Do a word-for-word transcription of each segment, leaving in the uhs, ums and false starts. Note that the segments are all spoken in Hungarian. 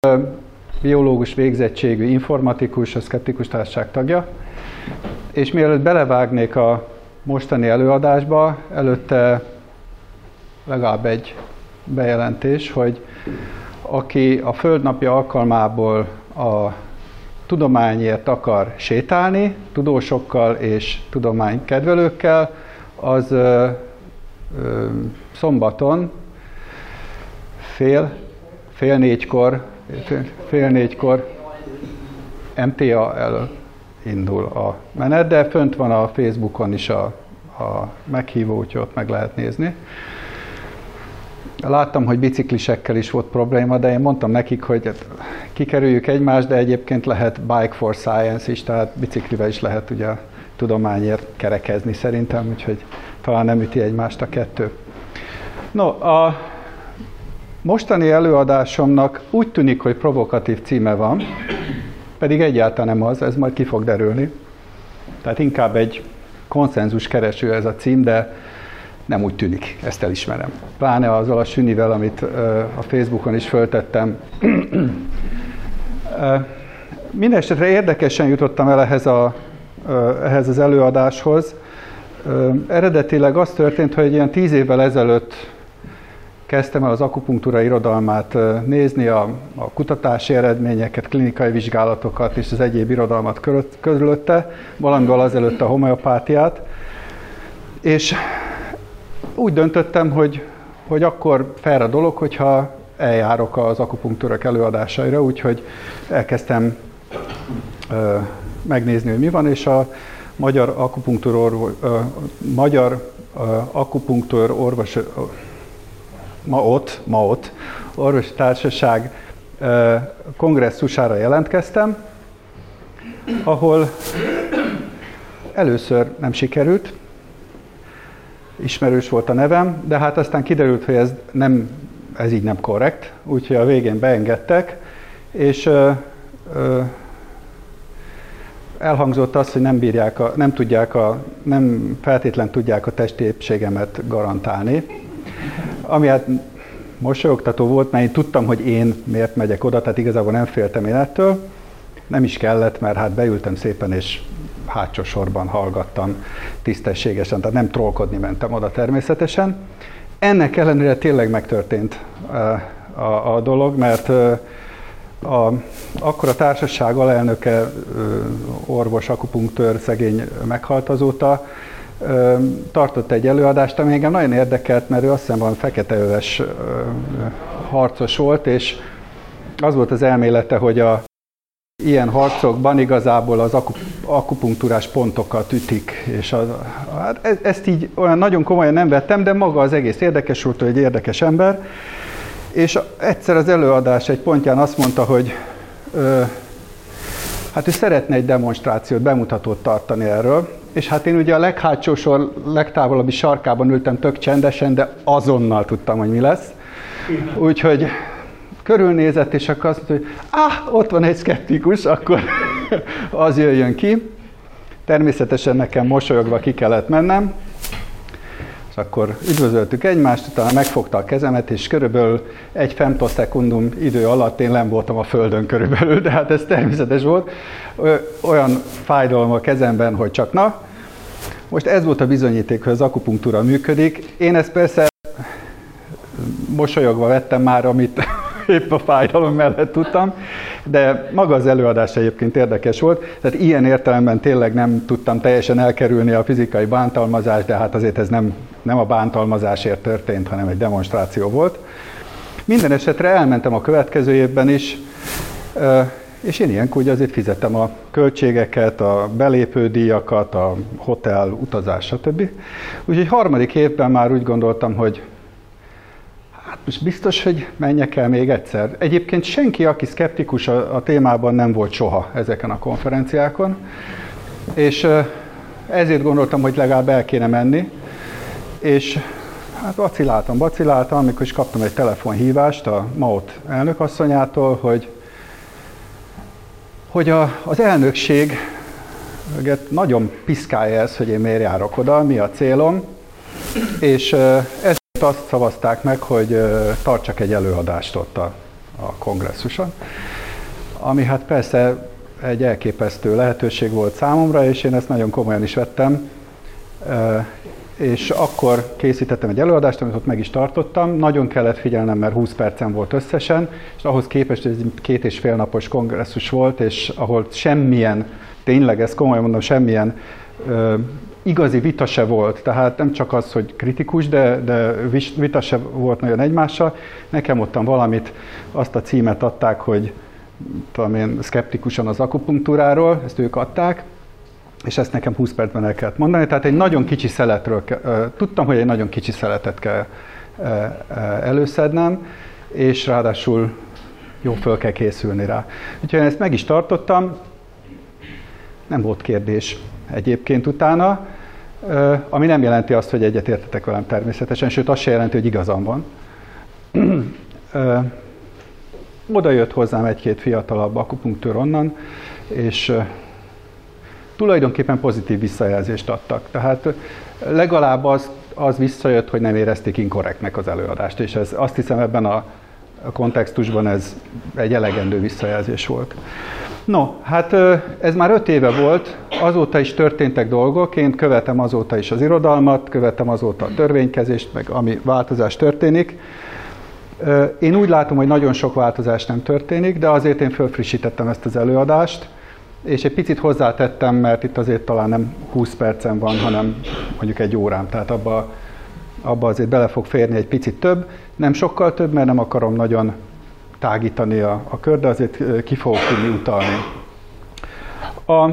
Biológus végzettségű informatikus, a Szkeptikus Társaság tagja, és mielőtt belevágnék a mostani előadásba, előtte legalább egy bejelentés, hogy aki a Földnapja alkalmából a tudományért akar sétálni, tudósokkal és tudománykedvelőkkel, az ö, ö, szombaton fél, fél négykor, fél, fél négykor em té á elől indul a menet, de fönt van a Facebookon is a, a meghívó, úgyhogy ott meg lehet nézni. Láttam, hogy biciklisekkel is volt probléma, de én mondtam nekik, hogy kikerüljük egymást, de egyébként lehet Bike for Science is, tehát biciklivel is lehet ugye a tudományért kerekezni szerintem, úgyhogy talán nem üti egymást a kettő. No, a mostani előadásomnak úgy tűnik, hogy provokatív címe van, pedig egyáltalán nem az, ez majd ki fog derülni. Tehát inkább egy konszenzus kereső ez a cím, de nem úgy tűnik, ezt elismerem. Pláne azzal a sünivel, amit a Facebookon is föltettem. Mindenesetre érdekesen jutottam el ehhez, a, ehhez az előadáshoz. Eredetileg az történt, hogy ilyen tíz évvel ezelőtt kezdtem el az akupunktúra irodalmát nézni, a, a kutatási eredményeket, klinikai vizsgálatokat és az egyéb irodalmat körülötte, valamivel azelőtt a homeopátiát, és úgy döntöttem, hogy, hogy akkor fair a dolog, hogyha eljárok az akupunktúrák előadásaira, úgyhogy elkezdtem ö, megnézni, hogy mi van, és a Magyar Akupunktúr, Orvo, ö, Magyar ö, Akupunktúr Orvos, ö, ma ott, ma ott, Orvosi Társaság ö, kongresszusára jelentkeztem, ahol először nem sikerült, ismerős volt a nevem, de hát aztán kiderült, hogy ez, nem, ez így nem korrekt, úgyhogy a végén beengedtek, és ö, ö, elhangzott az, hogy nem bírják, a, nem tudják, a, nem feltétlen tudják a testi épségemet garantálni, ami hát mosolyogtató volt, mert én tudtam, hogy én miért megyek oda, tehát igazából nem féltem én ettől, nem is kellett, mert hát beültem szépen, és hátsó sorban hallgattam tisztességesen, tehát nem trollkodni mentem oda természetesen. Ennek ellenére tényleg megtörtént a, a, a dolog, mert a, akkor a társaság alelnöke, orvos, akupunktőr, szegény meghalt azóta, tartott egy előadást, ami engem nagyon érdekelt, mert ő azt hiszem valami feketeöves harcos volt, és az volt az elmélete, hogy a ilyen harcokban igazából az akupunktúrás pontokat ütik, és az, hát ezt így olyan nagyon komolyan nem vettem, de maga az egész érdekes volt, hogy egy érdekes ember, és egyszer az előadás egy pontján azt mondta, hogy ö, hát ő szeretne egy demonstrációt, bemutatót tartani erről, és hát én ugye a leghátsó sor legtávolabbi sarkában ültem tök csendesen, de azonnal tudtam, hogy mi lesz. Úgyhogy körülnézett, és akkor azt mondta, hogy ah, ott van egy szkeptikus, akkor az jöjjön ki. Természetesen nekem mosolyogva ki kellett mennem, és akkor üdvözöltük egymást, utána megfogta a kezemet, és körülbelül egy femtoszekundum idő alatt én nem voltam a földön körülbelül, de hát ez természetes volt. Olyan fájdalom a kezemben, hogy csak na. Most ez volt a bizonyíték, hogy az akupunktúra működik. Én ezt persze mosolyogva vettem már, amit épp a fájdalom mellett tudtam, de maga az előadás egyébként érdekes volt, tehát ilyen értelemben tényleg nem tudtam teljesen elkerülni a fizikai bántalmazást, de hát azért ez nem, nem a bántalmazásért történt, hanem egy demonstráció volt. Minden esetre elmentem a következő évben is, és én ilyenkor ugye azért fizettem a költségeket, a belépődíjakat, a hotel, utazás, stb. Úgyhogy harmadik évben már úgy gondoltam, hogy hát most biztos, hogy menjek el még egyszer. Egyébként senki, aki szkeptikus a, a témában, nem volt soha ezeken a konferenciákon, és ezért gondoltam, hogy legalább el kéne menni, és hát vaciláltam, vaciláltam, amikor is kaptam egy telefonhívást a MAOT elnökasszonyától, hogy, hogy a, az elnökség nagyon piszkálja ez, hogy én miért járok oda, mi a célom, és ez azt szavazták meg, hogy tartsak egy előadást ott a, a kongresszuson, ami hát persze egy elképesztő lehetőség volt számomra, és én ezt nagyon komolyan is vettem. És akkor készítettem egy előadást, amit ott meg is tartottam. Nagyon kellett figyelnem, mert húsz percen volt összesen, és ahhoz képest ez egy két és fél napos kongresszus volt, és ahol semmilyen, tényleg ezt komolyan mondom, semmilyen ö, igazi vita se volt. Tehát nem csak az, hogy kritikus, de, de vita se volt nagyon egymással. Nekem ottan valamit, azt a címet adták, hogy tudom én, szkeptikusan az akupunktúráról, ezt ők adták, és ezt nekem húsz percben el kellett mondani. Tehát egy nagyon kicsi szeletről, tudtam, hogy egy nagyon kicsi szeletet kell előszednem, és ráadásul jó föl kell készülni rá. Úgyhogy én ezt meg is tartottam, nem volt kérdés egyébként utána, ami nem jelenti azt, hogy egyetértetek velem természetesen, sőt azt se jelenti, hogy igazam van. Oda jött hozzám egy-két fiatalabb akupunktőr onnan, és tulajdonképpen pozitív visszajelzést adtak. Tehát legalább az, az visszajött, hogy nem érezték inkorrektnek az előadást, és ez, azt hiszem ebben a kontextusban ez egy elegendő visszajelzés volt. No, hát ez már öt éve volt, azóta is történtek dolgok, én követem azóta is az irodalmat, követem azóta a törvénykezést, meg ami változás történik. Én úgy látom, hogy nagyon sok változás nem történik, de azért én fölfrissítettem ezt az előadást, és egy picit hozzátettem, mert itt azért talán nem húsz percen van, hanem mondjuk egy órám, tehát abba, abba azért bele fog férni egy picit több, nem sokkal több, mert nem akarom nagyon tágítani a, a kör, de azért ki fogok tudni utalni. A,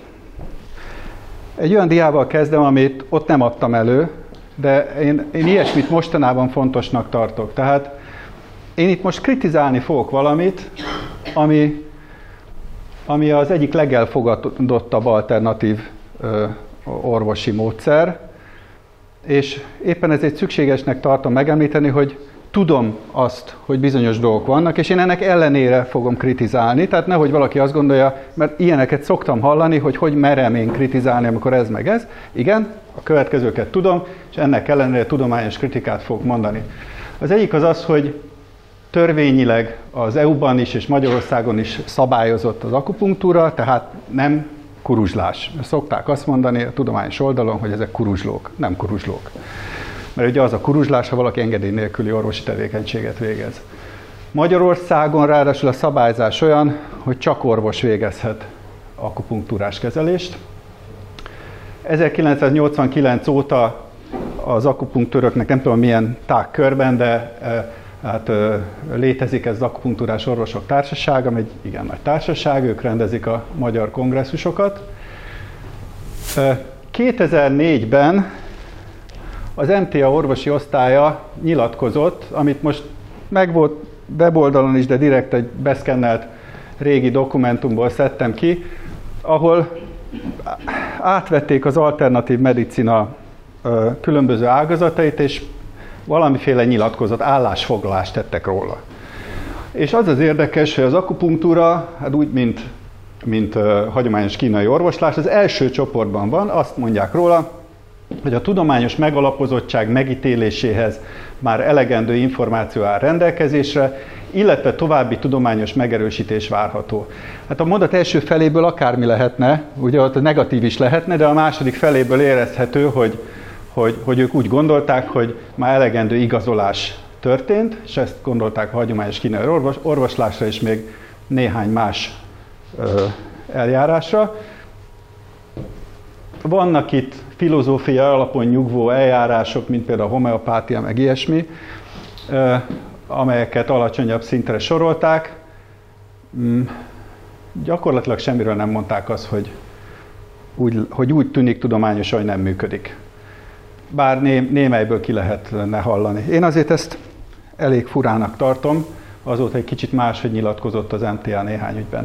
egy olyan diával kezdem, amit ott nem adtam elő, de én, én ilyesmit mostanában fontosnak tartok. Tehát én itt most kritizálni fogok valamit, ami, ami az egyik legelfogadottabb alternatív ö, orvosi módszer, és éppen ezért szükségesnek tartom megemlíteni, hogy tudom azt, hogy bizonyos dolgok vannak, és én ennek ellenére fogom kritizálni, tehát nehogy valaki azt gondolja, mert ilyeneket szoktam hallani, hogy hogy merem én kritizálni, amikor ez meg ez. Igen, a következőket tudom, és ennek ellenére tudományos kritikát fogok mondani. Az egyik az az, hogy törvényileg az é u-ban is és Magyarországon is szabályozott az akupunktúra, tehát nem kuruzslás. Szokták azt mondani a tudományos oldalon, hogy ezek kuruzslók, nem kuruzslók. Mert ugye az a kuruzslás, ha valaki engedély nélküli orvosi tevékenységet végez. Magyarországon ráadásul a szabályzás olyan, hogy csak orvos végezhet akupunktúrás kezelést. ezerkilencszáznyolcvankilenc óta az akupunktőröknek nem tudom milyen tágkörben, de hát létezik ez az akupunktúrás orvosok társasága, ami egy igen nagy társaság, ők rendezik a magyar kongresszusokat. kétezer-négyben az em té á orvosi osztálya nyilatkozott, amit most meg volt weboldalon is, de direkt egy beszkennelt régi dokumentumból szedtem ki, ahol átvették az alternatív medicina különböző ágazatait, és valamiféle nyilatkozat, állásfoglalást tettek róla. És az az érdekes, hogy az akupunktúra, hát úgy, mint, mint uh, hagyományos kínai orvoslás, az első csoportban van, azt mondják róla, hogy a tudományos megalapozottság megítéléséhez már elegendő információ áll rendelkezésre, illetve további tudományos megerősítés várható. Hát a mondat első feléből akármi lehetne, ugye ott negatív is lehetne, de a második feléből érezhető, hogy, hogy, hogy ők úgy gondolták, hogy már elegendő igazolás történt, és ezt gondolták a hagyományos kínai orvos, orvoslásra és még néhány más ö, eljárásra. Vannak itt filozófiai alapon nyugvó eljárások, mint például a homeopátia, meg ilyesmi, amelyeket alacsonyabb szintre sorolták. Gyakorlatilag semmiről nem mondták azt, hogy úgy, hogy úgy tűnik tudományosan, hogy nem működik. Bár né, némelyből ki lehetne hallani. Én azért ezt elég furának tartom, azóta egy kicsit máshogy nyilatkozott az em té á néhány ügyben.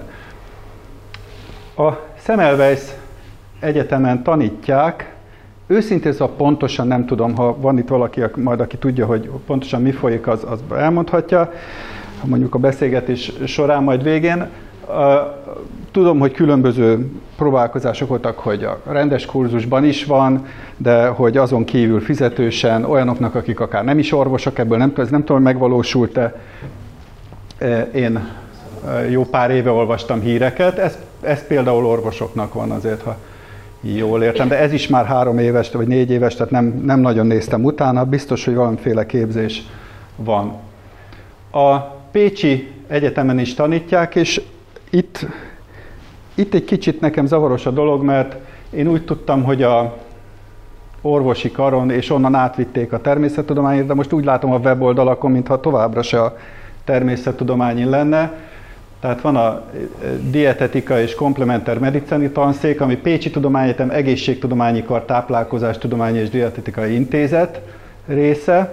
A Semmelweis egyetemen tanítják, őszintén szóval pontosan nem tudom, ha van itt valaki, majd aki tudja, hogy pontosan mi folyik, az, az elmondhatja, mondjuk a beszélgetés során majd végén. Tudom, hogy különböző próbálkozások voltak, hogy a rendes kurzusban is van, de hogy azon kívül fizetősen olyanoknak, akik akár nem is orvosok, ebből nem, ez nem tudom, hogy megvalósult-e. Én jó pár éve olvastam híreket, ez, ez például orvosoknak van azért, ha jól értem, de ez is már három éves vagy négy éves, tehát nem, nem nagyon néztem utána, biztos, hogy valamiféle képzés van. A Pécsi Egyetemen is tanítják, és itt, itt egy kicsit nekem zavaros a dolog, mert én úgy tudtam, hogy a orvosi karon, és onnan átvitték a természettudományért, de most úgy látom a weboldalakon, mintha továbbra se a természettudományi lenne. Tehát van a dietetika és komplementer medicini tanszék, ami Pécsi Tudományegyetem Egészségtudományi Kar Táplálkozástudományi és Dietetikai Intézet része,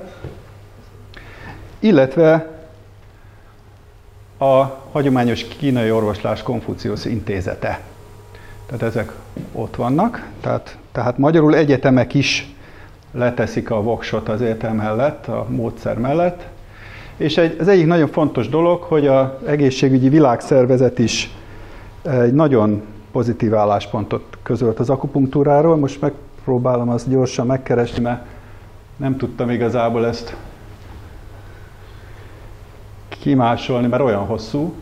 illetve a hagyományos kínai orvoslás Konfuciusz Intézete. Tehát ezek ott vannak, tehát, tehát magyarul egyetemek is leteszik a voksot az értelem mellett, a módszer mellett. És egy, az egyik nagyon fontos dolog, hogy az egészségügyi világszervezet is egy nagyon pozitív álláspontot közölt az akupunktúráról. Most megpróbálom azt gyorsan megkeresni, mert nem tudtam igazából ezt kimásolni, mert olyan hosszú.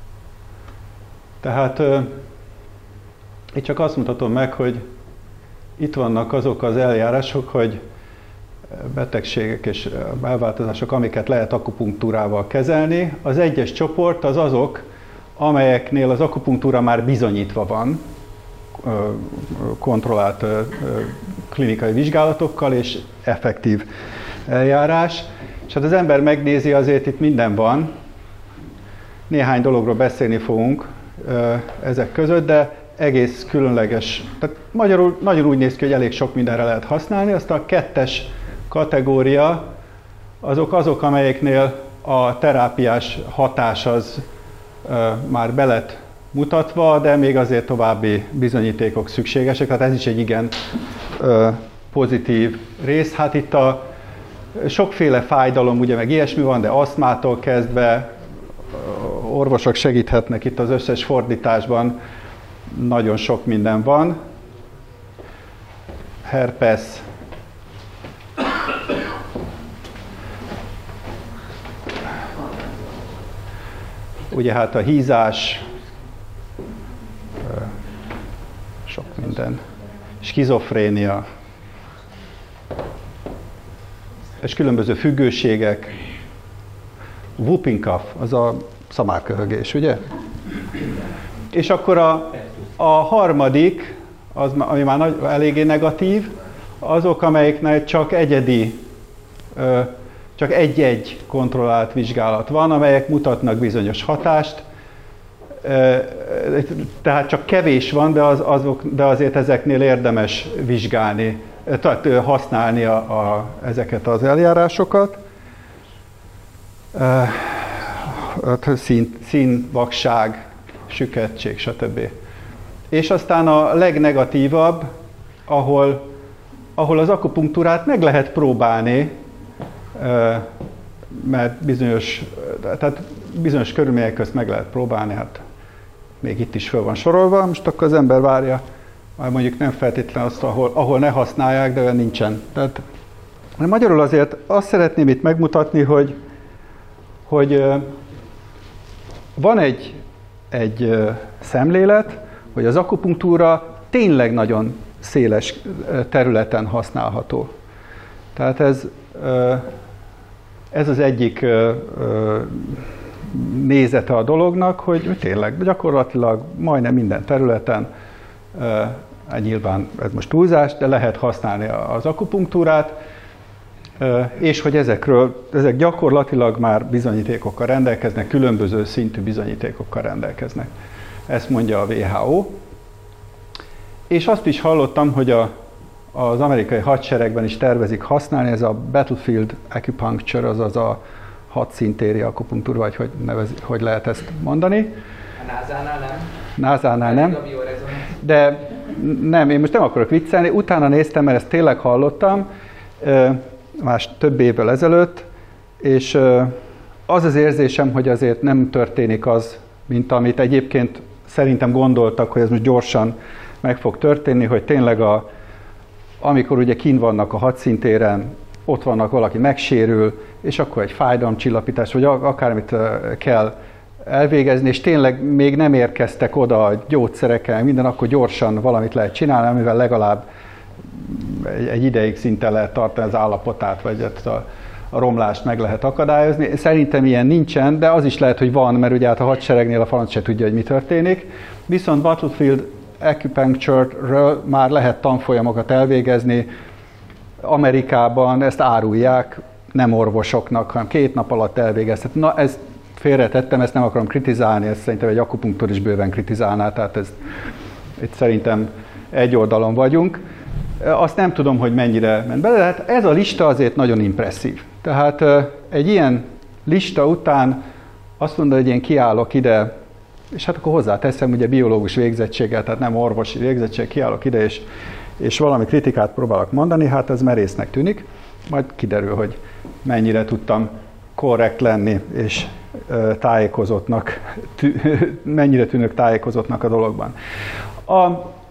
Tehát itt csak azt mutatom meg, hogy itt vannak azok az eljárások, hogy betegségek és belváltozások, amiket lehet akupunktúrával kezelni. Az egyes csoport az azok, amelyeknél az akupunktúra már bizonyítva van, kontrollált klinikai vizsgálatokkal és effektív eljárás. És hát az ember megnézi, azért itt minden van. Néhány dologról beszélni fogunk ezek között, de egész különleges. Tehát magyarul nagyon úgy néz ki, hogy elég sok mindenre lehet használni. Aztán a kettes kategória azok azok, amelyeknél a terápiás hatás az ö, már be lett mutatva, de még azért további bizonyítékok szükségesek, tehát ez is egy igen ö, pozitív rész. Hát itt a sokféle fájdalom, ugye meg ilyesmi van, de asztmától kezdve orvosok segíthetnek itt az összes fordításban, nagyon sok minden van. Herpes, ugye hát a hízás, sok minden, skizofrénia, és különböző függőségek, whooping cough, az a szamárköhögés, ugye? És akkor a, a harmadik, az, ami már nagy, eléggé negatív, azok, amelyeknek csak egyedi, csak egy-egy kontrollált vizsgálat van, amelyek mutatnak bizonyos hatást, tehát csak kevés van, de, az, azok, de azért ezeknél érdemes vizsgálni, tehát használni a, a, ezeket az eljárásokat. Szín, szín, vakság, sükettség, stb. És aztán a legnegatívabb, ahol, ahol az akupunktúrát meg lehet próbálni, mert bizonyos, tehát bizonyos körülmények közt meg lehet próbálni, hát még itt is föl van sorolva, most akkor az ember várja, már mondjuk nem feltétlenül azt, ahol, ahol ne használják, de olyan nincsen. Tehát, magyarul azért azt szeretném itt megmutatni, hogy, hogy van egy, egy szemlélet, hogy az akupunktúra tényleg nagyon széles területen használható. Tehát ez, ez az egyik nézete a dolognak, hogy tényleg gyakorlatilag majdnem minden területen, nyilván ez most túlzás, de lehet használni az akupunktúrát, és hogy ezekről, ezek gyakorlatilag már bizonyítékokkal rendelkeznek, különböző szintű bizonyítékokkal rendelkeznek. Ezt mondja a dupla vé há ó. És azt is hallottam, hogy a, az amerikai hadseregben is tervezik használni, ez a battlefield acupuncture, azaz a hadszintéri akupunktúra, vagy hogy, nevez, hogy lehet ezt mondani. A názánál nem? názánál nem. De nem, én most nem akarok viccelni, utána néztem, mert ezt tényleg hallottam, más több évvel ezelőtt, és az az érzésem, hogy azért nem történik az, mint amit egyébként szerintem gondoltak, hogy ez most gyorsan meg fog történni, hogy tényleg a, amikor ugye kint vannak a hadszintéren, ott vannak, valaki megsérül, és akkor egy fájdalomcsillapítás, vagy akármit kell elvégezni, és tényleg még nem érkeztek oda a gyógyszerekkel, minden, akkor gyorsan valamit lehet csinálni, amivel legalább egy, egy ideig szinte lehet tartani az állapotát, vagy a, a romlást meg lehet akadályozni. Szerintem ilyen nincsen, de az is lehet, hogy van, mert ugye hát a hadseregnél a franc se tudja, hogy mi történik. Viszont Battlefield Acupuncture-ről már lehet tanfolyamokat elvégezni. Amerikában ezt árulják, nem orvosoknak, hanem két nap alatt elvégezhet. Na, ezt félretettem, ezt nem akarom kritizálni, ezt szerintem egy akupunktor is bőven kritizálná, tehát ez, itt szerintem egy oldalon vagyunk. Azt nem tudom, hogy mennyire ment bele, de hát ez a lista azért nagyon impresszív. Tehát egy ilyen lista után azt mondod, hogy én kiállok ide, és hát akkor hozzáteszem, ugye biológus végzettséggel, tehát nem orvosi végzettség, kiállok ide, és, és valami kritikát próbálok mondani, hát ez merésznek tűnik, majd kiderül, hogy mennyire tudtam korrekt lenni, és tájékozottnak, tű, mennyire tűnök tájékozottnak a dologban. A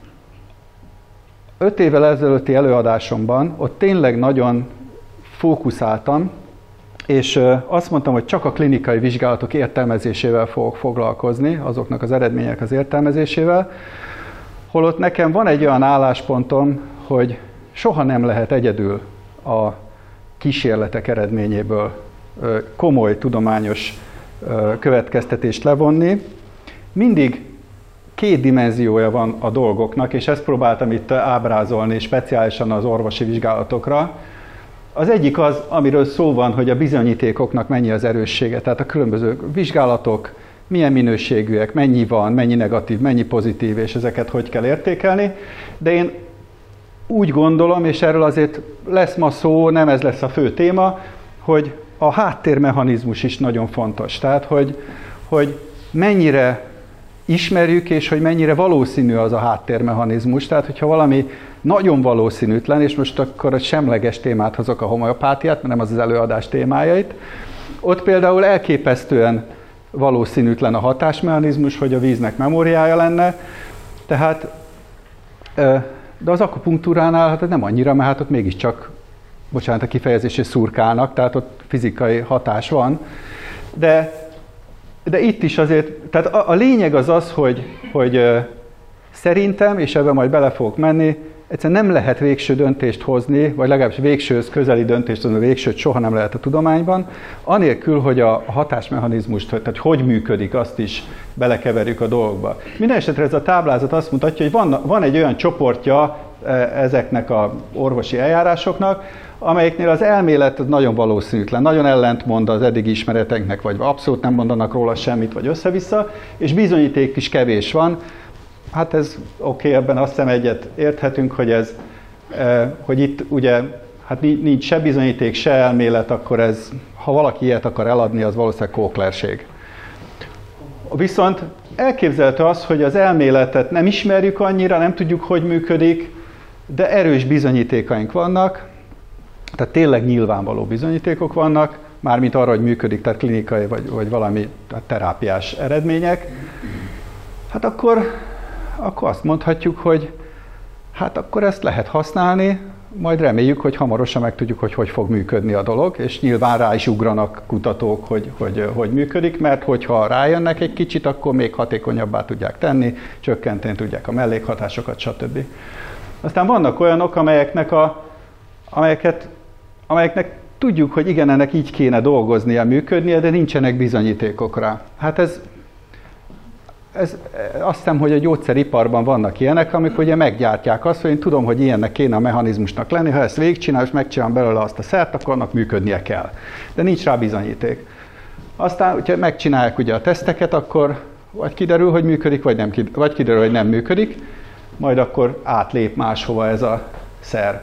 öt évvel ezelőtti előadásomban ott tényleg nagyon fókuszáltam, és azt mondtam, hogy csak a klinikai vizsgálatok értelmezésével fogok foglalkozni, azoknak az eredmények az értelmezésével, holott nekem van egy olyan álláspontom, hogy soha nem lehet egyedül a kísérletek eredményéből komoly tudományos következtetést levonni. Mindig két dimenziója van a dolgoknak, és ezt próbáltam itt ábrázolni speciálisan az orvosi vizsgálatokra. Az egyik az, amiről szó van, hogy a bizonyítékoknak mennyi az erőssége, tehát a különböző vizsgálatok, milyen minőségűek, mennyi van, mennyi negatív, mennyi pozitív, és ezeket hogy kell értékelni. De én úgy gondolom, és erről azért lesz ma szó, nem ez lesz a fő téma, hogy a háttérmechanizmus is nagyon fontos. Tehát, hogy, hogy mennyire ismerjük, és hogy mennyire valószínű az a háttérmechanizmus. Tehát, hogyha valami nagyon valószínűtlen, és most akkor egy semleges témát hozok, a homeopátiát, mert nem az az előadás témájait, ott például elképesztően valószínűtlen a hatásmechanizmus, hogy a víznek memóriája lenne. Tehát, de az akupunktúránál hát nem annyira, mert hát ott mégiscsak, bocsánat a kifejezésre, szurkálnak, tehát ott fizikai hatás van. De, de itt is azért, tehát a, a lényeg az az, hogy, hogy szerintem, és ebben majd bele fogok menni, egyszerűen nem lehet végső döntést hozni, vagy legalábbis végsőhöz közeli döntést hozni, a végsőt soha nem lehet a tudományban, anélkül, hogy a hatásmechanizmust, tehát hogy működik, azt is belekeverjük a dolgokba. Minden esetre ez a táblázat azt mutatja, hogy van, van egy olyan csoportja ezeknek az orvosi eljárásoknak, amelyeknél az elmélet nagyon valószínűtlen, nagyon ellentmond az eddigi ismereteknek, vagy abszolút nem mondanak róla semmit, vagy össze-vissza, és bizonyíték is kevés van. Hát ez oké, okay, ebben azt hiszem egyet érthetünk, hogy ez, hogy itt ugye hát nincs se bizonyíték, se elmélet, akkor ez, ha valaki ilyet akar eladni, az valószínűleg kóklerség. Viszont elképzelhető az, hogy az elméletet nem ismerjük annyira, nem tudjuk, hogy működik, de erős bizonyítékaink vannak, tehát tényleg nyilvánvaló bizonyítékok vannak, mármint arra, hogy működik, tehát klinikai vagy, vagy valami terápiás eredmények, hát akkor, akkor azt mondhatjuk, hogy hát akkor ezt lehet használni, majd reméljük, hogy hamarosan megtudjuk, hogy hogy fog működni a dolog, és nyilván rá is ugranak kutatók, hogy hogy, hogy működik, mert hogyha rájönnek egy kicsit, akkor még hatékonyabbá tudják tenni, csökkenteni tudják a mellékhatásokat, stb. Aztán vannak olyanok, amelyeknek a, amelyeket, amelyeknek tudjuk, hogy igen, ennek így kéne dolgoznia, működnie, de nincsenek bizonyítékok rá. Hát ez, ez azt hiszem, hogy a gyógyszeriparban vannak ilyenek, amikor ugye meggyártják azt, hogy én tudom, hogy ilyennek kéne a mechanizmusnak lenni, ha ezt végigcsinál, és megcsinálom belőle azt a szert, akkor annak működnie kell. De nincs rá bizonyíték. Aztán, hogyha megcsinálják ugye a teszteket, akkor vagy kiderül, hogy működik, vagy, nem, vagy kiderül, hogy nem működik, majd akkor átlép máshova ez a szer.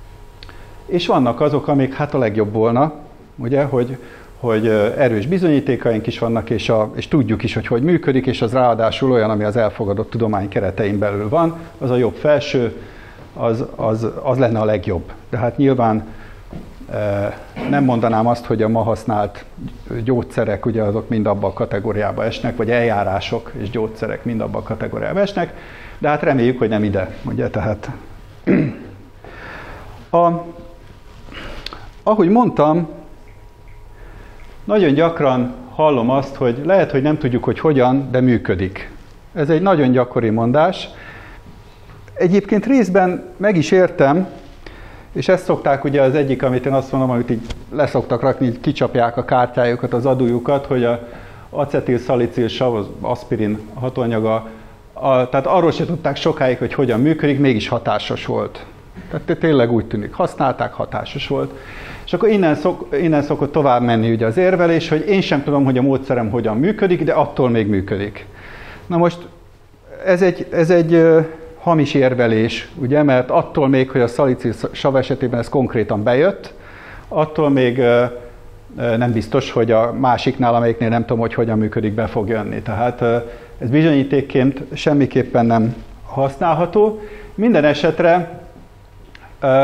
És vannak azok, amik hát a legjobb volna, ugye, hogy, hogy erős bizonyítékaink is vannak, és, a, és tudjuk is, hogy hogy működik, és az ráadásul olyan, ami az elfogadott tudomány keretein belül van, az a jobb felső, az, az, az lenne a legjobb. De hát nyilván e, nem mondanám azt, hogy a ma használt gyógyszerek, ugye azok mind abba a kategóriába esnek, vagy eljárások és gyógyszerek mind abba a kategóriába esnek, de hát reméljük, hogy nem ide, ugye, tehát a ahogy mondtam, nagyon gyakran hallom azt, hogy lehet, hogy nem tudjuk, hogy hogyan, de működik. Ez egy nagyon gyakori mondás. Egyébként részben meg is értem, és ezt szokták ugye az egyik, amit én azt mondom, amit így leszoktak rakni, így kicsapják a kártyájukat, az adójukat, hogy a acetil-szalicil-sav, az aspirin hatóanyaga, a, tehát arról se tudták sokáig, hogy hogyan működik, mégis hatásos volt. Tehát tényleg úgy tűnik, használták, hatásos volt. És akkor innen, szok, innen szokott tovább menni ugye az érvelés, hogy én sem tudom, hogy a módszerem hogyan működik, de attól még működik. Na most ez egy, ez egy uh, hamis érvelés, ugye, mert attól még, hogy a szalicil-sav esetében ez konkrétan bejött, attól még uh, nem biztos, hogy a másiknál, amelyiknél nem tudom, hogy hogyan működik, be fog jönni. Tehát uh, ez bizonyítékként semmiképpen nem használható. Minden esetre uh,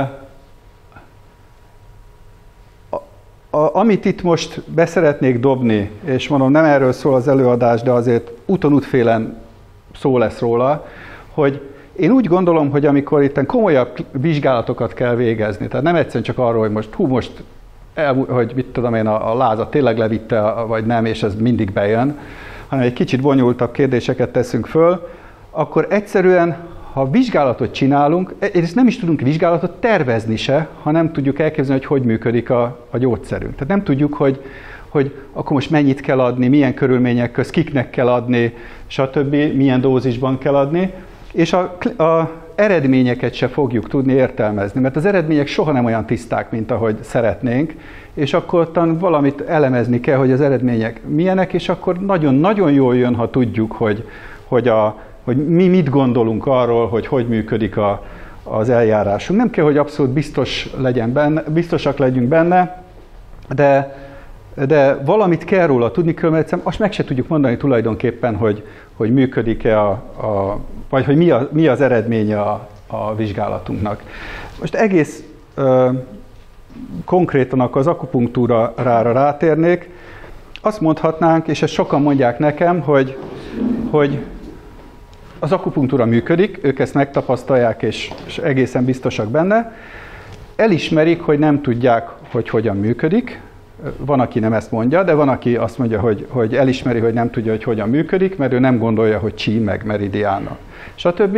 A, amit itt most beszeretnék dobni, és mondom, nem erről szól az előadás, de azért úton útfélen szó lesz róla, hogy én úgy gondolom, hogy amikor itt komolyabb vizsgálatokat kell végezni, tehát nem egyszerűen csak arról, hogy most, hú, most, el, hogy mit tudom én, a, a lázat tényleg levitte, vagy nem, és ez mindig bejön, hanem egy kicsit bonyolultabb kérdéseket teszünk föl, akkor egyszerűen, ha vizsgálatot csinálunk, és nem is tudunk vizsgálatot tervezni se, ha nem tudjuk elképzelni, hogy hogy működik a, a gyógyszerünk. Tehát nem tudjuk, hogy, hogy akkor most mennyit kell adni, milyen körülmények közt, kiknek kell adni, stb., milyen dózisban kell adni, és a, a eredményeket se fogjuk tudni értelmezni, mert az eredmények soha nem olyan tiszták, mint ahogy szeretnénk, és akkor ottan valamit elemezni kell, hogy az eredmények milyenek, és akkor nagyon-nagyon jól jön, ha tudjuk, hogy, hogy a hogy mi mit gondolunk arról, hogy hogy működik a, az eljárásunk. Nem kell, hogy abszolút biztos legyen benne, biztosak legyünk benne, de, de valamit kell róla tudni, különben egyszerűen azt meg se tudjuk mondani tulajdonképpen, hogy, hogy működik-e, a, a, vagy hogy mi, a, mi az eredménye a, a vizsgálatunknak. Most egész ö, konkrétan akkor az akupunktúrára rátérnék. Azt mondhatnánk, és ezt sokan mondják nekem, hogy, hogy az akupunktúra működik, ők ezt megtapasztalják, és, és egészen biztosak benne. Elismerik, hogy nem tudják, hogy hogyan működik. Van, aki nem ezt mondja, de van, aki azt mondja, hogy, hogy elismeri, hogy nem tudja, hogy hogyan működik, mert ő nem gondolja, hogy csí, meg meridiána, stb.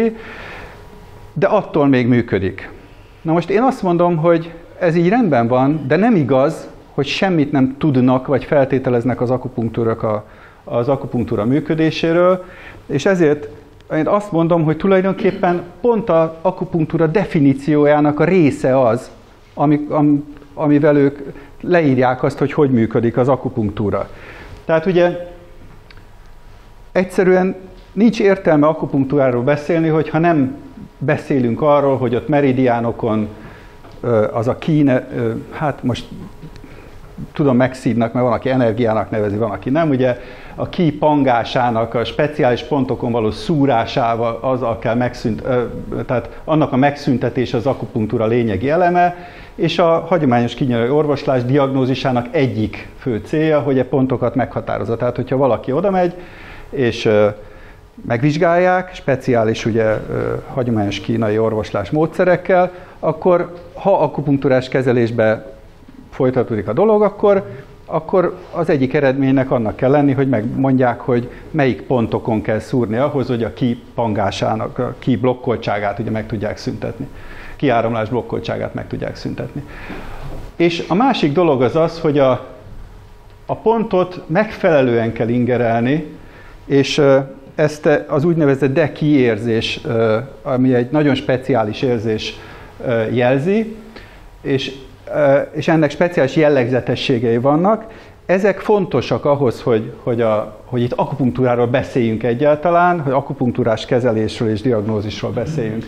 De attól még működik. Na most én azt mondom, hogy ez így rendben van, de nem igaz, hogy semmit nem tudnak, vagy feltételeznek az akupunktúrák a, az akupunktúra működéséről, és ezért én azt mondom, hogy tulajdonképpen pont az akupunktúra definíciójának a része az, ami, am, amivel ők leírják azt, hogy hogy működik az akupunktúra. Tehát ugye egyszerűen nincs értelme akupunktúráról beszélni, hogyha nem beszélünk arról, hogy ott meridiánokon az a kíne, hát most tudom megszídnak, mert van, aki energiának nevezi, van, aki nem. Ugye a ki pangásának, a speciális pontokon való szúrásával azzal kell megszűnt, tehát annak a megszüntetés az akupunktúra lényegi eleme, és a hagyományos kígyónői orvoslás diagnózisának egyik fő célja, hogy a pontokat meghatározza. Tehát, hogyha valaki oda megy, és megvizsgálják, speciális ugye hagyományos kínai orvoslás módszerekkel, akkor ha akupunktúrás kezelésbe folytatódik a dolog, akkor, akkor az egyik eredménynek annak kell lenni, hogy megmondják, hogy melyik pontokon kell szúrni ahhoz, hogy a ki pangásának, a ki blokkoltságát ugye meg tudják szüntetni. Kiáramlás blokkoltságát meg tudják szüntetni. És a másik dolog az az, hogy a, a pontot megfelelően kell ingerelni, és ezt az úgynevezett de ki érzés, ami egy nagyon speciális érzés jelzi, és és ennek speciális jellegzetességei vannak. Ezek fontosak ahhoz, hogy, hogy, a, hogy itt akupunktúráról beszéljünk egyáltalán, hogy akupunktúrás kezelésről és diagnózisról beszéljünk.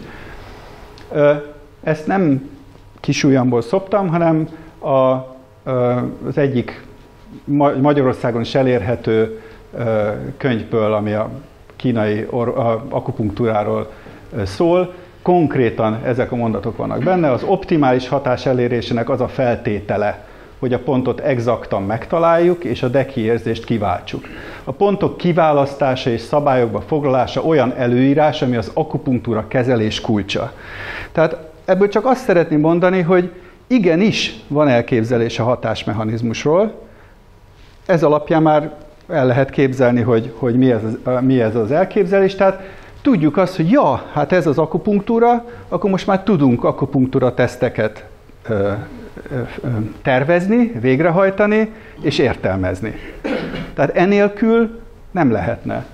Ezt nem kisúlyamból szoptam, hanem a, az egyik Magyarországon is elérhető könyvből, ami a kínai or, a akupunktúráról szól. Konkrétan ezek a mondatok vannak benne. Az optimális hatás elérésének az a feltétele, hogy a pontot exaktan megtaláljuk, és a deki érzést kiváltsuk. A pontok kiválasztása és szabályokba foglalása olyan előírás, ami az akupunktúra kezelés kulcsa. Tehát ebből csak azt szeretném mondani, hogy igenis van elképzelés a hatásmechanizmusról. Ez alapján már el lehet képzelni, hogy, hogy mi, ez az, mi ez az elképzelés. Tehát tudjuk azt, hogy ja, hát ez az akupunktúra, akkor most már tudunk akupunktúra teszteket ö, ö, ö, tervezni, végrehajtani és értelmezni. Tehát enélkül nem lehetne.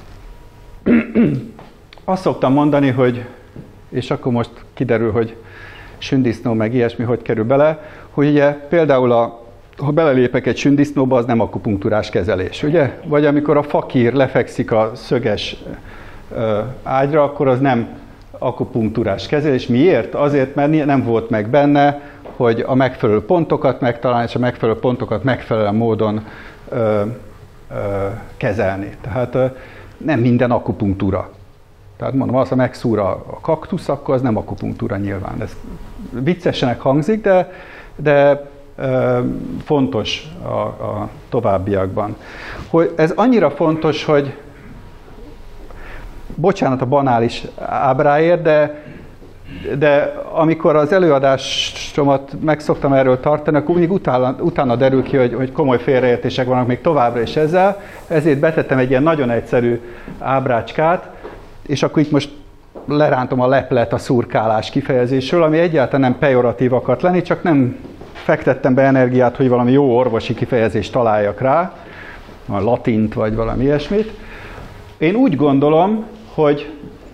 Azt szoktam mondani, hogy, és akkor most kiderül, hogy sündisznó meg ilyesmi, hogy kerül bele, hogy ugye például a, ha belelépek egy sündisznóba, az nem akupunktúrás kezelés, ugye? Vagy amikor a fakír lefekszik a szöges ö, ágyra, akkor az nem akupunktúrás kezelés. Miért? Azért, mert nem volt meg benne, hogy a megfelelő pontokat megtalálni, és a megfelelő pontokat megfelelő módon ö, ö, kezelni. Tehát ö, nem minden akupunktúra. Tehát mondom, az, ha megszúr a kaktusz, akkor az nem akupunktúra nyilván. Ez viccesenek hangzik, de, de e, fontos a, a továbbiakban. Hogy ez annyira fontos, hogy bocsánat a banális ábráért, de, de amikor az előadásomat meg szoktam erről tartani, akkor mindig utána, utána derül ki, hogy, hogy komoly félreértések vannak még továbbra is ezzel, ezért betettem egy ilyen nagyon egyszerű ábrácskát, és akkor itt most lerántom a leplet a szurkálás kifejezésről, ami egyáltalán nem pejoratív akart lenni, csak nem fektettem be energiát, hogy valami jó orvosi kifejezést találjak rá, a latint vagy valami ilyesmit. Én úgy gondolom, hogy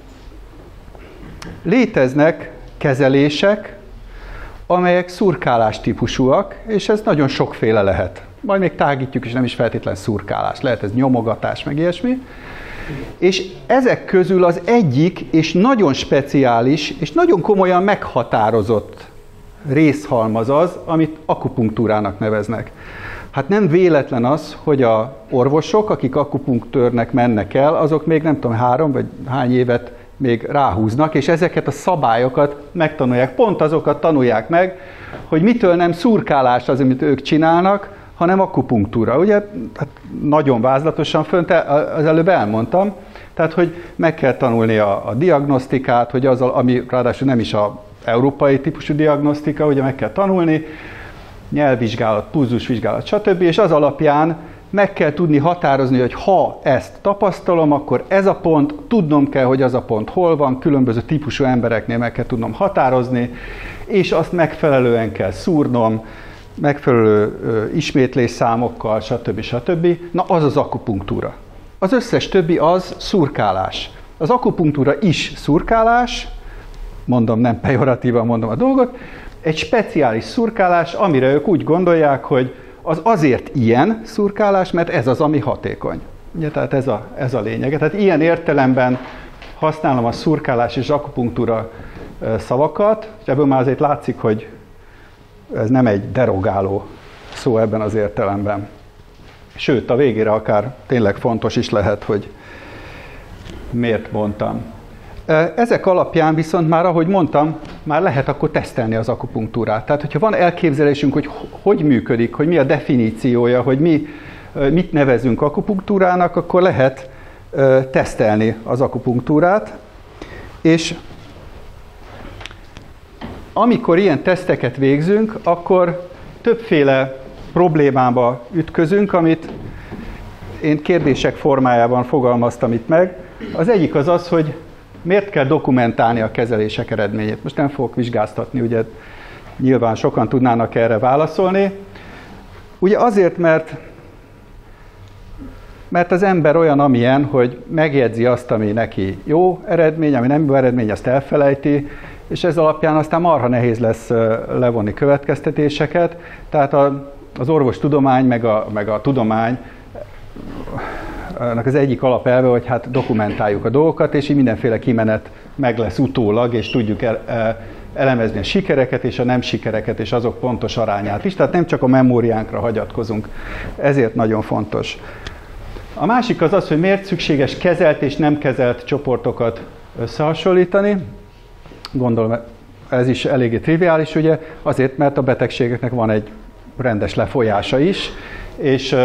léteznek kezelések, amelyek szurkálás típusúak, és ez nagyon sokféle lehet. Majd még tágítjuk, és nem is feltétlen szurkálás. Lehet ez nyomogatás, meg ilyesmi. És ezek közül az egyik, és nagyon speciális, és nagyon komolyan meghatározott részhalmaz az, amit akupunktúrának neveznek. Hát nem véletlen az, hogy a orvosok, akik akupunktőrnek mennek el, azok még nem tudom, három vagy hány évet még ráhúznak, és ezeket a szabályokat megtanulják. Pont azokat tanulják meg, hogy mitől nem szurkálás az, amit ők csinálnak, hanem akupunktúra. Ugye hát nagyon vázlatosan fönt, az előbb elmondtam, tehát hogy meg kell tanulni a, a diagnosztikát, hogy az, ami ráadásul nem is az európai típusú diagnosztika, ugye meg kell tanulni, nyelvvizsgálat, pulzusvizsgálat, stb. És az alapján meg kell tudni határozni, hogy ha ezt tapasztalom, akkor ez a pont, tudnom kell, hogy az a pont hol van, különböző típusú embereknél meg kell tudnom határozni, és azt megfelelően kell szúrnom, megfelelő ö, ismétlésszámokkal, stb. stb. Na, az az akupunktúra. Az összes többi az szurkálás. Az akupunktúra is szurkálás, mondom, nem pejoratívan mondom a dolgot, egy speciális szurkálás, amire ők úgy gondolják, hogy az azért ilyen szurkálás, mert ez az, ami hatékony. Ugye, tehát ez a, ez a lényeg. Tehát ilyen értelemben használom a szurkálás és akupunktúra szavakat, és ebből már azért látszik, hogy ez nem egy derogáló szó ebben az értelemben. Sőt, a végére akár tényleg fontos is lehet, hogy miért mondtam. Ezek alapján viszont már, ahogy mondtam, már lehet akkor tesztelni az akupunktúrát. Tehát, hogyha van elképzelésünk, hogy hogy működik, hogy mi a definíciója, hogy mi mit nevezünk akupunktúrának, akkor lehet tesztelni az akupunktúrát. És amikor ilyen teszteket végzünk, akkor többféle problémába ütközünk, amit én kérdések formájában fogalmaztam itt meg. Az egyik az az, hogy miért kell dokumentálni a kezelések eredményét. Most nem fogok vizsgáztatni, ugye nyilván sokan tudnának erre válaszolni. Ugye azért, mert, mert az ember olyan, amilyen, hogy megjegyzi azt, ami neki jó eredmény, ami nem jó eredmény, azt elfelejti, és ez alapján aztán marha nehéz lesz levonni következtetéseket. Tehát a, az orvostudomány, meg a, meg a tudomány az egyik alapelve, hogy hát dokumentáljuk a dolgokat, és így mindenféle kimenet meg lesz utólag, és tudjuk el, elemezni a sikereket és a nem sikereket, és azok pontos arányát is. Tehát nem csak a memóriánkra hagyatkozunk. Ezért nagyon fontos. A másik az az, hogy miért szükséges kezelt és nem kezelt csoportokat összehasonlítani. Gondolom, ez is eléggé triviális, ugye, azért, mert a betegségeknek van egy rendes lefolyása is, és,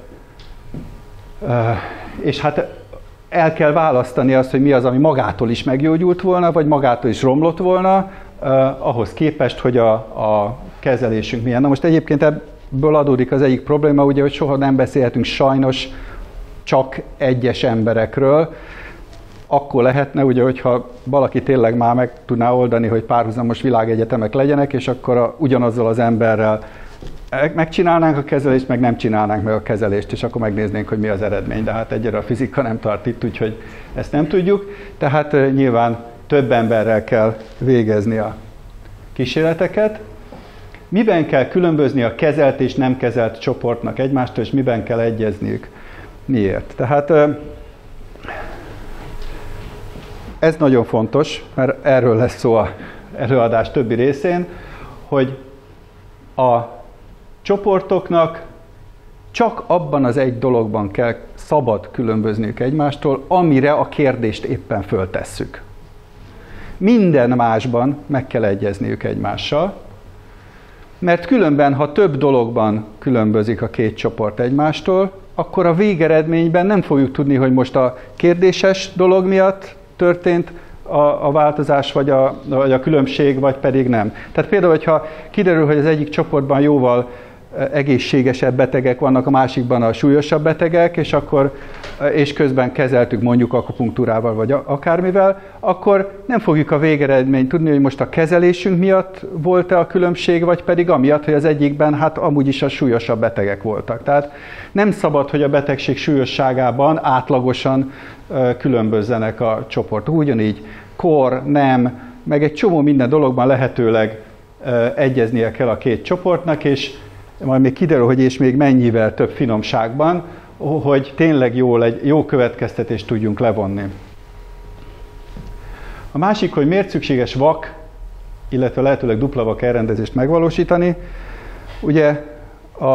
és hát el kell választani azt, hogy mi az, ami magától is meggyógyult volna, vagy magától is romlott volna, uh, ahhoz képest, hogy a, a kezelésünk milyen. Na most egyébként ebből adódik az egyik probléma, ugye, hogy soha nem beszélhetünk sajnos csak egyes emberekről. Akkor lehetne, ugye, hogyha valaki tényleg már meg tudná oldani, hogy párhuzamos világegyetemek legyenek, és akkor a, ugyanazzal az emberrel megcsinálnánk a kezelést, meg nem csinálnánk meg a kezelést, és akkor megnéznénk, hogy mi az eredmény. De hát egyre a fizika nem tart itt, úgyhogy ezt nem tudjuk. Tehát nyilván több emberrel kell végezni a kísérleteket. Miben kell különbözni a kezelt és nem kezelt csoportnak egymástól, és miben kell egyezniük? Miért? Tehát ez nagyon fontos, mert erről lesz szó az előadás többi részén, hogy a csoportoknak csak abban az egy dologban kell szabad különbözniük egymástól, amire a kérdést éppen föltesszük. Minden másban meg kell egyezniük egymással, mert különben, ha több dologban különbözik a két csoport egymástól, akkor a végeredményben nem fogjuk tudni, hogy most a kérdéses dolog miatt történt a, a változás, vagy a, vagy a különbség, vagy pedig nem. Tehát például, hogyha kiderül, hogy az egyik csoportban jóval egészségesebb betegek vannak, a másikban a súlyosabb betegek, és, akkor, és közben kezeltük mondjuk akupunktúrával, vagy akármivel, akkor nem fogjuk a végeredményt tudni, hogy most a kezelésünk miatt volt-e a különbség, vagy pedig amiatt, hogy az egyikben hát amúgy is a súlyosabb betegek voltak. Tehát nem szabad, hogy a betegség súlyosságában átlagosan különbözzenek a csoportok. Ugyanígy kor, nem, meg egy csomó minden dologban lehetőleg egyeznie kell a két csoportnak, és majd még kiderül, hogy és még mennyivel több finomságban, hogy tényleg jól egy jó következtetést tudjunk levonni. A másik, hogy miért szükséges vak, illetve lehetőleg dupla vak elrendezést megvalósítani. Ugye a,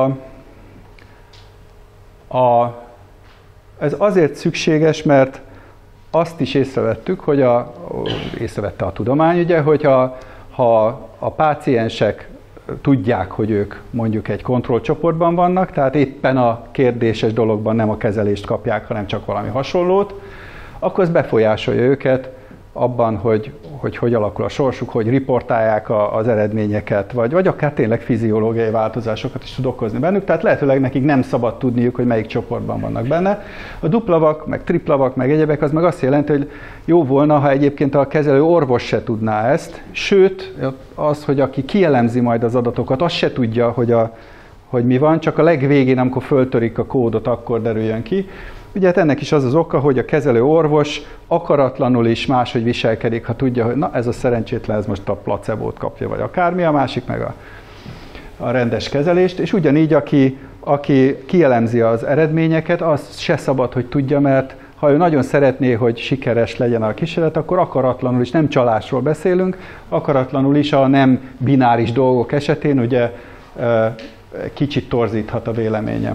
a, ez azért szükséges, mert azt is észrevettük, hogy a, észrevette a tudomány, ugye, hogy a, ha a páciensek tudják, hogy ők mondjuk egy kontrollcsoportban vannak, tehát éppen a kérdéses dologban nem a kezelést kapják, hanem csak valami hasonlót, akkor ez befolyásolja őket abban, hogy hogy, hogy alakul a sorsuk, hogy riportálják a, az eredményeket, vagy, vagy akár tényleg fiziológiai változásokat is tud okozni bennük, tehát lehetőleg nekik nem szabad tudniuk, hogy melyik csoportban vannak benne. A duplavak, meg triplavak, meg egyebek, az meg azt jelenti, hogy jó volna, ha egyébként a kezelő orvos se tudná ezt, sőt, az, hogy aki kielemzi majd az adatokat, az se tudja, hogy, a, hogy mi van, csak a legvégén, amikor föltörik a kódot, akkor derüljön ki. Ugye hát ennek is az az oka, hogy a kezelő orvos akaratlanul is máshogy viselkedik, ha tudja, hogy na ez a szerencsétlen, ez most a placebót kapja, vagy akármi, a másik meg a, a rendes kezelést, és ugyanígy, aki, aki kielemzi az eredményeket, az se szabad, hogy tudja, mert ha ő nagyon szeretné, hogy sikeres legyen a kísérlet, akkor akaratlanul is, nem csalásról beszélünk, akaratlanul is a nem bináris dolgok esetén ugye kicsit torzíthat a véleménye.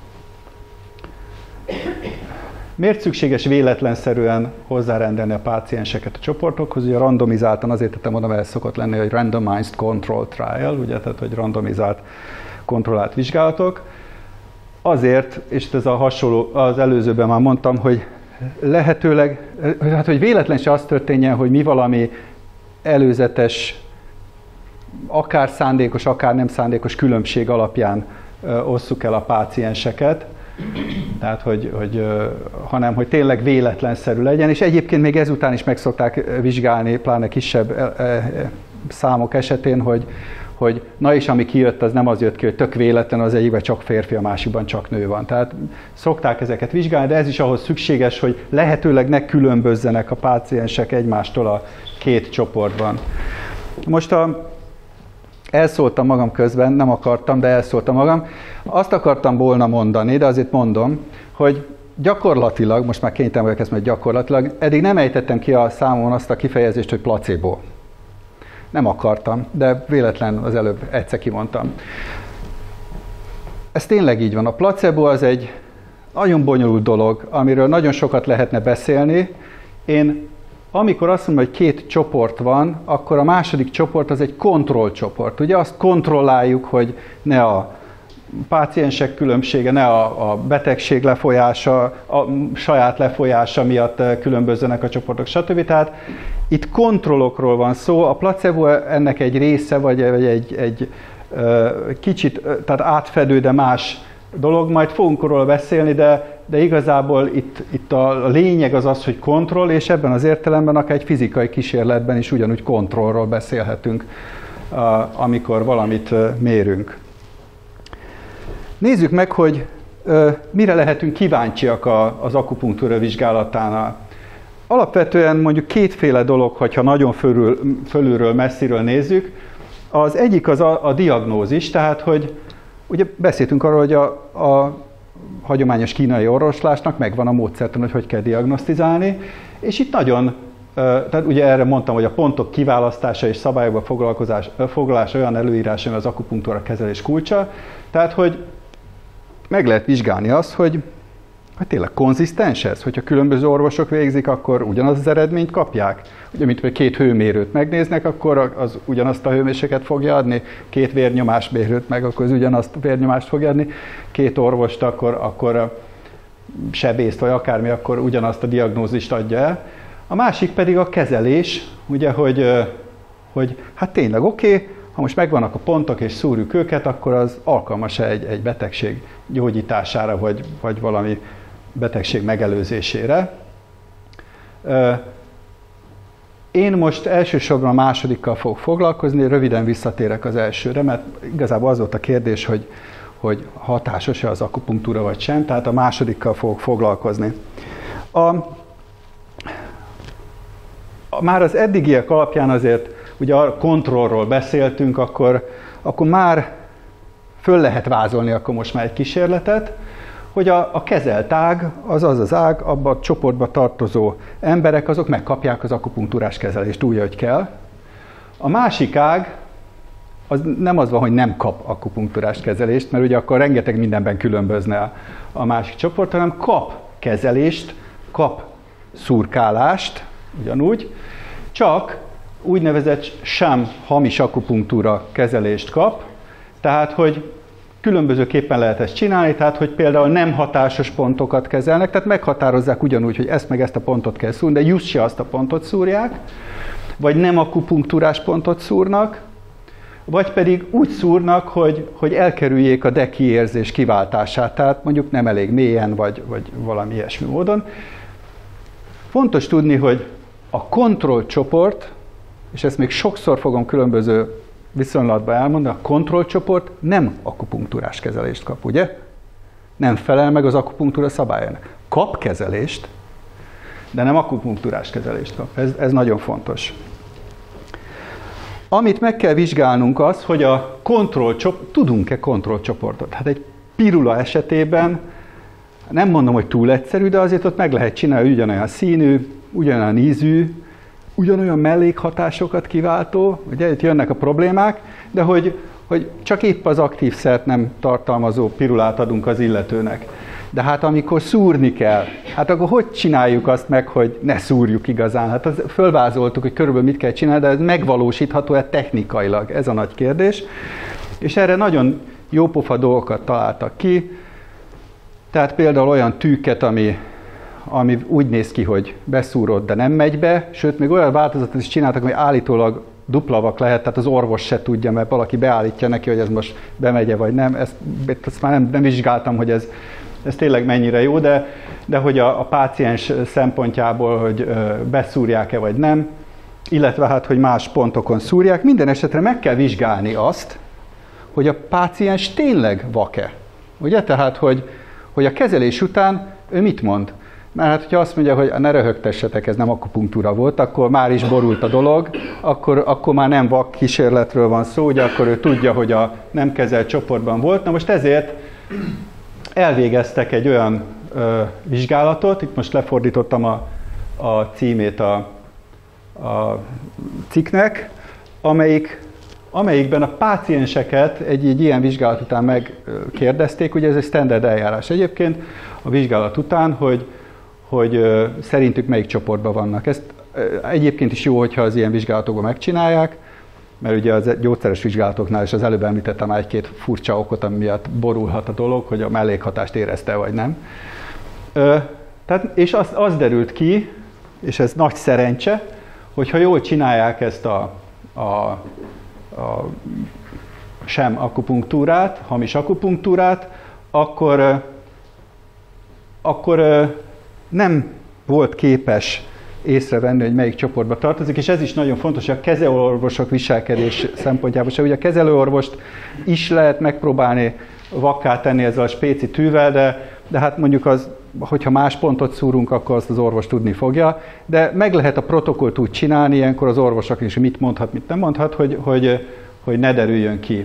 Miért szükséges véletlenszerűen hozzárendelni a pácienseket a csoportokhoz? Ugye randomizáltan azért tettem oda, mert ez szokott lenni, hogy randomized control trial, ugye, tehát hogy randomizált kontrollált vizsgálatok. Azért, és ez a hasonló, az előzőben már mondtam, hogy lehetőleg, hát hogy véletlen se az történjen, hogy mi valami előzetes, akár szándékos, akár nem szándékos különbség alapján osszuk el a pácienseket, tehát, hogy, hogy, hanem, hogy tényleg véletlenszerű legyen, és egyébként még ezután is meg szokták vizsgálni, pláne kisebb számok esetén, hogy, hogy na és ami kijött, az nem az jött ki, hogy tök véletlen, az egyikben csak férfi, a másikban csak nő van. Tehát szokták ezeket vizsgálni, de ez is ahhoz szükséges, hogy lehetőleg ne különbözzenek a páciensek egymástól a két csoportban. Most a elszóltam magam közben, nem akartam, de elszóltam magam. Azt akartam volna mondani, de azért mondom, hogy gyakorlatilag, most már kénytelen vagyok ezt, mert gyakorlatilag, eddig nem ejtettem ki a számon azt a kifejezést, hogy placebo. Nem akartam, de véletlen az előbb egyszer kimondtam. Ez tényleg így van. A placebo az egy nagyon bonyolult dolog, amiről nagyon sokat lehetne beszélni. Én amikor azt mondom, hogy két csoport van, akkor a második csoport az egy kontrollcsoport. Ugye azt kontrolláljuk, hogy ne a páciensek különbsége, ne a, a betegség lefolyása, a saját lefolyása miatt különbözzenek a csoportok, stb. Tehát itt kontrollokról van szó, a placebo ennek egy része, vagy egy, egy, egy kicsit tehát átfedő, de más dolog, majd fogunk róla beszélni, de, de igazából itt, itt a lényeg az az, hogy kontroll, és ebben az értelemben akár egy fizikai kísérletben is ugyanúgy kontrollról beszélhetünk, amikor valamit mérünk. Nézzük meg, hogy mire lehetünk kíváncsiak az akupunktúra vizsgálatánál. Alapvetően mondjuk kétféle dolog, hogyha nagyon fölül, fölülről, messziről nézzük. Az egyik az a, a diagnózis, tehát hogy ugye beszéltünk arról, hogy a, a hagyományos kínai orvoslásnak megvan a módszertan, hogy hogy kell diagnosztizálni, és itt nagyon, tehát ugye erre mondtam, hogy a pontok kiválasztása és szabályokba foglalás olyan előírás, ami az akupunktúra kezelés kulcsa, tehát hogy meg lehet vizsgálni azt, hogy, hogy tényleg konzisztens ez, hogyha különböző orvosok végzik, akkor ugyanaz az eredményt kapják. Ugye, mint két hőmérőt megnéznek, akkor az ugyanazt a hőmérsékletet fogja adni, két vérnyomásmérőt meg, akkor az ugyanazt a vérnyomást fogja adni, két orvost, akkor, akkor sebészt, vagy akármi, akkor ugyanazt a diagnózist adja el. A másik pedig a kezelés, ugye, hogy, hogy hát tényleg oké, okay, ha most megvannak a pontok és szúrjuk őket, akkor az alkalmas-e egy, egy betegség gyógyítására, vagy, vagy valami betegség megelőzésére. Én most elsősorban a másodikkal fogok foglalkozni, röviden visszatérek az elsőre, mert igazából az volt a kérdés, hogy, hogy hatásos-e az akupunktúra vagy sem, tehát a másodikkal fogok foglalkozni. A, a, már az eddigiek alapján azért, ugye a kontrollról beszéltünk, akkor, akkor már föl lehet vázolni akkor most már egy kísérletet, hogy a, a kezelt ág, az az az ág, abban a csoportba tartozó emberek, azok megkapják az akupunktúrás kezelést úgy, ahogy kell. A másik ág, az nem az van, hogy nem kap akupunktúrás kezelést, mert ugye akkor rengeteg mindenben különbözne a, a másik csoport, hanem kap kezelést, kap szurkálást, ugyanúgy, csak úgynevezett sem hamis akupunktúra kezelést kap, tehát, hogy különbözőképpen lehet ezt csinálni, tehát, hogy például nem hatásos pontokat kezelnek, tehát meghatározzák ugyanúgy, hogy ezt meg ezt a pontot kell szúrni, de just se azt a pontot szúrják, vagy nem akupunktúrás pontot szúrnak, vagy pedig úgy szúrnak, hogy, hogy elkerüljék a deki érzés kiváltását, tehát mondjuk nem elég mélyen, vagy, vagy valami ilyesmi módon. Fontos tudni, hogy a kontrollcsoport, és ezt még sokszor fogom különböző viszonylatban elmondani, a kontrollcsoport nem akupunktúrás kezelést kap, ugye? Nem felel meg az akupunktúra szabályának. Kap kezelést, de nem akupunktúrás kezelést kap. Ez, ez nagyon fontos. Amit meg kell vizsgálnunk az, hogy a kontrollcsoport, tudunk-e kontrollcsoportot? Hát egy pirula esetében nem mondom, hogy túl egyszerű, de azért ott meg lehet csinálni ugyanolyan színű, ugyanolyan ízű, ugyanolyan mellékhatásokat kiváltó, ugye itt jönnek a problémák, de hogy, hogy csak épp az aktív szert nem tartalmazó pirulát adunk az illetőnek. De hát amikor szúrni kell, hát akkor hogy csináljuk azt meg, hogy ne szúrjuk igazán? Hát az, fölvázoltuk, hogy körülbelül mit kell csinálni, de ez megvalósítható-e technikailag? Ez a nagy kérdés. És erre nagyon jópofa dolgokat találtak ki. Tehát például olyan tűket, ami, ami úgy néz ki, hogy beszúrod, de nem megy be, sőt, még olyan változatot is csináltak, hogy állítólag dupla vak lehet, tehát az orvos se tudja, mert valaki beállítja neki, hogy ez most bemegye vagy nem. Ezt, ezt már nem, nem vizsgáltam, hogy ez, ez tényleg mennyire jó, de, de hogy a, a páciens szempontjából, hogy beszúrják-e vagy nem, illetve hát, hogy más pontokon szúrják. Minden esetre meg kell vizsgálni azt, hogy a páciens tényleg vak-e. Ugye? Tehát, hogy, hogy a kezelés után ő mit mond? Mert hát, hogyha azt mondja, hogy ne röhögtessetek, ez nem akupunktúra volt, akkor már is borult a dolog, akkor, akkor már nem vak kísérletről van szó, ugye akkor ő tudja, hogy a nem kezelt csoportban volt. Na most ezért elvégeztek egy olyan ö, vizsgálatot, itt most lefordítottam a, a címét a, a cikknek, amelyik, amelyikben a pácienseket egy, egy ilyen vizsgálat után megkérdezték, ugye ez egy standard eljárás egyébként a vizsgálat után, hogy hogy ö, szerintük melyik csoportban vannak. Ezt ö, egyébként is jó, hogyha az ilyen vizsgálatokban megcsinálják. mert ugye az gyógyszeres vizsgálatoknál is az előbb említettem már egy-két furcsa okot, ami miatt borulhat a dolog, hogy a mellékhatást érezte vagy nem. Ö, tehát, és az, az derült ki, és ez nagy szerencse, hogyha jól csinálják ezt a, a, a sem akupunktúrát, hamis akupunktúrát, akkor, akkor nem volt képes észrevenni, hogy melyik csoportba tartozik, és ez is nagyon fontos, hogy a kezelőorvosok viselkedés szempontjából. Ugye a kezelőorvost is lehet megpróbálni vakká tenni ezzel a spéci tűvel, de, de hát mondjuk az, hogyha más pontot szúrunk, akkor azt az orvos tudni fogja, de meg lehet a protokollt úgy csinálni, ilyenkor az orvosok is mit mondhat, mit nem mondhat, hogy, hogy, hogy ne derüljön ki.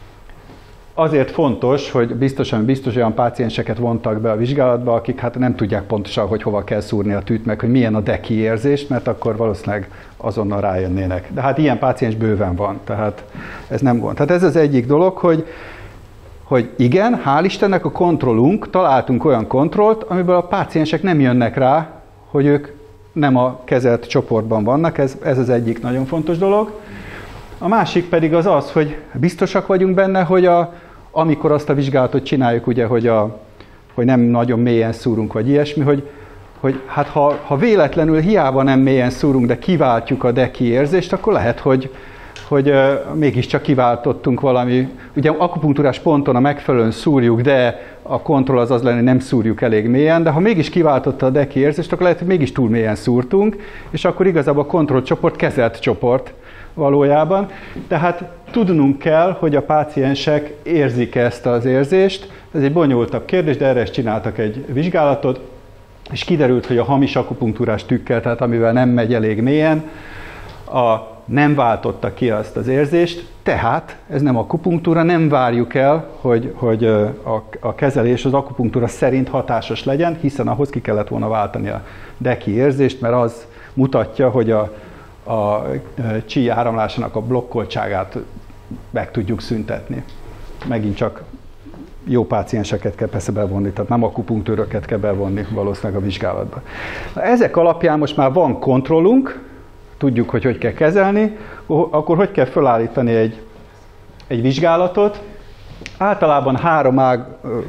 Azért fontos, hogy biztosan biztos olyan pácienseket vontak be a vizsgálatba, akik hát nem tudják pontosan, hogy hova kell szúrni a tűt, meg hogy milyen a deki érzés, mert akkor valószínűleg azonnal rájönnének. De hát ilyen páciens bőven van, tehát ez nem gond. Tehát ez az egyik dolog, hogy, hogy igen, hál' Istennek a kontrollunk, találtunk olyan kontrollt, amiből a páciensek nem jönnek rá, hogy ők nem a kezelt csoportban vannak, ez, ez az egyik nagyon fontos dolog. A másik pedig az az, hogy biztosak vagyunk benne, hogy a, amikor azt a vizsgálatot csináljuk, ugye, hogy, a, hogy nem nagyon mélyen szúrunk, vagy ilyesmi, hogy, hogy hát ha, ha véletlenül hiába nem mélyen szúrunk, de kiváltjuk a deki érzést, akkor lehet, hogy, hogy uh, mégiscsak kiváltottunk valami, ugye akupunktúrás ponton a megfelelően szúrjuk, de a kontroll az az lenne, hogy nem szúrjuk elég mélyen, de ha mégis kiváltotta a deki érzést, akkor lehet, hogy mégis túl mélyen szúrtunk, és akkor igazából a kontrollcsoport kezelt csoport valójában. Tehát tudnunk kell, hogy a páciensek érzik ezt az érzést. Ez egy bonyolultabb kérdés, de erre is csináltak egy vizsgálatot, és kiderült, hogy a hamis akupunktúrás tükkel, tehát amivel nem megy elég mélyen, a, nem váltotta ki azt az érzést, tehát ez nem akupunktúra, nem várjuk el, hogy, hogy a, a kezelés az akupunktúra szerint hatásos legyen, hiszen ahhoz ki kellett volna váltani a deki érzést, mert az mutatja, hogy a a csí áramlásának a blokkoltságát meg tudjuk szüntetni. Megint csak jó pácienseket kell persze bevonni, tehát nem akupunktőröket kell bevonni valószínűleg a vizsgálatba. Ezek alapján most már van kontrollunk, tudjuk, hogy hogy kell kezelni, akkor hogy kell felállítani egy, egy vizsgálatot. Általában három ág,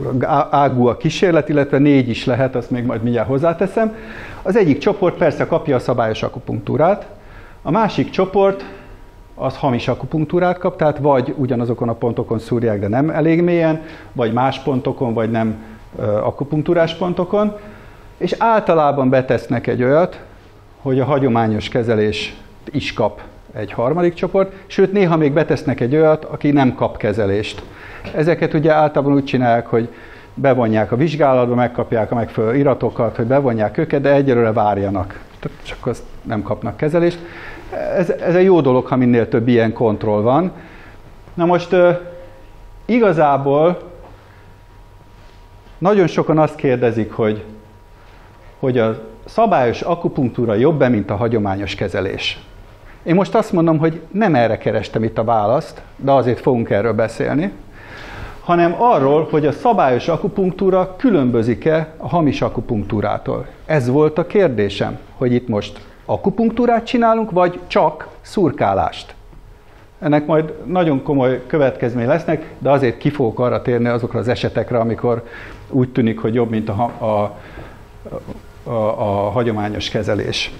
ágú a kísérlet, illetve négy is lehet, azt még majd mindjárt hozzáteszem. Az egyik csoport persze kapja a szabályos akupunktúrát, a másik csoport az hamis akupunktúrát kap, tehát vagy ugyanazokon a pontokon szúrják, de nem elég mélyen, vagy más pontokon, vagy nem uh, akupunktúrás pontokon, és általában betesznek egy olyat, hogy a hagyományos kezelés is kap egy harmadik csoport, sőt néha még betesznek egy olyat, aki nem kap kezelést. Ezeket ugye általában úgy csinálják, hogy bevonják a vizsgálatba, megkapják a megfelelő iratokat, hogy bevonják őket, de egyelőre várjanak. Csak azt nem kapnak kezelést. Ez, ez egy jó dolog, ha minél több ilyen kontroll van. Na most uh, igazából nagyon sokan azt kérdezik, hogy, hogy a szabályos akupunktúra jobb-e, mint a hagyományos kezelés. Én most azt mondom, hogy nem erre kerestem itt a választ, de azért fogunk erről beszélni, hanem arról, hogy a szabályos akupunktúra különbözik-e a hamis akupunktúrától. Ez volt a kérdésem, hogy itt most akupunktúrát csinálunk, vagy csak szurkálást. Ennek majd nagyon komoly következmény lesznek, de azért ki fogok arra térni azokra az esetekre, amikor úgy tűnik, hogy jobb, mint a, a, a, a hagyományos kezelés.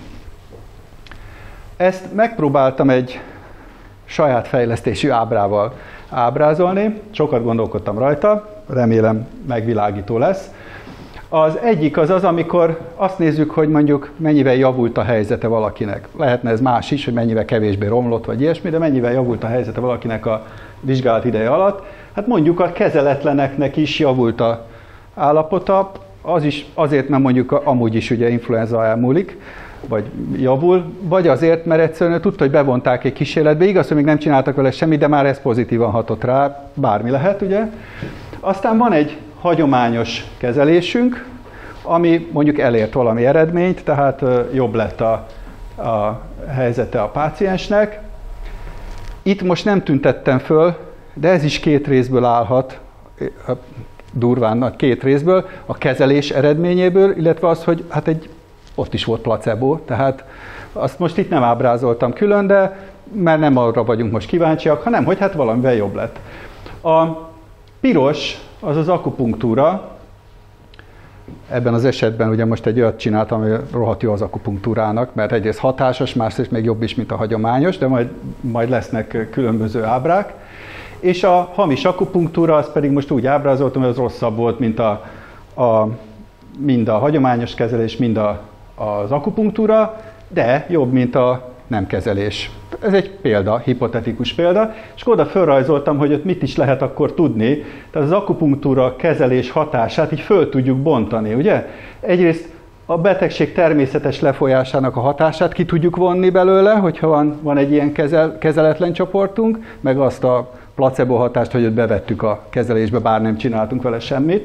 Ezt megpróbáltam egy saját fejlesztésű ábrával ábrázolni, sokat gondolkodtam rajta, remélem megvilágító lesz. Az egyik az az, amikor azt nézzük, hogy mondjuk mennyivel javult a helyzete valakinek. Lehetne ez más is, hogy mennyivel kevésbé romlott, vagy ilyesmi, de mennyivel javult a helyzete valakinek a vizsgálat ideje alatt. Hát mondjuk a kezeletleneknek is javult a állapota, az is azért, mert mondjuk amúgy is ugye influenza elmúlik, vagy javul, vagy azért, mert egyszerűen tudta, hogy bevonták egy kísérletbe, igaz, hogy még nem csináltak vele semmit, de már ez pozitívan hatott rá, bármi lehet, ugye. Aztán van egy hagyományos kezelésünk, ami mondjuk elért valami eredményt, tehát jobb lett a, a helyzete a páciensnek. Itt most nem tüntettem föl, de ez is két részből állhat, durván két részből, a kezelés eredményéből, illetve az, hogy hát egy ott is volt placebo, tehát azt most itt nem ábrázoltam külön, de mert nem arra vagyunk most kíváncsiak, hanem hogy hát valamivel jobb lett. A piros az az akupunktúra, ebben az esetben ugye most egy olyat csináltam, ami rohadt jó az akupunktúrának, mert egyrészt hatásos, másrészt még jobb is, mint a hagyományos, de majd, majd lesznek különböző ábrák. És a hamis akupunktúra, az pedig most úgy ábrázoltam, hogy az rosszabb volt, mint a, a, mind a hagyományos kezelés, mind a, az akupunktúra, de jobb, mint a nem kezelés. Ez egy példa, hipotetikus példa, és oda felrajzoltam, hogy ott mit is lehet akkor tudni. Tehát az akupunktúra kezelés hatását így föl tudjuk bontani, ugye? Egyrészt a betegség természetes lefolyásának a hatását ki tudjuk vonni belőle, hogyha van, van egy ilyen kezel, kezeletlen csoportunk, meg azt a placebo hatást, hogy ott bevettük a kezelésbe, bár nem csináltunk vele semmit.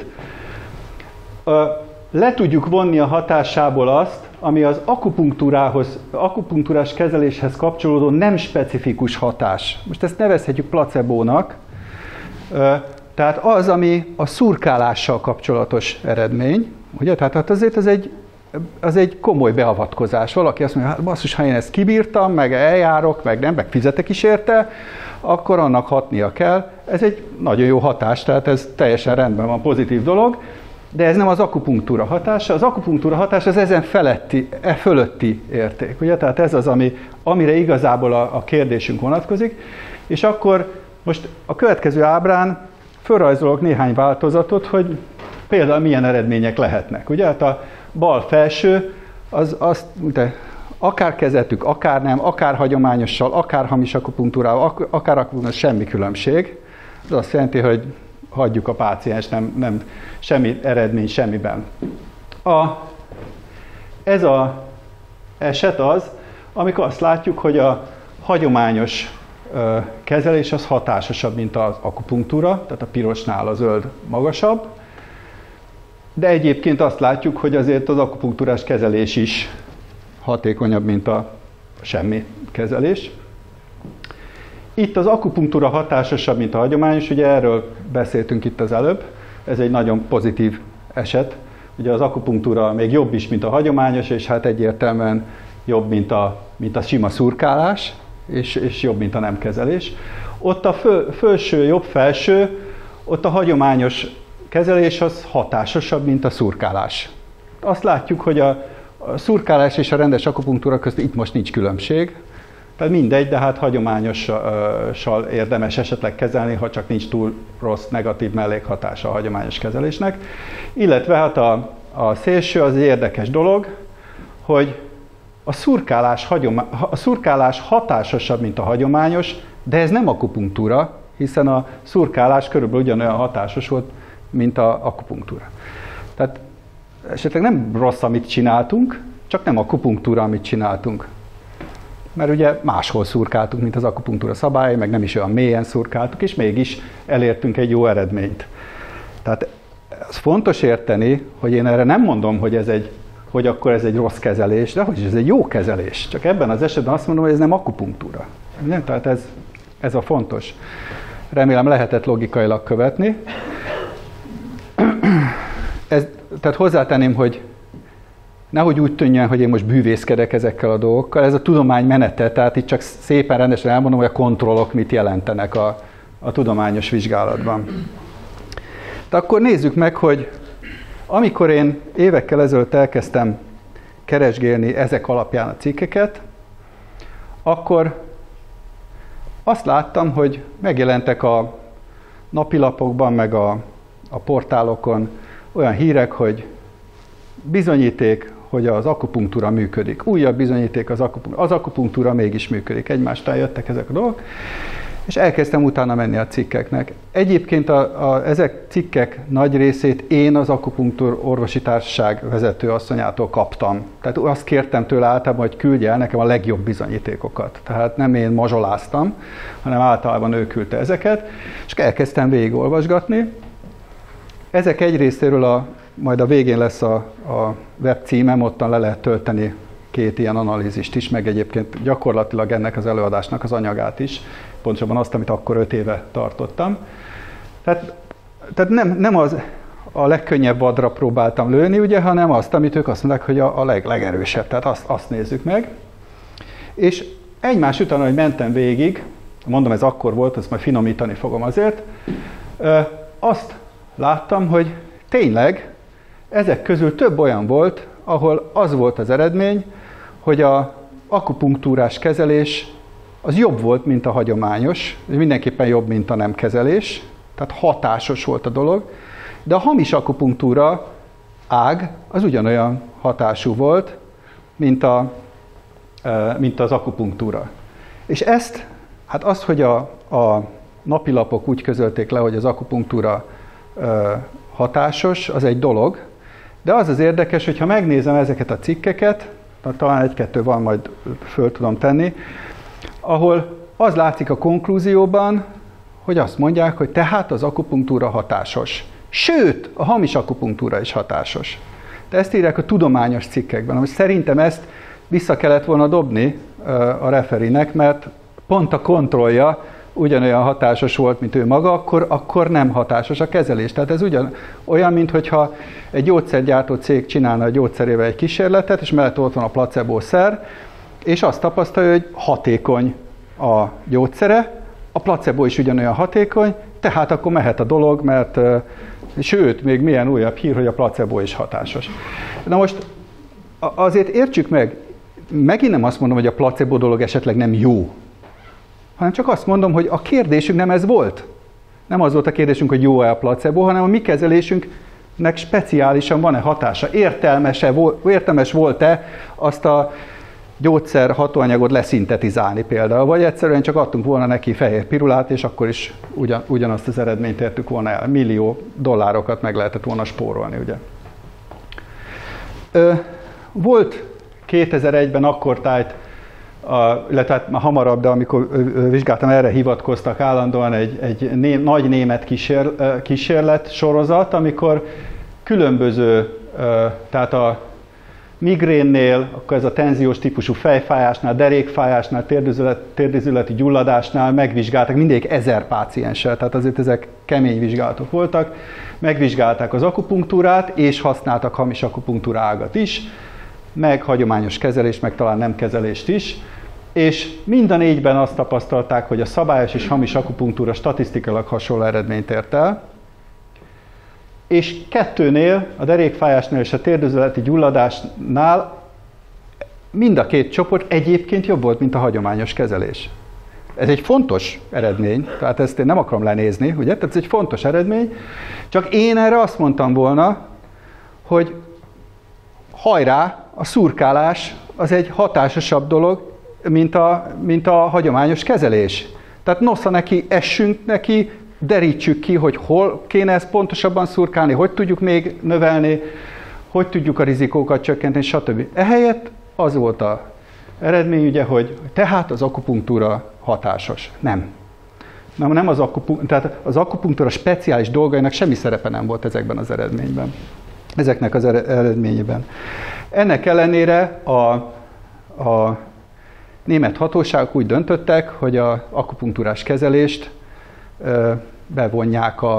Le tudjuk vonni a hatásából azt, ami az akupunktúrához, akupunktúrás kezeléshez kapcsolódó nem specifikus hatás. Most ezt nevezhetjük placebónak, tehát az, ami a szurkálással kapcsolatos eredmény, ugye? Tehát azért az egy, az egy komoly beavatkozás. Valaki azt mondja, hát basszus, ha én ezt kibírtam, meg eljárok, meg nem, meg fizetek is érte, akkor annak hatnia kell. Ez egy nagyon jó hatás, tehát ez teljesen rendben van, pozitív dolog. De ez nem az akupunktúra hatása. Az akupunktúra hatása az ezen feletti, e fölötti érték. Ugye? Tehát ez az, ami, amire igazából a, a kérdésünk vonatkozik. És akkor most a következő ábrán felrajzolok néhány változatot, hogy például milyen eredmények lehetnek. Ugye? Hát a bal felső, az, az de akár kezeltük, akár nem, akár hagyományossal, akár hamis akupunktúrával, akár akupunktúrával, semmi különbség. Ez azt jelenti, hogy hagyjuk a páciens, nem, nem semmi eredmény semmiben. A, ez az eset az, amikor azt látjuk, hogy a hagyományos ö, kezelés az hatásosabb, mint az akupunktúra, tehát a pirosnál a zöld magasabb, de egyébként azt látjuk, hogy azért az akupunktúrás kezelés is hatékonyabb, mint a semmi kezelés. Itt az akupunktúra hatásosabb, mint a hagyományos, ugye erről beszéltünk itt az előbb, ez egy nagyon pozitív eset. Ugye az akupunktúra még jobb is, mint a hagyományos, és hát egyértelműen jobb, mint a, mint a sima szurkálás, és, és jobb, mint a nem kezelés. Ott a föl, felső, jobb felső, ott a hagyományos kezelés az hatásosabb, mint a szurkálás. Azt látjuk, hogy a, a szurkálás és a rendes akupunktúra között itt most nincs különbség. Tehát mindegy, de hát hagyományossal érdemes esetleg kezelni, ha csak nincs túl rossz, negatív mellékhatása a hagyományos kezelésnek. Illetve hát a, a szélső az egy érdekes dolog, hogy a szurkálás, hagyomá, a szurkálás hatásosabb, mint a hagyományos, de ez nem akupunktúra, hiszen a szurkálás körülbelül ugyanolyan hatásos volt, mint a akupunktúra. Tehát esetleg nem rossz, amit csináltunk, csak nem akupunktúra, amit csináltunk. Mert ugye máshol szurkáltuk, mint az akupunktúra szabályai, meg nem is olyan mélyen szurkáltuk, és mégis elértünk egy jó eredményt. Tehát ez fontos érteni, hogy én erre nem mondom, hogy ez egy, hogy akkor ez egy rossz kezelés, de hogy ez egy jó kezelés. Csak ebben az esetben azt mondom, hogy ez nem akupunktúra. Nem? Tehát ez, ez a fontos. Remélem lehetett logikailag követni. Ez, tehát hozzátenném, hogy nehogy úgy tűnjön, hogy én most bűvészkedek ezekkel a dolgokkal. Ez a tudomány menete, tehát itt csak szépen rendesen elmondom, hogy a kontrollok mit jelentenek a, a tudományos vizsgálatban. De akkor nézzük meg, hogy amikor én évekkel ezelőtt elkezdtem keresgélni ezek alapján a cikkeket, akkor azt láttam, hogy megjelentek a napilapokban, meg a, a portálokon olyan hírek, hogy bizonyíték, hogy az akupunktúra működik. Újabb bizonyíték, az akupunktúra, az akupunktúra mégis működik. Egymástán jöttek ezek a dolgok, és elkezdtem utána menni a cikkeknek. Egyébként a, a, ezek cikkek nagy részét én az Akupunktúr Orvosi Társaság vezető asszonyától kaptam. Tehát azt kértem tőle általában, hogy küldje el nekem a legjobb bizonyítékokat. Tehát nem én mazsoláztam, hanem általában ő küldte ezeket, és elkezdtem végigolvasgatni. Ezek egy részéről a majd a végén lesz a, a web címem, ottan le lehet tölteni két ilyen analízist is, meg egyébként gyakorlatilag ennek az előadásnak az anyagát is, pontosabban azt, amit akkor öt éve tartottam. Tehát, tehát nem, nem az, a legkönnyebb vadra próbáltam lőni, ugye, hanem azt, amit ők azt mondják, hogy a, a leg, legerősebb, tehát azt, azt nézzük meg. És egymás után, hogy mentem végig, mondom, ez akkor volt, azt majd finomítani fogom azért, azt láttam, hogy tényleg ezek közül több olyan volt, ahol az volt az eredmény, hogy a akupunktúrás kezelés az jobb volt, mint a hagyományos, mindenképpen jobb, mint a nem kezelés, tehát hatásos volt a dolog, de a hamis akupunktúra ág az ugyanolyan hatású volt, mint, a, mint az akupunktúra. És ezt, hát az, hogy a, a napilapok úgy közölték le, hogy az akupunktúra hatásos, az egy dolog, de az az érdekes, hogyha megnézem ezeket a cikkeket, talán egy-kettő van, majd föl tudom tenni, ahol az látszik a konklúzióban, hogy azt mondják, hogy tehát az akupunktúra hatásos. Sőt, a hamis akupunktúra is hatásos. De ezt írják a tudományos cikkekben. Most szerintem ezt vissza kellett volna dobni a referinek, mert pont a kontrollja ugyanolyan hatásos volt, mint ő maga, akkor, akkor nem hatásos a kezelés. Tehát ez ugyan, olyan, mintha egy gyógyszergyártó cég csinálna a gyógyszerével egy kísérletet, és mellett ott van a placebo-szer, és azt tapasztalja, hogy hatékony a gyógyszere, a placebo is ugyanolyan hatékony, tehát akkor mehet a dolog, mert sőt, még milyen újabb hír, hogy a placebo is hatásos. Na most azért értsük meg, megint nem azt mondom, hogy a placebo dolog esetleg nem jó, hanem csak azt mondom, hogy a kérdésünk nem ez volt. Nem az volt a kérdésünk, hogy jó-e a placebo, hanem a mi kezelésünknek speciálisan van-e hatása. Értelmes-e, értelmes volt-e azt a gyógyszer hatóanyagot leszintetizálni például, vagy egyszerűen csak adtunk volna neki fehér pirulát, és akkor is ugyan, ugyanazt az eredményt értük volna el. Millió dollárokat meg lehetett volna spórolni, ugye. Ö, volt kétezer-egyben akkortájt, illetve hát már hamarabb, de amikor vizsgáltam, erre hivatkoztak állandóan egy, egy né, nagy német kísér, kísérlet sorozat, amikor különböző, tehát a migrénnél, akkor ez a tenziós típusú fejfájásnál, derékfájásnál, térdizület, térdizületi gyulladásnál megvizsgálták mindegyik ezer pácienssel, tehát azért ezek kemény vizsgálatok voltak, megvizsgálták az akupunktúrát, és használtak hamis akupunktúra ágat is, meg hagyományos kezelést, meg talán nem kezelést is, és mind a négyben azt tapasztalták, hogy a szabályos és hamis akupunktúra statisztikailag hasonló eredményt ért el, és kettőnél, a derékfájásnál és a térdizületi gyulladásnál mind a két csoport egyébként jobb volt, mint a hagyományos kezelés. Ez egy fontos eredmény, tehát ezt én nem akarom lenézni, ugye? Tehát ez egy fontos eredmény, csak én erre azt mondtam volna, hogy hajrá, a szurkálás az egy hatásosabb dolog, mint a, mint a hagyományos kezelés. Tehát nosza neki, essünk neki, derítsük ki, hogy hol kéne ezt pontosabban szurkálni, hogy tudjuk még növelni, hogy tudjuk a rizikókat csökkenteni, stb. Ehelyett az volt az eredmény, ugye, hogy tehát az akupunktúra hatásos. Nem. Nem, nem az, akupunktúra, tehát az akupunktúra speciális dolgainak semmi szerepe nem volt ezekben az eredményben. Ezeknek az eredményében. Ennek ellenére a, a német hatóságok úgy döntöttek, hogy az akupunktúrás kezelést ö, bevonják a,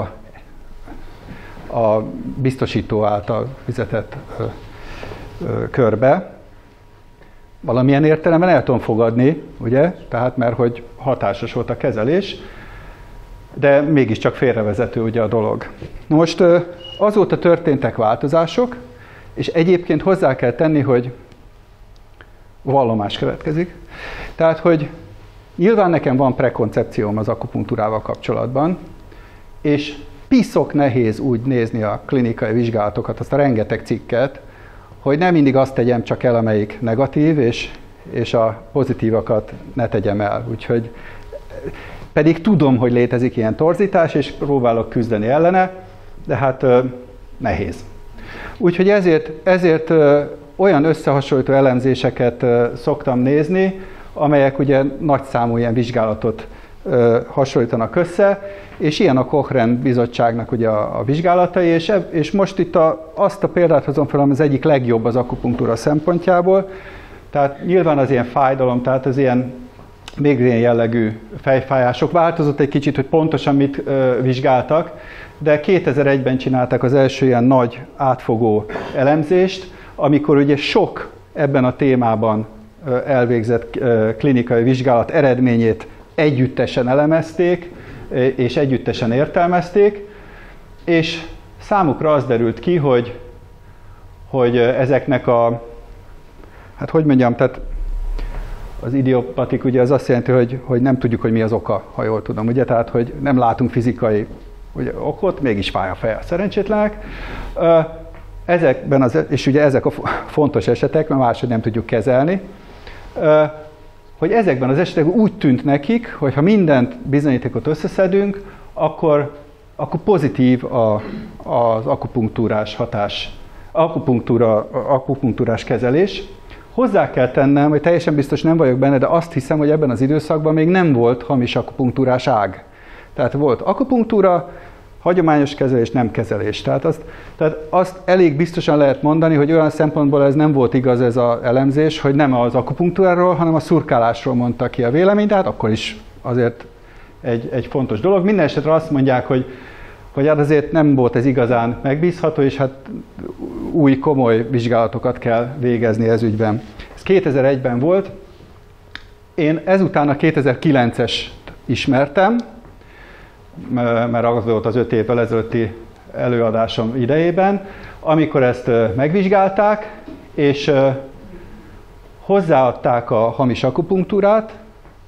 a biztosító által fizetett ö, ö, körbe. Valamilyen értelemben el tudom fogadni, ugye? Tehát mert hogy hatásos volt a kezelés, de mégiscsak félrevezető ugye a dolog. Na most ö, azóta történtek változások, és egyébként hozzá kell tenni, hogy vallomás következik. Tehát, hogy nyilván nekem van prekoncepcióm az akupunktúrával kapcsolatban, és piszok nehéz úgy nézni a klinikai vizsgálatokat, azt a rengeteg cikket, hogy nem mindig azt tegyem csak el, amelyik negatív, és, és a pozitívakat ne tegyem el. Úgyhogy pedig tudom, hogy létezik ilyen torzítás, és próbálok küzdeni ellene, de hát ö, nehéz. Úgyhogy ezért, ezért ö, olyan összehasonlító elemzéseket ö, szoktam nézni, amelyek ugye nagyszámú ilyen vizsgálatot ö, hasonlítanak össze, és ilyen a Cochrane bizottságnak ugye a, a vizsgálatai, és, és most itt a, azt a példát hozom fel, ami az egyik legjobb az akupunktúra szempontjából. Tehát nyilván az ilyen fájdalom, tehát az ilyen migrén jellegű fejfájások változott egy kicsit, hogy pontosan mit ö, vizsgáltak, de kétezer-egyben csinálták az első ilyen nagy átfogó elemzést, amikor ugye sok ebben a témában elvégzett klinikai vizsgálat eredményét együttesen elemezték, és együttesen értelmezték, és számukra az derült ki, hogy, hogy ezeknek a, hát hogy mondjam, tehát az idiopatik ugye az azt jelenti, hogy, hogy nem tudjuk, hogy mi az oka, ha jól tudom, ugye, tehát hogy nem látunk fizikai ugye, okot, mégis fáj a feje a szerencsétlenek. Ezekben az, és ugye ezek a fontos esetek, mert máshogy nem tudjuk kezelni, hogy ezekben az esetekben úgy tűnt nekik, hogy ha mindent bizonyítékot összeszedünk, akkor, akkor pozitív a, az akupunktúrás hatás, akupunktúra, akupunktúrás kezelés. Hozzá kell tennem, hogy teljesen biztos nem vagyok benne, de azt hiszem, hogy ebben az időszakban még nem volt hamis akupunktúrás ág. Tehát volt akupunktúra, hagyományos kezelés, nem kezelés. Tehát azt, tehát azt elég biztosan lehet mondani, hogy olyan szempontból ez nem volt igaz ez az elemzés, hogy nem az akupunktúráról, hanem a szurkálásról mondta ki a véleményt, de hát akkor is azért egy, egy fontos dolog. Minden esetre azt mondják, hogy, hogy hát azért nem volt ez igazán megbízható, és hát új komoly vizsgálatokat kell végezni ez ügyben. Ez kétezer-egyben volt. Én ezután a kétezer-kilences ismertem, mert az volt az öt évvel ezelőtti előadásom idejében, amikor ezt megvizsgálták, és hozzáadták a hamis akupunktúrát,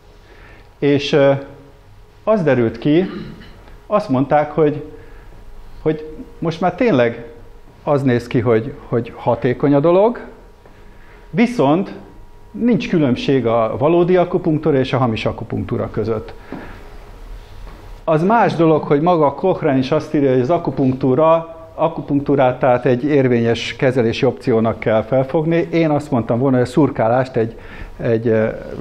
és az derült ki, azt mondták, hogy, hogy most már tényleg az néz ki, hogy, hogy hatékony a dolog, viszont nincs különbség a valódi akupunktúra és a hamis akupunktúra között. Az más dolog, hogy maga a Cochrane is azt írja, hogy az akupunktúra, akupunktúrát tehát egy érvényes kezelési opciónak kell felfogni. Én azt mondtam volna, hogy a szurkálást egy, egy,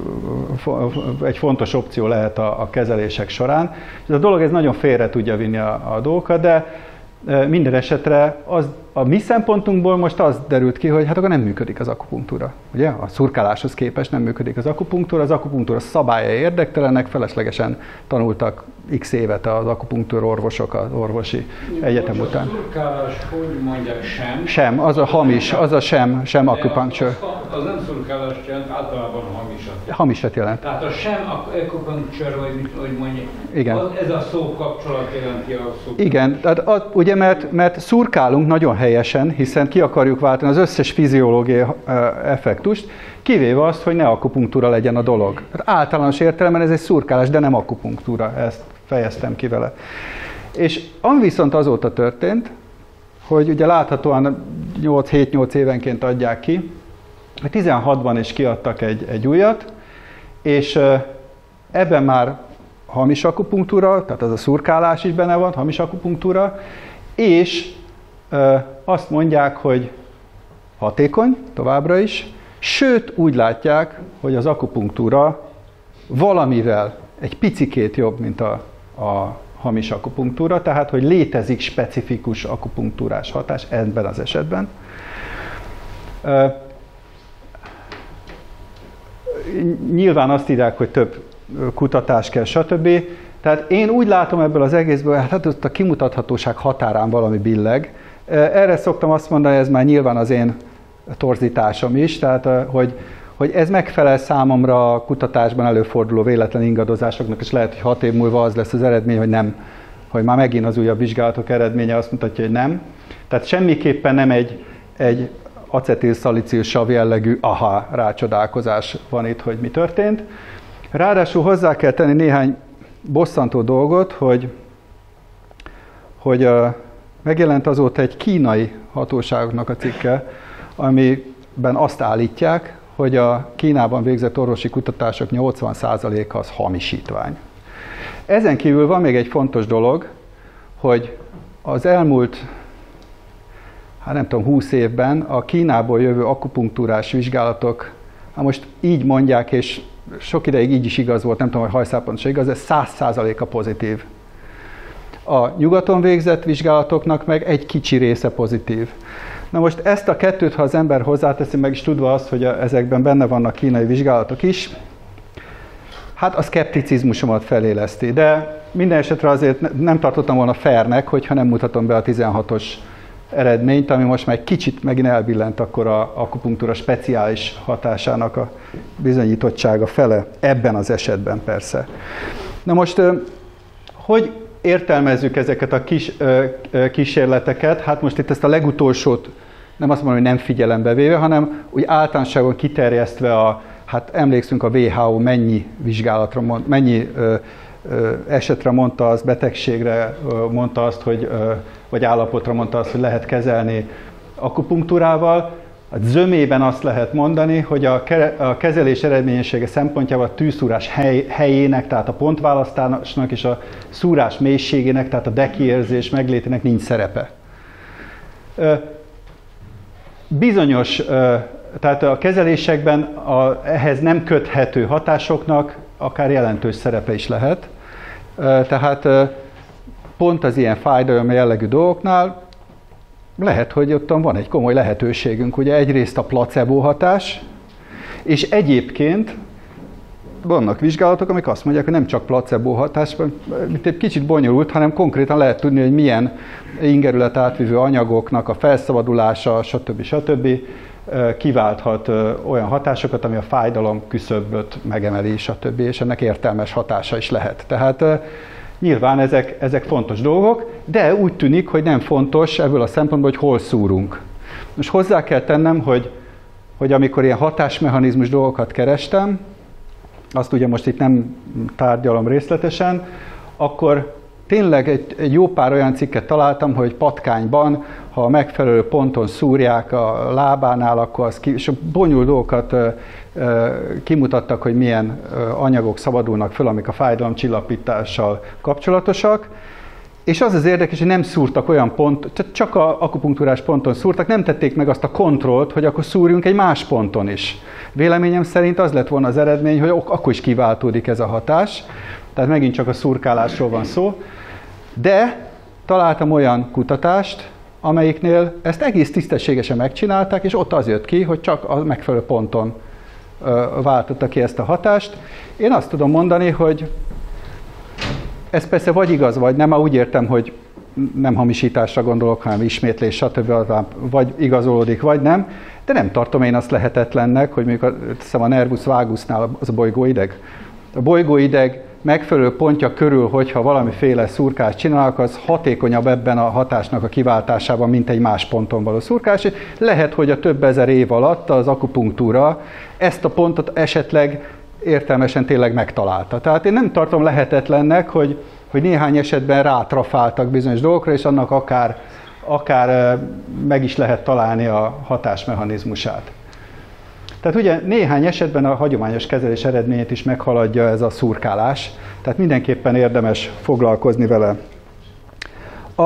egy fontos opció lehet a, a kezelések során. Ez a dolog ez nagyon félre tudja vinni a, a dolgokat, de minden esetre az, a mi szempontunkból most az derült ki, hogy hát akkor nem működik az akupunktúra. Ugye? A szurkáláshoz képest nem működik az akupunktúra. Az akupunktúra szabályai érdektelenek, feleslegesen tanultak x évet az akupunktúra orvosok az orvosi Mi egyetem után. A szurkálás, hogy mondják, sem? Sem, az a hamis, az a sem, sem akupuncture. Az, az nem szurkálást jelent, általában hamisat. Hamisat jelent. Tehát a sem akupuncture, vagy hogy mondják, igen. Az, ez a szó kapcsolat jelenti a szó. Igen, tehát az, ugye mert, mert szurkálunk nagyon helyesen, hiszen ki akarjuk váltani az összes fiziológiai effektust, kivéve azt, hogy ne akupunktúra legyen a dolog. Tehát általános értelemben ez egy szurkálás, de nem akupunktúra, ezt fejeztem ki vele. És ami viszont azóta történt, hogy ugye láthatóan hét-nyolc évenként adják ki, tizenhatban is kiadtak egy, egy újat, és ebben már hamis akupunktúra, tehát az a szurkálás is benne van, hamis akupunktúra, és azt mondják, hogy hatékony továbbra is, sőt úgy látják, hogy az akupunktúra valamivel egy picikét jobb, mint a, a hamis akupunktúra, tehát hogy létezik specifikus akupunktúrás hatás ebben az esetben. Nyilván azt írják, hogy több kutatás kell, stb. Tehát én úgy látom ebből az egészből, hát ott a kimutathatóság határán valami billeg. Erre szoktam azt mondani, ez már nyilván az én torzításom is, tehát hogy, hogy ez megfelel számomra a kutatásban előforduló véletlen ingadozásoknak, és lehet, hogy hat év múlva az lesz az eredmény, hogy nem, hogy már megint az újabb vizsgálatok eredménye azt mutatja, hogy nem. Tehát semmiképpen nem egy, egy acetilszalicilsav jellegű aha rácsodálkozás van itt, hogy mi történt. Ráadásul hozzá kell tenni néhány bosszantó dolgot, hogy, hogy uh, megjelent azóta egy kínai hatóságoknak a cikke, amiben azt állítják, hogy a Kínában végzett orvosi kutatások nyolcvan százaléka az hamisítvány. Ezen kívül van még egy fontos dolog, hogy az elmúlt, hát nem tudom, húsz évben a Kínából jövő akupunktúrás vizsgálatok, hát most így mondják, és sok ideig így is igaz volt, nem tudom, hogy hajszálpontosan igaz, ez száz százaléka pozitív. A nyugaton végzett vizsgálatoknak meg egy kicsi része pozitív. Na most ezt a kettőt, ha az ember hozzáteszi, meg is tudva azt, hogy ezekben benne vannak kínai vizsgálatok is, hát a szkepticizmusomat feléleszti. De minden esetre azért nem tartottam volna fairnek, hogyha nem mutatom be a tizenhatos eredményt, ami most már egy kicsit megint elbillent akkor a akupunktúra speciális hatásának a bizonyítottsága fele, ebben az esetben persze. Na most, hogy értelmezzük ezeket a kis, kísérleteket? Hát most itt ezt a legutolsót nem azt mondom, hogy nem figyelembe véve, hanem úgy általánosságon kiterjesztve a, hát emlékszünk a dupla vé há ó mennyi vizsgálatra, mond, mennyi ö, ö, esetre mondta azt, betegségre ö, mondta azt, hogy, ö, vagy állapotra mondta azt, hogy lehet kezelni akupunktúrával. A zömében azt lehet mondani, hogy a, ke, a kezelés eredményessége szempontjából a tűzszúrás hely, helyének, tehát a pontválasztásnak és a szúrás mélységének, tehát a dekiérzés meglétének nincs szerepe. Ö, bizonyos Tehát a kezelésekben a, ehhez nem köthető hatásoknak akár jelentős szerepe is lehet. Tehát pont az ilyen fájdalom jellegű dolgoknál lehet, hogy ott van egy komoly lehetőségünk. Ugye egyrészt a placebo hatás, és egyébként vannak vizsgálatok, amik azt mondják, hogy nem csak placebo hatás, mint egy kicsit bonyolult, hanem konkrétan lehet tudni, hogy milyen ingerület átvívő anyagoknak a felszabadulása, stb. stb. Kiválthat olyan hatásokat, ami a fájdalom küszöböt megemeli, stb. És ennek értelmes hatása is lehet. Tehát nyilván ezek, ezek fontos dolgok, de úgy tűnik, hogy nem fontos ebből a szempontból, hogy hol szúrunk. Most hozzá kell tennem, hogy, hogy amikor ilyen hatásmechanizmus dolgokat kerestem, azt ugye most itt nem tárgyalom részletesen, akkor tényleg egy, egy jó pár olyan cikket találtam, hogy patkányban, ha a megfelelő ponton szúrják a lábánál, akkor az ki, és bonyolult dolgokat ö, ö, kimutattak, hogy milyen ö, anyagok szabadulnak föl, amik a fájdalomcsillapítással kapcsolatosak. És az az érdekes, hogy nem szúrtak olyan pont, csak a akupunktúrás ponton szúrtak, nem tették meg azt a kontrollt, hogy akkor szúrjunk egy más ponton is. Véleményem szerint az lett volna az eredmény, hogy akkor is kiváltódik ez a hatás. Tehát megint csak a szurkálásról van szó. De találtam olyan kutatást, amelyiknél ezt egész tisztességesen megcsinálták, és ott az jött ki, hogy csak a megfelelő ponton váltotta ki ezt a hatást. Én azt tudom mondani, hogy ez persze vagy igaz, vagy nem, már úgy értem, hogy nem hamisításra gondolok, hanem ismétlés, stb. Vagy igazolódik, vagy nem, de nem tartom én azt lehetetlennek, hogy mondjuk a, a nervus vagusnál az a bolygóideg. A bolygóideg megfelelő pontja körül, hogyha valamiféle szurkást csinálnak, az hatékonyabb ebben a hatásnak a kiváltásában, mint egy más ponton való szurkás. Lehet, hogy a több ezer év alatt az akupunktúra ezt a pontot esetleg értelmesen tényleg megtalálta. Tehát én nem tartom lehetetlennek, hogy, hogy néhány esetben rátrafáltak bizonyos dolgokra, és annak akár, akár meg is lehet találni a hatásmechanizmusát. Tehát ugye néhány esetben a hagyományos kezelés eredményét is meghaladja ez a szurkálás, tehát mindenképpen érdemes foglalkozni vele. A,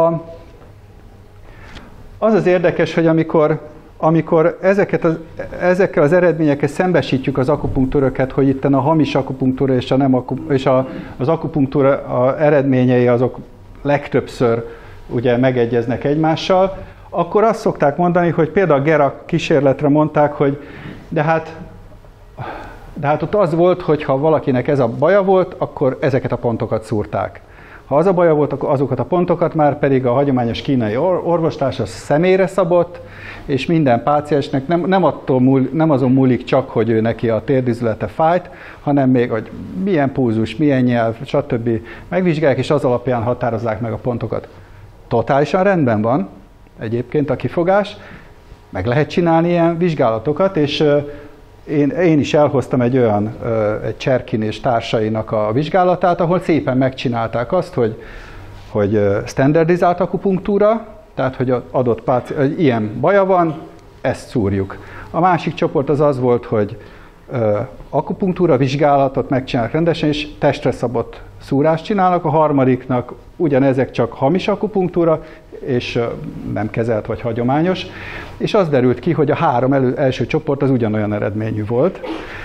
az az érdekes, hogy amikor, amikor ezeket az, ezekkel az eredményekkel szembesítjük az akupunktúröket, hogy itten a hamis akupunktúra és, a nem akup, és a, az akupunktúra a eredményei azok legtöbbször ugye megegyeznek egymással, akkor azt szokták mondani, hogy például a Gera kísérletre mondták, hogy de hát, de hát ott az volt, hogy ha valakinek ez a baja volt, akkor ezeket a pontokat szúrták. Ha az a baja volt, akkor azokat a pontokat már pedig a hagyományos kínai orvoslás az személyre szabott, és minden páciensnek nem, nem, attól múl, nem azon múlik csak, hogy ő neki a térdizülete fájt, hanem még, hogy milyen pulzus, milyen nyelv, stb. Megvizsgálják, és az alapján határozzák meg a pontokat. Totálisan rendben van egyébként a kifogás, meg lehet csinálni ilyen vizsgálatokat, és én, én is elhoztam egy olyan, egy Cserkin és társainak a vizsgálatát, ahol szépen megcsinálták azt, hogy, hogy standardizált akupunktúra, tehát hogy adott páci, hogy ilyen baja van, ezt szúrjuk. A másik csoport az az volt, hogy akupunktúra vizsgálatot megcsinálnak rendesen, és testre szabott szúrást csinálnak, a harmadiknak ugyanezek csak hamis akupunktúra, és nem kezelt vagy hagyományos, és az derült ki, hogy a három elő, első csoport az ugyanolyan eredményű volt.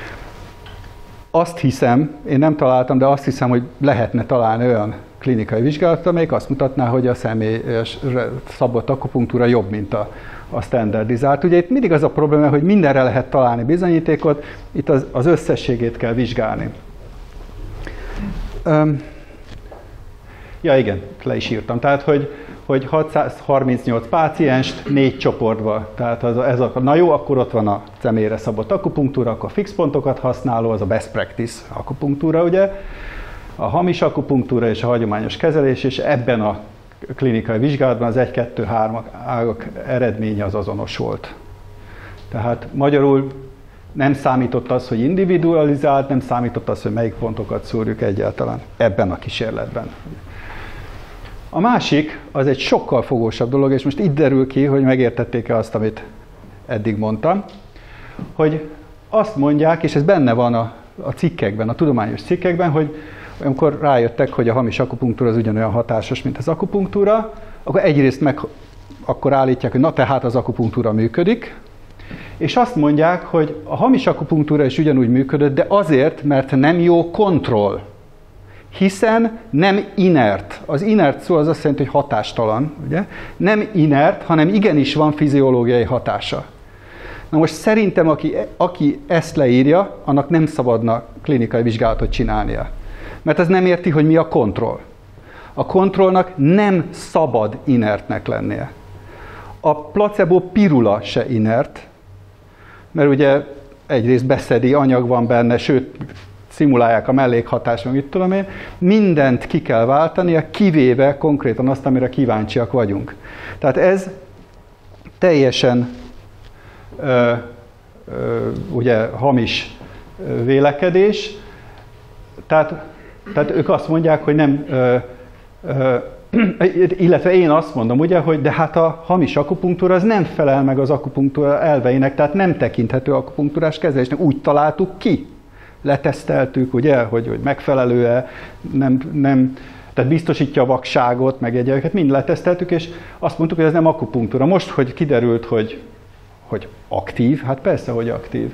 Azt hiszem, én nem találtam, de azt hiszem, hogy lehetne találni olyan klinikai vizsgálatot, amelyik azt mutatná, hogy a személyes szabott akupunktúra jobb, mint a, a standardizált. Ugye itt mindig az a probléma, hogy mindenre lehet találni bizonyítékot, itt az, az összességét kell vizsgálni. Um, ja igen, le is írtam. Tehát, hogy, hogy hatszázharmincnyolc pácienst négy csoportba. Tehát az, ez a, na jó, akkor ott van a személyre szabott akupunktúra, akkor fix pontokat használó, az a best practice akupunktúra, ugye? A hamis akupunktúra és a hagyományos kezelés, és ebben a klinikai vizsgálatban az egy kettő három ágak eredménye az azonos volt. Tehát magyarul nem számított az, hogy individualizált, nem számított az, hogy melyik pontokat szúrjuk egyáltalán ebben a kísérletben. A másik, az egy sokkal fogósabb dolog, és most itt derül ki, hogy megértették-e azt, amit eddig mondtam, hogy azt mondják, és ez benne van a, a cikkekben, a tudományos cikkekben, hogy amikor rájöttek, hogy a hamis akupunktúra az ugyanolyan hatásos, mint az akupunktúra, akkor egyrészt meg akkor állítják, hogy na tehát az akupunktúra működik, és azt mondják, hogy a hamis akupunktúra is ugyanúgy működött, de azért, mert nem jó kontroll. Hiszen nem inert. Az inert szó az azt jelenti, hogy hatástalan. Ugye? Nem inert, hanem igenis van fiziológiai hatása. Na most szerintem, aki, aki ezt leírja, annak nem szabadna klinikai vizsgálatot csinálnia. Mert ez nem érti, hogy mi a kontroll. A kontrollnak nem szabad inertnek lennie. A placebo pirula se inert, mert ugye egyrészt beszedi anyag van benne, sőt, szimulálják a mellékhatást, meg mit tudom én, mindent ki kell váltania, kivéve konkrétan azt, amire kíváncsiak vagyunk. Tehát ez teljesen ö, ö, ugye hamis vélekedés, tehát, tehát ők azt mondják, hogy nem, ö, ö, illetve én azt mondom, ugye, hogy de hát a hamis akupunktúra az nem felel meg az akupunktúra elveinek, tehát nem tekinthető akupunktúrás kezelésnek, úgy találtuk ki. Leteszteltük, ugye, hogy, hogy megfelelő-e, nem, nem, tehát biztosítja a vakságot, meg egyébként mind leteszteltük, és azt mondtuk, hogy ez nem akupunktúra. Most, hogy kiderült, hogy, hogy aktív, hát persze, hogy aktív.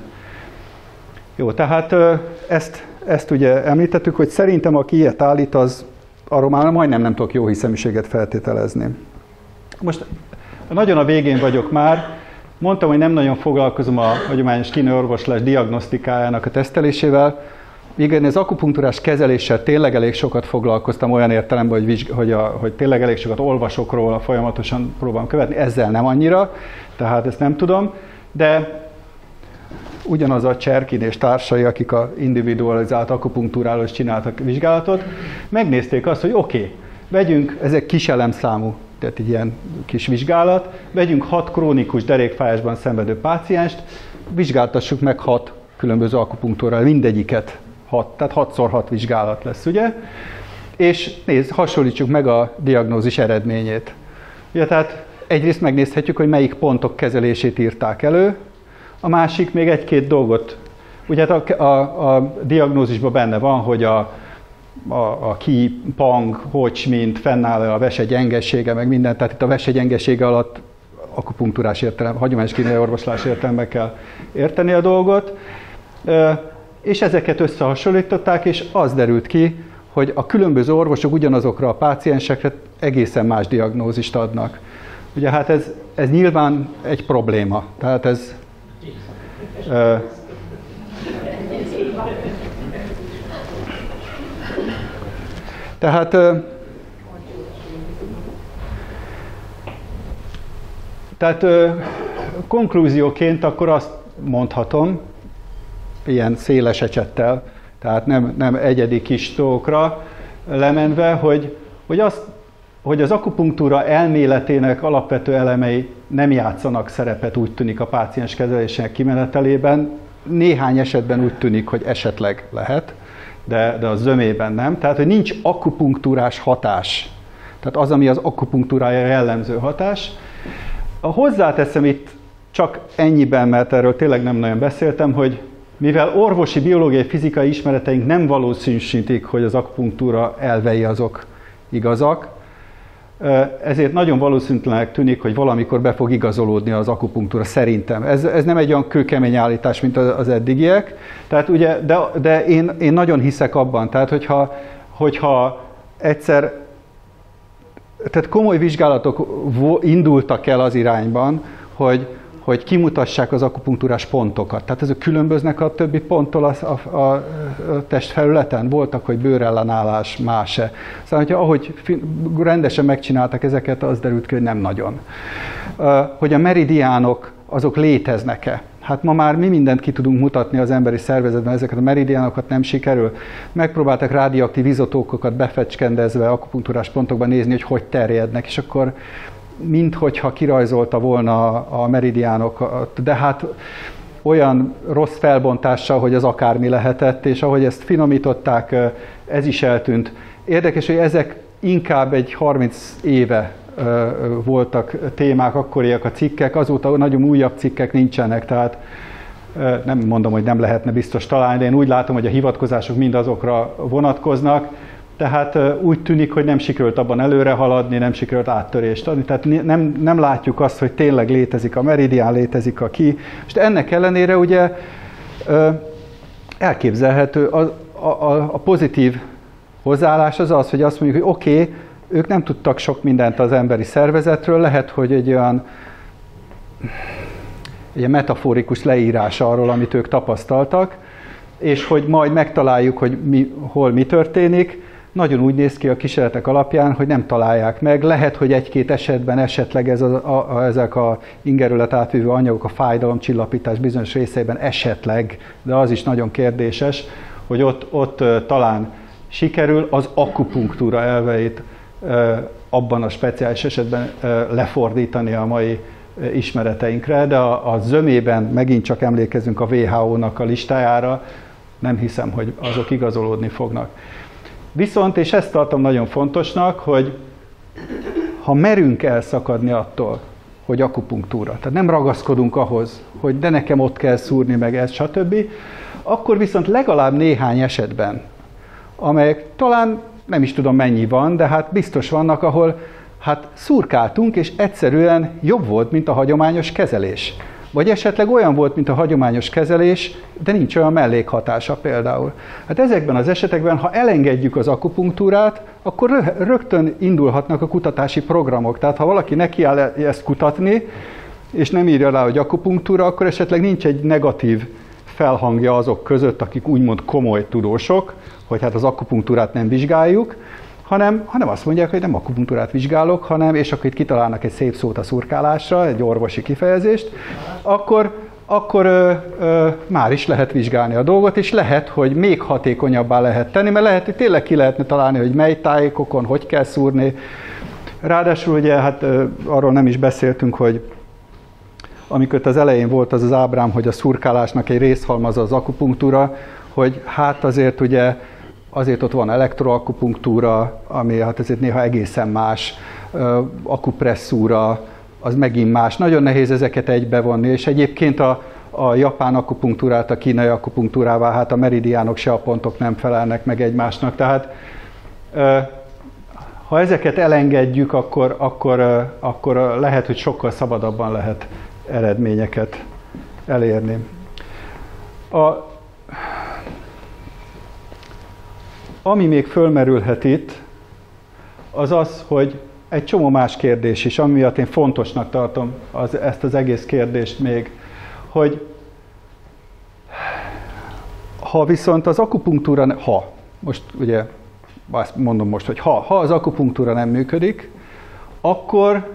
Jó, tehát ezt, ezt ugye említettük, hogy szerintem, aki ilyet állít, az arról már majdnem nem tudok jó hiszeműséget feltételezni. Most nagyon a végén vagyok már. Mondtam, hogy nem nagyon foglalkozom a hagyományos kínai orvoslás diagnosztikájának a tesztelésével. Igen, az akupunktúrás kezeléssel tényleg elég sokat foglalkoztam olyan értelemben, hogy, vizsg- hogy, a, hogy tényleg elég sokat olvasok róla, folyamatosan próbálom követni, ezzel nem annyira, tehát ezt nem tudom, de ugyanaz a Cserkin és társai, akik a individualizált akupunktúráról is csináltak vizsgálatot, megnézték azt, hogy oké, okay, vegyünk, ez egy kis elemszámú, tehát egy ilyen kis vizsgálat, vegyünk hat krónikus derékfájásban szenvedő pácienst, vizsgáltassuk meg hat különböző akupunktúrral, mindegyiket hat, tehát hatszor hat vizsgálat lesz, ugye? És nézd, hasonlítsuk meg a diagnózis eredményét. Ugye, tehát egyrészt megnézhetjük, hogy melyik pontok kezelését írták elő, a másik még egy-két dolgot. Ugye a, a, a diagnózisban benne van, hogy a, a, a ki, pang, hogy, mint fennáll a vese gyengesége, meg minden. Tehát itt a vese gyengesége alatt akupunktúrás értelem, hagyományos kínai orvoslás értelemben kell érteni a dolgot. És ezeket összehasonlították, és az derült ki, hogy a különböző orvosok ugyanazokra a páciensekre egészen más diagnózist adnak. Ugye hát ez, ez nyilván egy probléma. Tehát ez Uh, tehát uh, tehát uh, konklúzióként akkor azt mondhatom, ilyen széles ecsettel, tehát nem, nem egyedi kis dolgokra lemenve, hogy, hogy, azt, hogy az akupunktúra elméletének alapvető elemei nem játszanak szerepet, úgy tűnik a páciens kezelésének kimenetelében. Néhány esetben úgy tűnik, hogy esetleg lehet, de, de a zömében nem. Tehát, hogy nincs akupunktúrás hatás. Tehát az, ami az akupunktúrája jellemző hatás. Hozzáteszem itt csak ennyiben, mert erről tényleg nem nagyon beszéltem, hogy mivel orvosi, biológiai, fizikai ismereteink nem valószínűsítik, hogy az akupunktúra elvei azok igazak, ezért nagyon valószínűtlenek tűnik, hogy valamikor be fog igazolódni az akupunktúra, szerintem. Ez, ez nem egy olyan kőkemény állítás, mint az eddigiek, tehát ugye, de, de én, én nagyon hiszek abban, tehát hogyha, hogyha egyszer, tehát komoly vizsgálatok indultak el az irányban, hogy, hogy kimutassák az akupunktúrás pontokat. Tehát ezek különböznek a többi ponttól a, a, a, a testfelületen. Voltak, hogy bőrellenállás, más-e. Szóval, hogyha ahogy rendesen megcsináltak ezeket, az derült ki, hogy nem nagyon. Hogy a meridiánok, azok léteznek-e? Hát ma már mi mindent ki tudunk mutatni az emberi szervezetben, ezeket a meridiánokat nem sikerül. Megpróbáltak rádióaktív izotókokat befecskendezve akupunktúrás pontokban nézni, hogy hogy terjednek, és akkor minthogyha kirajzolta volna a meridiánokat, de hát olyan rossz felbontással, hogy az akármi lehetett, és ahogy ezt finomították, ez is eltűnt. Érdekes, hogy ezek inkább egy harminc éve voltak témák, akkoriak a cikkek, azóta nagyon újabb cikkek nincsenek, tehát nem mondom, hogy nem lehetne biztos találni, de én úgy látom, hogy a hivatkozások mind azokra vonatkoznak, tehát úgy tűnik, hogy nem sikerült abban előre haladni, nem sikerült áttörést adni, tehát nem, nem látjuk azt, hogy tényleg létezik a meridián, létezik a ki, és ennek ellenére ugye elképzelhető a, a, a pozitív hozzáállás az az, hogy azt mondjuk, hogy oké, okay, ők nem tudtak sok mindent az emberi szervezetről, lehet, hogy egy olyan egy metaforikus leírás arról, amit ők tapasztaltak, és hogy majd megtaláljuk, hogy mi, hol mi történik. Nagyon úgy néz ki a kísérletek alapján, hogy nem találják meg. Lehet, hogy egy-két esetben esetleg ez a, a, a, ezek a ingerület átvívő anyagok, a fájdalomcsillapítás bizonyos részeiben esetleg, de az is nagyon kérdéses, hogy ott, ott talán sikerül az akupunktúra elveit abban a speciális esetben lefordítani a mai ismereteinkre, de a, a zömében megint csak emlékezünk a vé há ó-nak a listájára, nem hiszem, hogy azok igazolódni fognak. Viszont, és ezt tartom nagyon fontosnak, hogy ha merünk elszakadni attól, hogy akupunktúra, tehát nem ragaszkodunk ahhoz, hogy de nekem ott kell szúrni, meg ez, stb., akkor viszont legalább néhány esetben, amelyek talán nem is tudom mennyi van, de hát biztos vannak, ahol hát szurkáltunk, és egyszerűen jobb volt, mint a hagyományos kezelés. Vagy esetleg olyan volt, mint a hagyományos kezelés, de nincs olyan mellékhatása például. Hát ezekben az esetekben, ha elengedjük az akupunktúrát, akkor rögtön indulhatnak a kutatási programok. Tehát ha valaki nekiáll ezt kutatni, és nem írja rá, hogy akupunktúra, akkor esetleg nincs egy negatív felhangja azok között, akik úgymond komoly tudósok, hogy hát az akupunktúrát nem vizsgáljuk, hanem, hanem azt mondják, hogy nem akupunktúrát vizsgálok, hanem, és akkor itt kitalálnak egy szép szót a szurkálásra, egy orvosi kifejezést, akkor, akkor ö, ö, már is lehet vizsgálni a dolgot, és lehet, hogy még hatékonyabbá lehet tenni, mert lehet, hogy tényleg ki lehetne találni, hogy mely tájékokon, hogy kell szúrni. Ráadásul ugye, hát ö, arról nem is beszéltünk, hogy amikor az elején volt az az ábrám, hogy a szurkálásnak egy részhalmaza az akupunktúra, hogy hát azért ugye azért ott van elektroakupunktúra, ami hát azért néha egészen más, akupresszúra, az megint más. Nagyon nehéz ezeket egybevonni, és egyébként a, a japán akupunktúrát a kínai akupunktúrával, hát a meridiánok se a pontok nem felelnek meg egymásnak. Tehát ha ezeket elengedjük, akkor, akkor, akkor lehet, hogy sokkal szabadabban lehet eredményeket elérni. A, ami még fölmerülhet itt, az az, hogy egy csomó más kérdés is, ami miatt én fontosnak tartom az, ezt az egész kérdést még, hogy ha viszont az akupunktúra, ha, most ugye azt mondom most, hogy ha, ha az akupunktúra nem működik, akkor,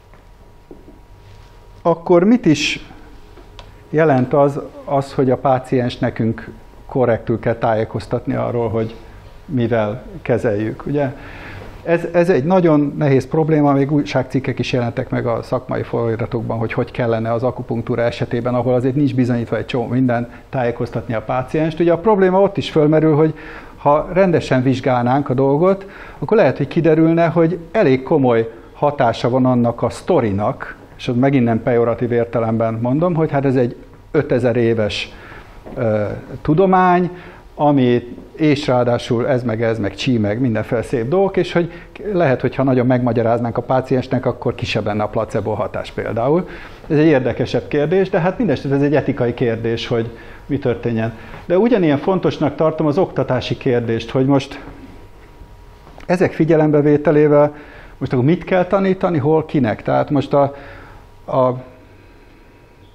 akkor mit is jelent az, az, hogy a páciens nekünk korrektül kell tájékoztatni arról, hogy mivel kezeljük. Ugye? Ez, ez egy nagyon nehéz probléma, még újságcikkek is jelentek meg a szakmai folyóiratokban, hogy hogy kellene az akupunktúra esetében, ahol azért nincs bizonyítva egy csomó minden, tájékoztatni a pácienst. Ugye a probléma ott is fölmerül, hogy ha rendesen vizsgálnánk a dolgot, akkor lehet, hogy kiderülne, hogy elég komoly hatása van annak a sztorinak, és ott megint nem pejoratív értelemben mondom, hogy hát ez egy ötezer éves uh, tudomány, ami, és ráadásul ez meg ez, meg csí, meg mindenféle szép dolgok, és hogy lehet, hogyha nagyon megmagyaráznánk a páciensnek, akkor kisebb lenne a placebo hatás például. Ez egy érdekesebb kérdés, de hát mindesetre ez egy etikai kérdés, hogy mi történjen. De ugyanilyen fontosnak tartom az oktatási kérdést, hogy most ezek figyelembevételével most akkor mit kell tanítani, hol, kinek. Tehát most a, a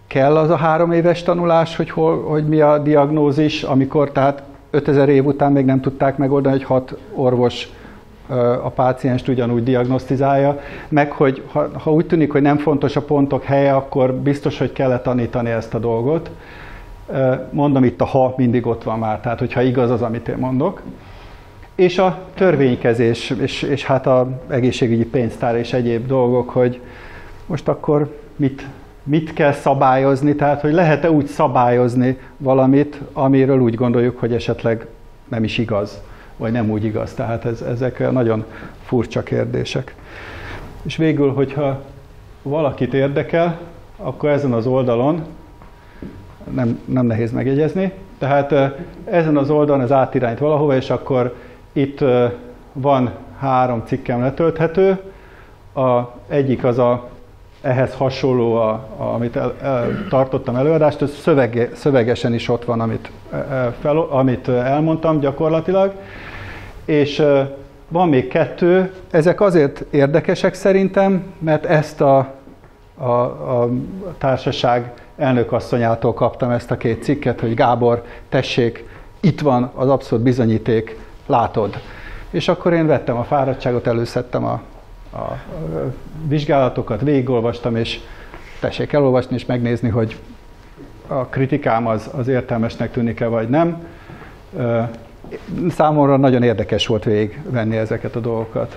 kell az a három éves tanulás, hogy, hol, hogy mi a diagnózis, amikor tehát ötezer év után még nem tudták megoldani, hogy hat orvos a pácienst ugyanúgy diagnosztizálja, meg hogy ha, ha úgy tűnik, hogy nem fontos a pontok helye, akkor biztos, hogy kellett tanítani ezt a dolgot. Mondom, itt a ha mindig ott van már, tehát hogyha igaz az, amit én mondok. És a törvénykezés, és, és hát az egészségügyi pénztár és egyéb dolgok, hogy most akkor mit, mit kell szabályozni, tehát hogy lehet-e úgy szabályozni valamit, amiről úgy gondoljuk, hogy esetleg nem is igaz, vagy nem úgy igaz. Tehát ez, ezek nagyon furcsa kérdések. És végül, hogyha valakit érdekel, akkor ezen az oldalon, nem, nem nehéz megjegyezni, tehát ezen az oldalon ez átirányít valahova, és akkor itt van három cikkem letölthető. A egyik az a, ehhez hasonló, a, a, amit el, el, tartottam előadást, ez szövege, szövegesen is ott van, amit, fel, amit elmondtam gyakorlatilag. És van még kettő, ezek azért érdekesek szerintem, mert ezt a, a, a társaság elnökasszonyától kaptam ezt a két cikket, hogy Gábor, tessék, itt van az abszolút bizonyíték, látod. És akkor én vettem a fáradtságot, előszedtem a, a, a vizsgálatokat, végigolvastam, és tessék elolvasni és megnézni, hogy a kritikám az, az értelmesnek tűnik-e, vagy nem. Számomra nagyon érdekes volt végigvenni ezeket a dolgokat.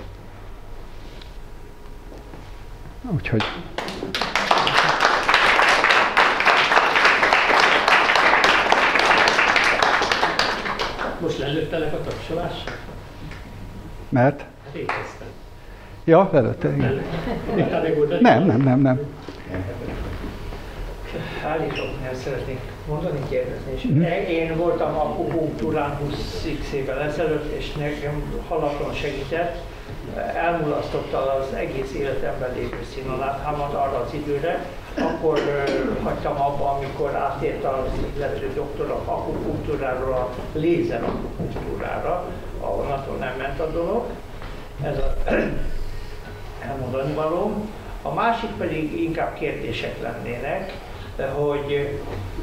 Úgyhogy... Most lelőttelek a tapsolás? Mert? Hát én kezdtem. Ja, lelőtte, igen. Nem, nem, nem, nem. Állítóknál szeretnék mondani, kérdezni. És Mm-hmm. Én voltam akupunktúrán húsz évvel ezelőtt, és nekem halaton segített. Elmulasztotta az egész életemben lévő színvonalámat arra az időre. Akkor uh, hagytam abba, amikor átért az illető doktor a akupunktúráról a lézer akupunktúrára, onnantól nem ment a dolog. Ez a elmondani valóm. A másik pedig inkább kérdések lennének, hogy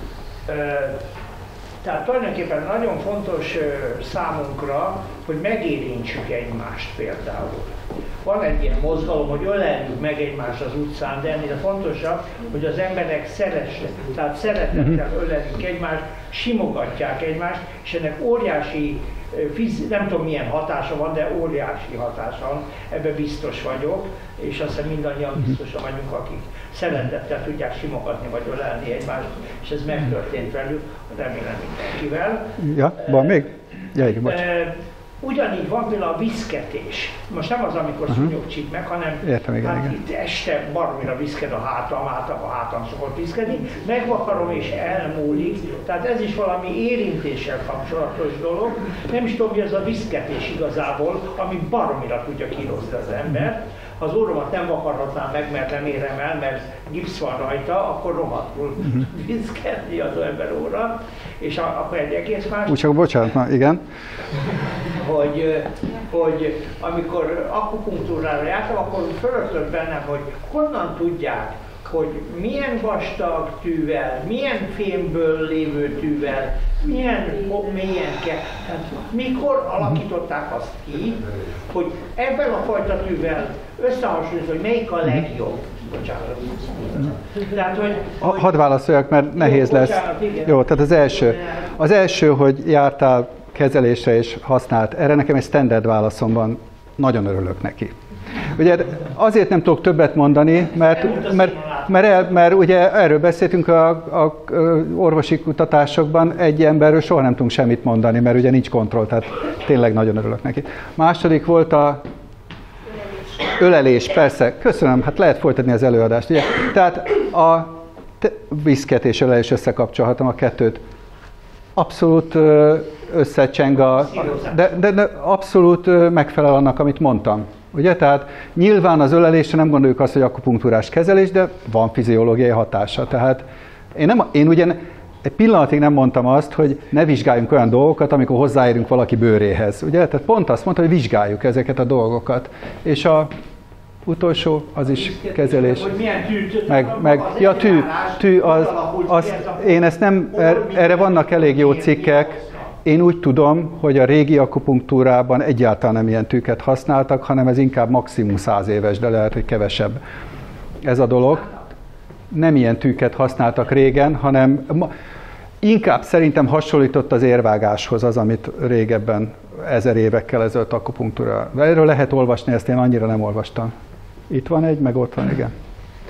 tehát tulajdonképpen nagyon fontos számunkra, hogy megérintsük egymást például. Van egy ilyen mozgalom, hogy öleljük meg egymást az utcán, de ennél fontosabb, hogy az emberek szeressenek, tehát szeretettel ölelik egymást, simogatják egymást, és ennek óriási, nem tudom milyen hatása van, de óriási hatása van, ebben biztos vagyok, és azt hiszem mindannyian biztosan vagyunk, akik szeretettel tudják simogatni vagy ölelni egymást, és ez megtörtént velük, remélem mindenkivel. Ja, van még? Ja, igen, bocs. Ugyanígy van például a viszketés. Most nem az, amikor uh-huh. szúnyog csíp meg, hanem Értem, igen, hát igen. itt este baromira viszked a hátam, általában a hátam szokott viszkedni, megvakarom és elmúlik. Tehát ez is valami érintéssel kapcsolatos dolog. Nem is tudom, hogy ez a viszketés igazából, ami baromira tudja kínozni az embert. Ha az orromat nem vakarhatnám meg, mert nem érem el, mert gipsz van rajta, akkor rohadtul uh-huh. viszkedni az ember óra. És a, akkor egy egész más... Úgy csak bocsánat, na, igen. Hogy, hogy amikor akupunktúrára jártam, akkor fölöttött bennem, hogy honnan tudják, hogy milyen vastag tűvel, milyen fémből lévő tűvel, milyen mélyen kell. Tehát mikor alakították azt ki, hogy ebben a fajta tűvel összehasonlítva, hogy melyik a legjobb. Bocsánat. Tehát, hogy, hogy... Hadd válaszoljak, mert nehéz jó, lesz. bocsánat, igen. Jó, tehát az első. Az első, hogy jártál kezelésre és használt. Erre nekem egy standard válaszom van, nagyon örülök neki. Ugye azért nem tudok többet mondani, mert, mert, mert, el, mert ugye erről beszéltünk a, a orvosi kutatásokban, egy emberről soha nem tudunk semmit mondani, mert ugye nincs kontroll, tehát tényleg nagyon örülök neki. Második volt a ölelés, persze, köszönöm, hát lehet folytatni az előadást. Ugye? Tehát a viszket és ölelés összekapcsolhatom a kettőt. Abszolút összecseng a, de, de, de abszolút megfelel annak, amit mondtam. Ugye? Tehát nyilván az ölelésre nem gondoljuk azt, hogy akupunktúrás kezelés, de van fiziológiai hatása. Tehát én, nem, én ugyan egy pillanatig nem mondtam azt, hogy ne vizsgáljunk olyan dolgokat, amikor hozzáérünk valaki bőréhez. Ugye? Tehát pont azt mondta, hogy vizsgáljuk ezeket a dolgokat. És a, utolsó, az is kezelés. Hogy milyen tűt, Meg, meg, ja, tű, tű az, az, én ezt nem, erre vannak elég jó cikkek. Én úgy tudom, hogy a régi akupunktúrában egyáltalán nem ilyen tűket használtak, hanem ez inkább maximum száz éves, de lehet, hogy kevesebb ez a dolog. Nem ilyen tűket használtak régen, hanem inkább szerintem hasonlított az érvágáshoz az, amit régebben, ezer évekkel ezelőtt akupunktúra. De erről lehet olvasni, ezt én annyira nem olvastam. Itt van egy, meg ott van, igen.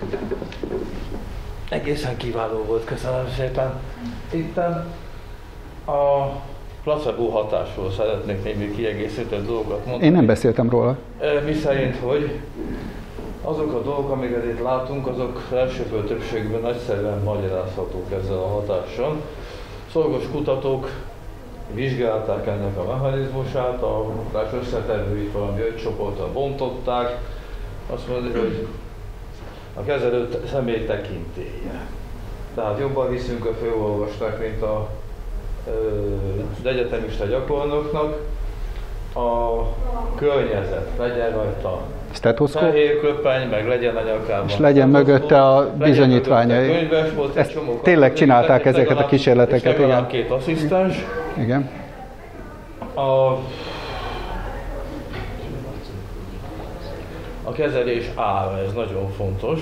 Egészen kiváló volt, köszönöm szépen. Itt a placebo hatásról szeretnék még kiegészítő dolgokat mondani. Én nem beszéltem róla. Mi szerint, hogy azok a dolgok, amiket itt látunk, azok elsőből többségben nagyszerűen magyarázhatók ezzel a hatással. Szorgos kutatók vizsgálták ennek a mechanizmusát, a hatás összetevőit valami öt csoportra bontották. Azt mondjuk, hogy a kezelő személy tekintélye. Tehát jobban viszünk a főolvasnak, mint a az egyetemista gyakornoknak. A környezet, legyen rajta Stetoszkóp? fehér köpeny, meg legyen a nyakában. És legyen mögötte a bizonyítványa. Ezt tényleg csinálták ezeket a kísérleteket, és igen. két asszisztens. Igen. A, a kezelés ára, ez nagyon fontos.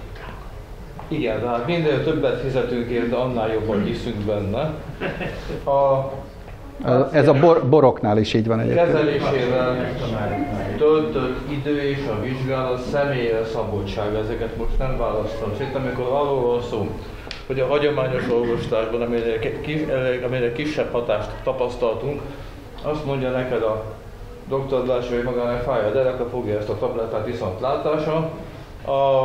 Igen, tehát minél többet fizetünk érte, annál jobban hiszünk benne. A, Ez a bor, boroknál is így van egyébként. Kezelésével töltött idő és a vizsgálat személyre szabadság, ezeket most nem választom. Szerintem, amikor arról van szó, hogy a hagyományos orvoslásban, amire, kis, amire kisebb hatást tapasztaltunk, azt mondja neked a doktor Blási, hogy magának fáj a dereka, fogja ezt a tablettát viszont látása. A,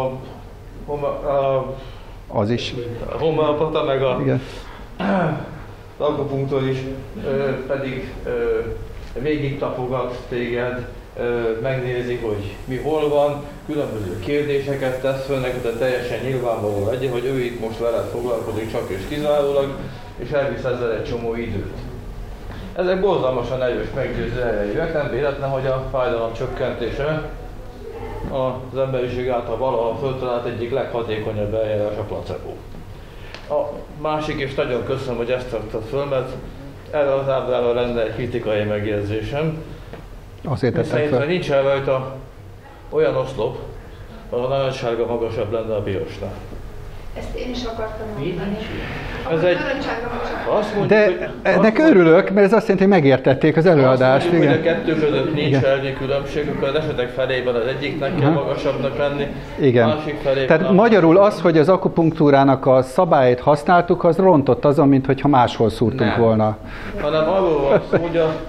a, Az is. a homeopata meg a Igen. akupunktor is ö, pedig ö, végig tapogat téged, ö, megnézi, hogy mi hol van, különböző kérdéseket tesz föl neked, de teljesen nyilvánvaló legyen, hogy ő itt most veled foglalkozik csak és kizárólag, és elvisz ezzel egy csomó időt. Ezek borzalmasan erős meggyőző erejűek, nem véletlen, hogy a fájdalom csökkentése az emberiség által valaha föltalált egyik leghatékonyabb eljárás a placebo. A másik, és nagyon köszönöm, hogy ezt tartad föl, mert erre az ábrára lenne egy kritikai megjegyzésem. Azért tettek Szerintem fel. nincs rajta olyan oszlop, ahol a narancssárga magasabb lenne a pirosnál. Ezt én is akartam mondani. Ez egy... Azt mondjuk, De hogy, ennek azt örülök, mert ez azt jelenti, hogy megértették az előadást. Azt mondjuk, Igen. hogy a kettő között nincs elvi különbség, akkor az esetek felében az egyiknek kell Aha. magasabbnak lenni, Igen. másik felében... Tehát a... magyarul az, hogy az akupunktúrának a szabályait használtuk, az rontott azon, mintha máshol szúrtunk Nem. volna. Hanem arról van szó, hogy a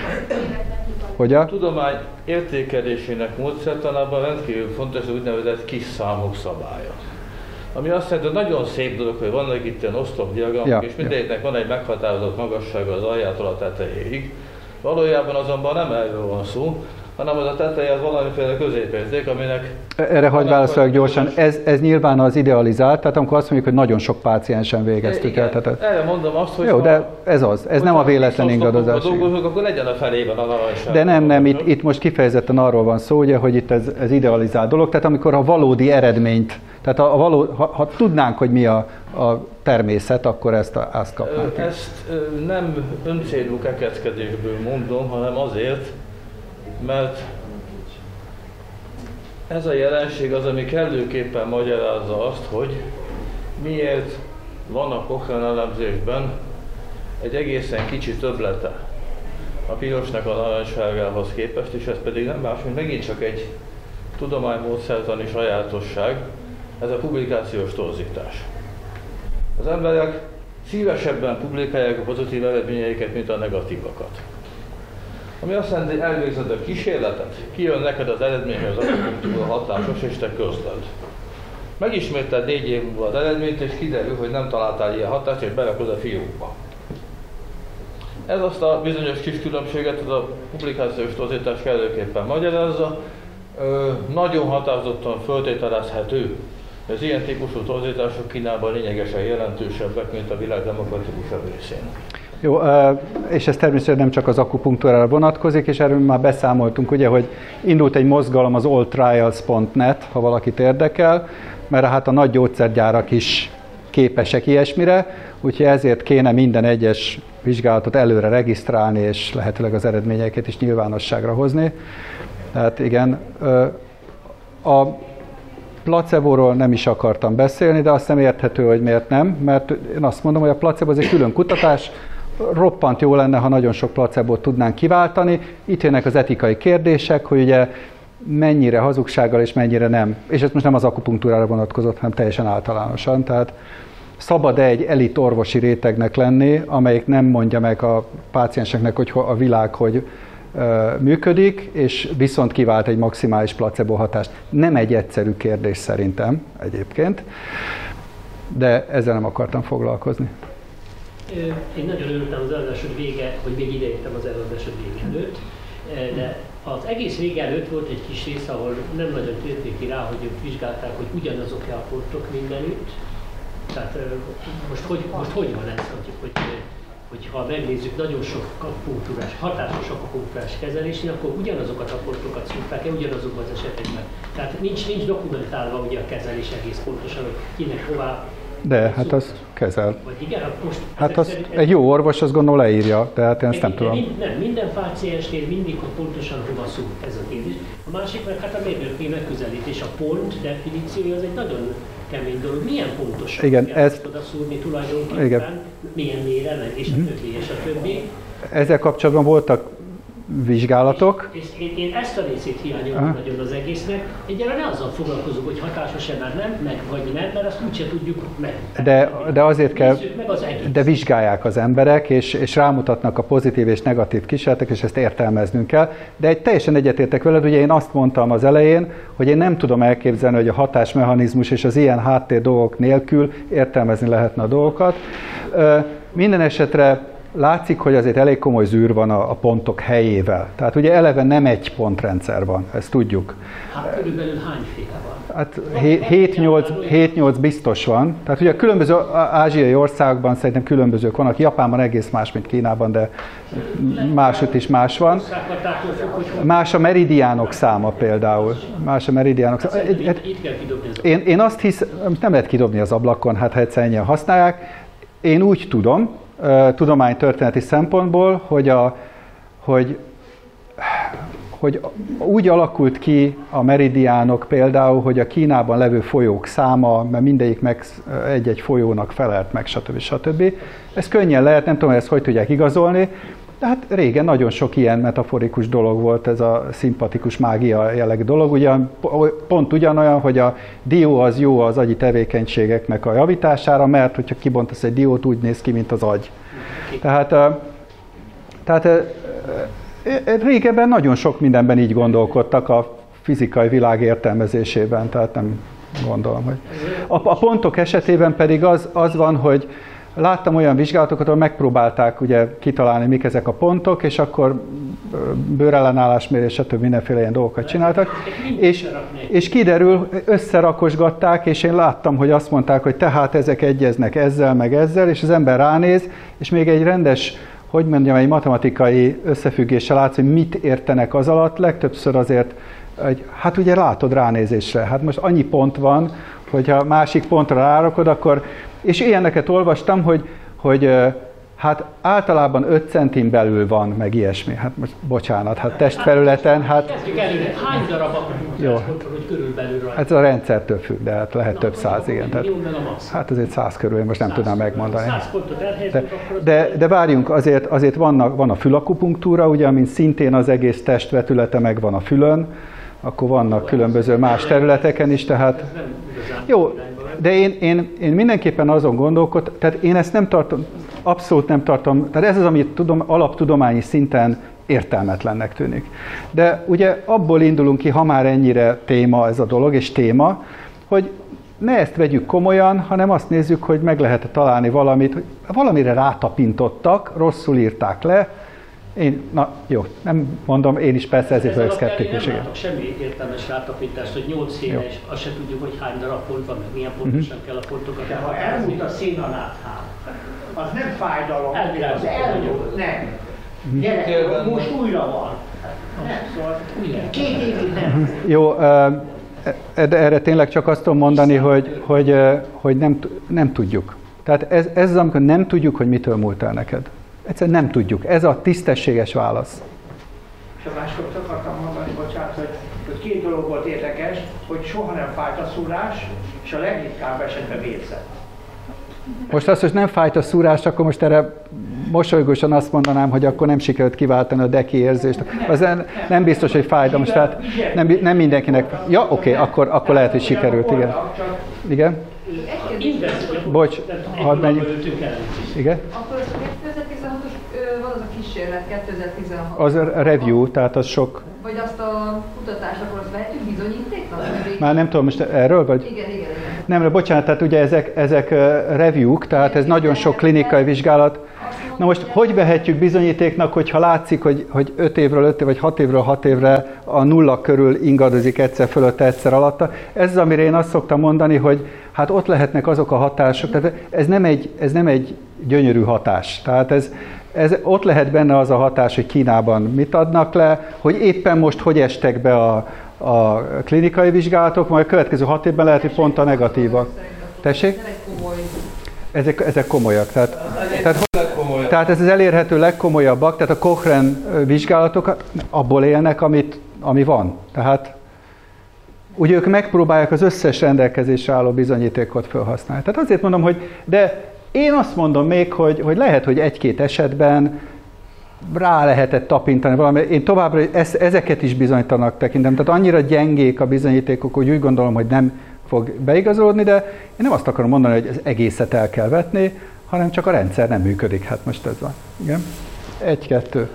Hogy a? tudomány értékelésének módszertanában rendkívül fontos az úgynevezett kis számok szabálya. Ami azt jelenti, hogy nagyon szép dolog, hogy vannak itt ilyen oszlopdiagramok, Ja, és mindegyiknek van egy meghatározott magassága az aljától a tetejéig. Valójában azonban nem erről van szó, hanem az a teteje az valamiféle középérték, aminek... Erre hagyj válaszoljak gyorsan. Ez, ez nyilván az idealizált, tehát amikor azt mondjuk, hogy nagyon sok páciensen végeztük igen, el. Tehát erre mondom azt, hogy... jó, ha, de ez az. Ez nem a véletlen ingadozás. Ha dolgozunk, akkor legyen a felében a narancssárga. De nem, nem, itt, itt most kifejezetten arról van szó, ugye, hogy itt ez, ez idealizált dolog, tehát amikor a valódi eredményt, tehát a, a való, ha, ha tudnánk, hogy mi a, a természet, akkor ezt, a, ezt kapnánk. Ezt nem öncélú kekeckedésből mondom, hanem azért, mert ez a jelenség az, ami kellőképpen magyarázza azt, hogy miért van a Cochrane elemzésben egy egészen kicsi többlete a pirosnak a narancssárgához képest, és ez pedig nem más, mint megint csak egy tudománymódszertani sajátosság, ez a publikációs torzítás. Az emberek szívesebben publikálják a pozitív eredményeiket, mint a negatívakat. Ami azt jelenti, hogy elvégzed a kísérletet, kijön neked az eredmény, az akupunktúra hatásos, és te közled. Megismétled négy év múlva az eredményt, és kiderül, hogy nem találtál ilyen hatást, és berakod a fiókba. Ez azt a bizonyos kis különbséget, az a publikációs torzítás kellőképpen magyarázza. Ö, nagyon határozottan föltételezhető, hogy az ilyen típusú torzítások Kínában lényegesen jelentősebbek, mint a világ demokratikusabb részén. Jó, és ez természetesen nem csak az akupunktúrára vonatkozik, és erről már beszámoltunk, ugye, hogy indult egy mozgalom az all trials pont net, ha valakit érdekel, mert hát a nagy gyógyszergyárak is képesek ilyesmire, úgyhogy ezért kéne minden egyes vizsgálatot előre regisztrálni, és lehetőleg az eredményeket is nyilvánosságra hozni. Tehát igen, a placebóról nem is akartam beszélni, de azt nem érthető, hogy miért nem, mert én azt mondom, hogy a placebo az egy külön kutatás, roppant jó lenne, ha nagyon sok placebót tudnánk kiváltani. Itt jönnek az etikai kérdések, hogy ugye mennyire hazugsággal és mennyire nem. És ez most nem az akupunktúrára vonatkozott, hanem teljesen általánosan. Tehát szabad-e egy elit orvosi rétegnek lenni, amelyik nem mondja meg a pácienseknek, hogy a világ hogy uh, működik, és viszont kivált egy maximális placebo hatást. Nem egy egyszerű kérdés szerintem egyébként, de ezzel nem akartam foglalkozni. Én nagyon örültem az előadásod vége, hogy még ideértem az előadásod vége előtt, de az egész vége előtt volt egy kis rész, ahol nem nagyon térték ki rá, hogy ők vizsgálták, hogy ugyanazok-e a pontok mindenütt. Tehát most hogy, most hogy van ez, hogy, hogy, hogyha megnézzük nagyon sok akupunktúrás, hatásos akupunktúrás kezelésén, akkor ugyanazokat a pontokat szúrták-e ugyanazokban az esetekben. Tehát nincs, nincs dokumentálva ugye a kezelés egész pontosan, hogy kinek hová. De, hát az kezel. Vagy igen, hát most... Hát az, egy jó orvos azt gondolom leírja, tehát én ezt nem tudom. Mind, nem, minden páciensnél mindig, hogy pontosan hova szúr ez a kérdés. A másik meg hát a mérnöki megközelítés, a pont definíciója az egy nagyon kemény dolog. Milyen pontosan igen, kell ezt oda szúrni tulajdonképpen, igen. Milyen mélyre, és a többi, és a többi. Ezzel kapcsolatban voltak vizsgálatok. És, és én, én ezt a részét hiányolom nagyon az egésznek. Egyáltalán ne azzal foglalkozunk, hogy hatásos-e már nem, meg vagy nem, mert azt úgyse tudjuk meg. De, de azért kell, meg de vizsgálják az emberek, és, és rámutatnak a pozitív és negatív kísérletek, és ezt értelmeznünk kell. De egy teljesen egyetértek veled, ugye én azt mondtam az elején, hogy én nem tudom elképzelni, hogy a hatásmechanizmus és az ilyen háttér dolgok nélkül értelmezni lehetne a dolgokat. Minden esetre látszik, hogy azért elég komoly zűr van a, a pontok helyével. Tehát ugye eleve nem egy pontrendszer van, ezt tudjuk. Hát körülbelül hányféle van? Hát hét-nyolc biztos van. Tehát ugye a különböző ázsiai országokban szerintem különbözők vannak. Japánban egész más, mint Kínában, de máshogy is más van. Más a meridiánok száma például. Más a meridiánok száma. Én, én azt hiszem, nem lehet kidobni az ablakon, hát ha egyszer ennyien használják. Én úgy tudom, tudománytörténeti szempontból, hogy, a, hogy, hogy úgy alakult ki a meridiánok például, hogy a Kínában levő folyók száma, mert mindegyik meg egy-egy folyónak felelt meg, stb. stb. Ez könnyen lehet, nem tudom, hogy ezt hogy tudják igazolni, de hát régen nagyon sok ilyen metaforikus dolog volt, ez a szimpatikus mágia jellegű dolog. Ugyan, pont ugyanolyan, hogy a dió az jó az agyi tevékenységeknek a javítására, mert hogyha kibontasz egy diót, úgy néz ki, mint az agy. Tehát, tehát régebben nagyon sok mindenben így gondolkodtak a fizikai világ értelmezésében, tehát nem gondolom, hogy... A, a pontok esetében pedig az, az van, hogy láttam olyan vizsgálatokat, ahol megpróbálták ugye kitalálni, mik ezek a pontok, és akkor bőrellenállásmérés, stb. Mindenféle ilyen dolgokat csináltak, és, és kiderül, összerakosgatták, és én láttam, hogy azt mondták, hogy tehát ezek egyeznek ezzel, meg ezzel, és az ember ránéz, és még egy rendes, hogy mondjam, egy matematikai összefüggéssel látsz, hogy mit értenek az alatt, legtöbbször azért, hogy, hát ugye látod ránézésre, hát most annyi pont van, hogyha másik pontra rárakod, akkor, és ilyeneket olvastam, hogy, hogy hát általában öt centin belül van, meg ilyesmi. Hát most bocsánat, hát testfelületen, hát... Kezdjük előre. Hány darab akupunktúrás ponton, hogy körülbelül rajta? Hát ez a rendszertől függ, de hát lehet Na, több száz, igen. Tehát, jó, hát azért száz körül, én most nem tudnám megmondani. száz pontot elhelyezünk, de, akkor... De, de várjunk, azért, azért vannak, van a fülakupunktúra, ugye, amin szintén az egész testvetülete meg van a fülön, akkor vannak különböző más területeken is, tehát... Jó, de én, én, én mindenképpen azon gondolkodtam, tehát én ezt nem tartom, abszolút nem tartom, tehát ez az, amit tudom, alaptudományi szinten értelmetlennek tűnik. De ugye abból indulunk ki, ha már ennyire téma ez a dolog, és téma, hogy ne ezt vegyük komolyan, hanem azt nézzük, hogy meg lehet találni valamit, hogy valamire rátapintottak, rosszul írták le, Én, na jó, nem mondom, én is persze ezért vagyok szkeptikus. Nem látok semmi értelmes rátapintást, hogy nyolc féle, és azt se tudjuk, hogy hány darab pont van, meg milyen pontosan uh-huh. kell a pontokat. De ha elmúlt a szénaláthám, az nem fájdalom, az elmúlt, nem. Gyerek, most újra van. Nem, szóval két évig nem. Jó, erre tényleg csak azt tudom mondani, hogy, hogy, hogy nem, nem tudjuk. Tehát ez, ez az, amikor nem tudjuk, hogy mitől múlt el neked. Egyszerűen nem tudjuk. Ez a tisztességes válasz. És a másokat akartam mondani, bocsánat, hogy, hogy két dolog volt érdekes, hogy soha nem fájt a szúrás, és a legritkább esetben vérzett. Most azt, hogy nem fájt a szúrás, akkor most erre mosolygósan azt mondanám, hogy akkor nem sikerült kiváltani a deki érzést. Az nem, nem biztos, hogy fájdalmas, tehát nem, nem mindenkinek. Ja, oké, okay, akkor, akkor lehet, hogy sikerült, igen. Igen? Bocs, hadd menjünk. Igen? Akkor az a kétezer-tizenhatos van az a kísérlet, kétezer-tizenhat. Az a review, tehát az sok. Vagy azt a kutatást, akkor azt vehetjük bizonyítéknak? Már nem tudom, most erről vagy? Igen, igen, igen. Nem, bocsánat, tehát ugye ezek, ezek review-k, tehát ez nagyon sok klinikai vizsgálat. Na most hogy vehetjük bizonyítéknak, hogyha látszik, hogy, hogy öt évről öt év, vagy hat évről hat évre a nulla körül ingadozik egyszer fölötte, egyszer alatta. Ez az, amire én azt szoktam mondani, hogy hát ott lehetnek azok a hatások, tehát ez nem egy, ez nem egy gyönyörű hatás. Tehát ez, ez, ott lehet benne az a hatás, hogy Kínában mit adnak le, hogy éppen most hogy estek be a, a klinikai vizsgálatok, majd a következő hat évben lehet, hogy pont a negatívak. Tessék? Ezek, ezek komolyak. Tehát, tehát, tehát ez az elérhető legkomolyabbak, tehát a Cochrane vizsgálatokat abból élnek, amit, ami van. Tehát ugye ők megpróbálják az összes rendelkezésre álló bizonyítékot felhasználni. Tehát azért mondom, hogy de én azt mondom még, hogy, hogy lehet, hogy egy-két esetben rá lehetett tapintani valami. Én továbbra ezeket is bizonytalannak tekintem. Tehát annyira gyengék a bizonyítékok, hogy úgy gondolom, hogy nem fog beigazolódni, de én nem azt akarom mondani, hogy az egészet el kell vetni, hanem csak a rendszer nem működik. Hát most ez van. Igen? Egy-kettő.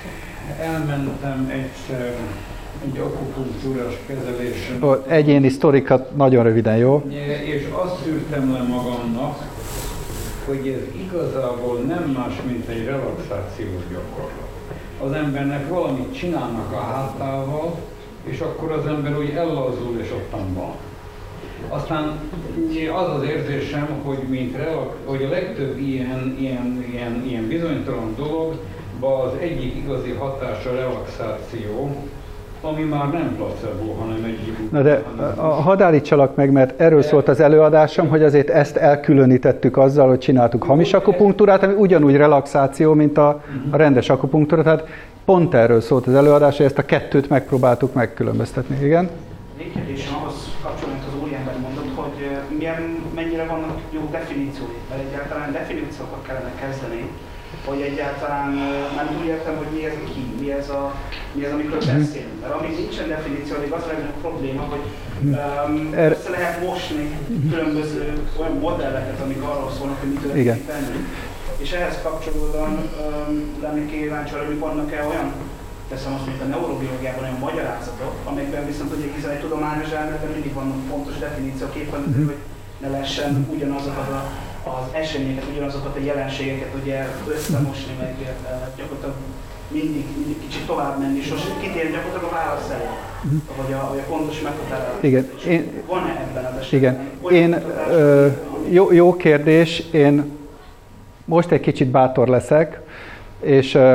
Elmentem egyszer egy akupunktúrás kezelésen. Egyéni sztorikat nagyon röviden, jó? És azt szűrtem le magamnak, hogy ez igazából nem más, mint egy relaxációs gyakorlat. Az embernek valamit csinálnak a hátával, és akkor az ember úgy ellazul, és ottan van. Aztán az az érzésem, hogy, mint relax, hogy a legtöbb ilyen, ilyen, ilyen, ilyen bizonytalan dologban az egyik igazi hatása a relaxáció, ami már nem placebo, hanem egy... Na de hadd állítsalak meg, mert erről szólt az előadásom, hogy azért ezt elkülönítettük azzal, hogy csináltuk hamis akupunktúrát, ami ugyanúgy relaxáció, mint a, a rendes akupunktúra. Tehát pont erről szólt az előadás, hogy ezt a kettőt megpróbáltuk megkülönböztetni. Igen? Végkérdésem ahhoz kapcsolatban az úriember mondott, hogy milyen, mennyire vannak jó definíciói, mert egyáltalán definíciókat kellene kezdeni, hogy egyáltalán, nem úgy értem, hogy mi ez a ki, mi ez, a, mi ez amikről beszélünk. Mert amíg nincsen definíció, addig az a legnagyobb probléma, hogy um, össze lehet mosni különböző olyan modelleket, amik arról szólnak, hogy mit történik bennünk. És ehhez kapcsolódóan um, lennék kíváncsi, hogy vannak-e olyan, teszem azt, mint a neurobiológiában olyan magyarázatok, amelyekben viszont ugye hiszen egy tudományos elméletben mindig vannak pontos definíciók, éppen hogy ne lehessen ugyanazokat a, az eseményeket, ugyanazokat a jelenségeket ugye összemosni, meg gyakorlatilag mindig, mindig kicsit tovább menni, és most kitér gyakorlatilag a válasz elé, vagy a, vagy a pontos meghatározás. Igen. Én, van-e ebben az esetben? Igen. Én, ö, jó, jó kérdés, én most egy kicsit bátor leszek, és ö,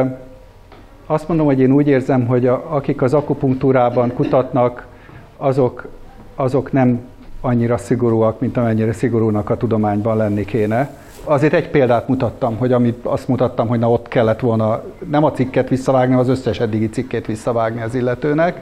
azt mondom, hogy én úgy érzem, hogy a, akik az akupunktúrában kutatnak, azok, azok nem annyira szigorúak, mint amennyire szigorúnak a tudományban lenni kéne. Azért egy példát mutattam, hogy amit azt mutattam, hogy na ott kellett volna nem a cikket visszavágni, az összes eddigi cikkét visszavágni az illetőnek.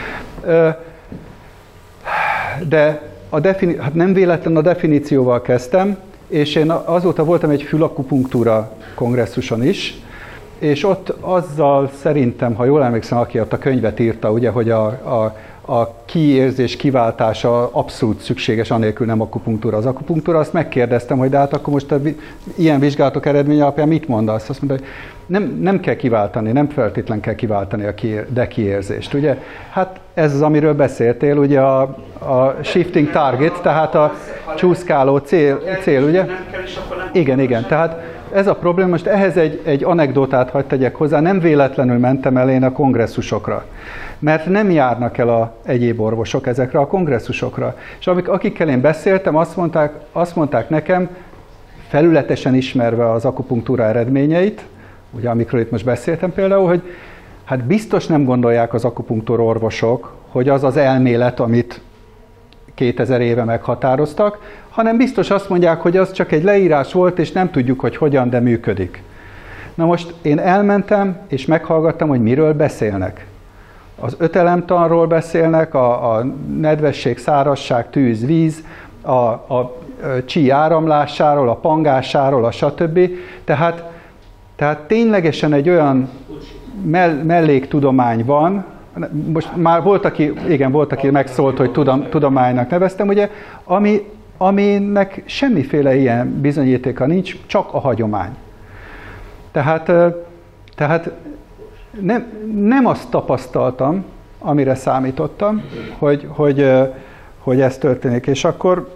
De a defini- hát nem véletlen a definícióval kezdtem, és én azóta voltam egy fülakupunktúra kongresszuson is, és ott azzal szerintem, ha jól emlékszem, aki ott a könyvet írta, ugye, hogy a, a, a kiérzés kiváltása abszolút szükséges, anélkül nem akupunktúra. Az akupunktúra, azt megkérdeztem, hogy de hát akkor most a ilyen vizsgálatok eredménye alapján mit mondasz? Azt mondta, hogy nem, nem kell kiváltani, nem feltétlen kell kiváltani a kiér, de kiérzést, ugye? Hát ez az, amiről beszéltél, ugye a, a shifting target, tehát a csúszkáló cél, cél ugye? Igen, igen, tehát ez a probléma, most ehhez egy, egy anekdotát hadd tegyek hozzá, nem véletlenül mentem el én a kongresszusokra, mert nem járnak el a egyéb orvosok ezekre a kongresszusokra. És amik, akikkel én beszéltem, azt mondták, azt mondták nekem, felületesen ismerve az akupunktúra eredményeit, ugye amikről itt most beszéltem például, hogy hát biztos nem gondolják az akupunktúra orvosok, hogy az az elmélet, amit kétezer éve meghatároztak, hanem biztos azt mondják, hogy az csak egy leírás volt, és nem tudjuk, hogy hogyan, de működik. Na most én elmentem, és meghallgattam, hogy miről beszélnek. Az ötelemtanról beszélnek, a, a nedvesség, szárazság, tűz, víz, a, a csí áramlásáról, a pangásáról, a stb. Tehát, tehát ténylegesen egy olyan mell, melléktudomány van, most már volt, aki, igen, volt, aki megszólt, hogy tudom, tudománynak neveztem, ugye, ami, aminek semmiféle ilyen bizonyítéka nincs, csak a hagyomány. Tehát, tehát nem, nem azt tapasztaltam, amire számítottam, hogy, hogy, hogy ez történik. És akkor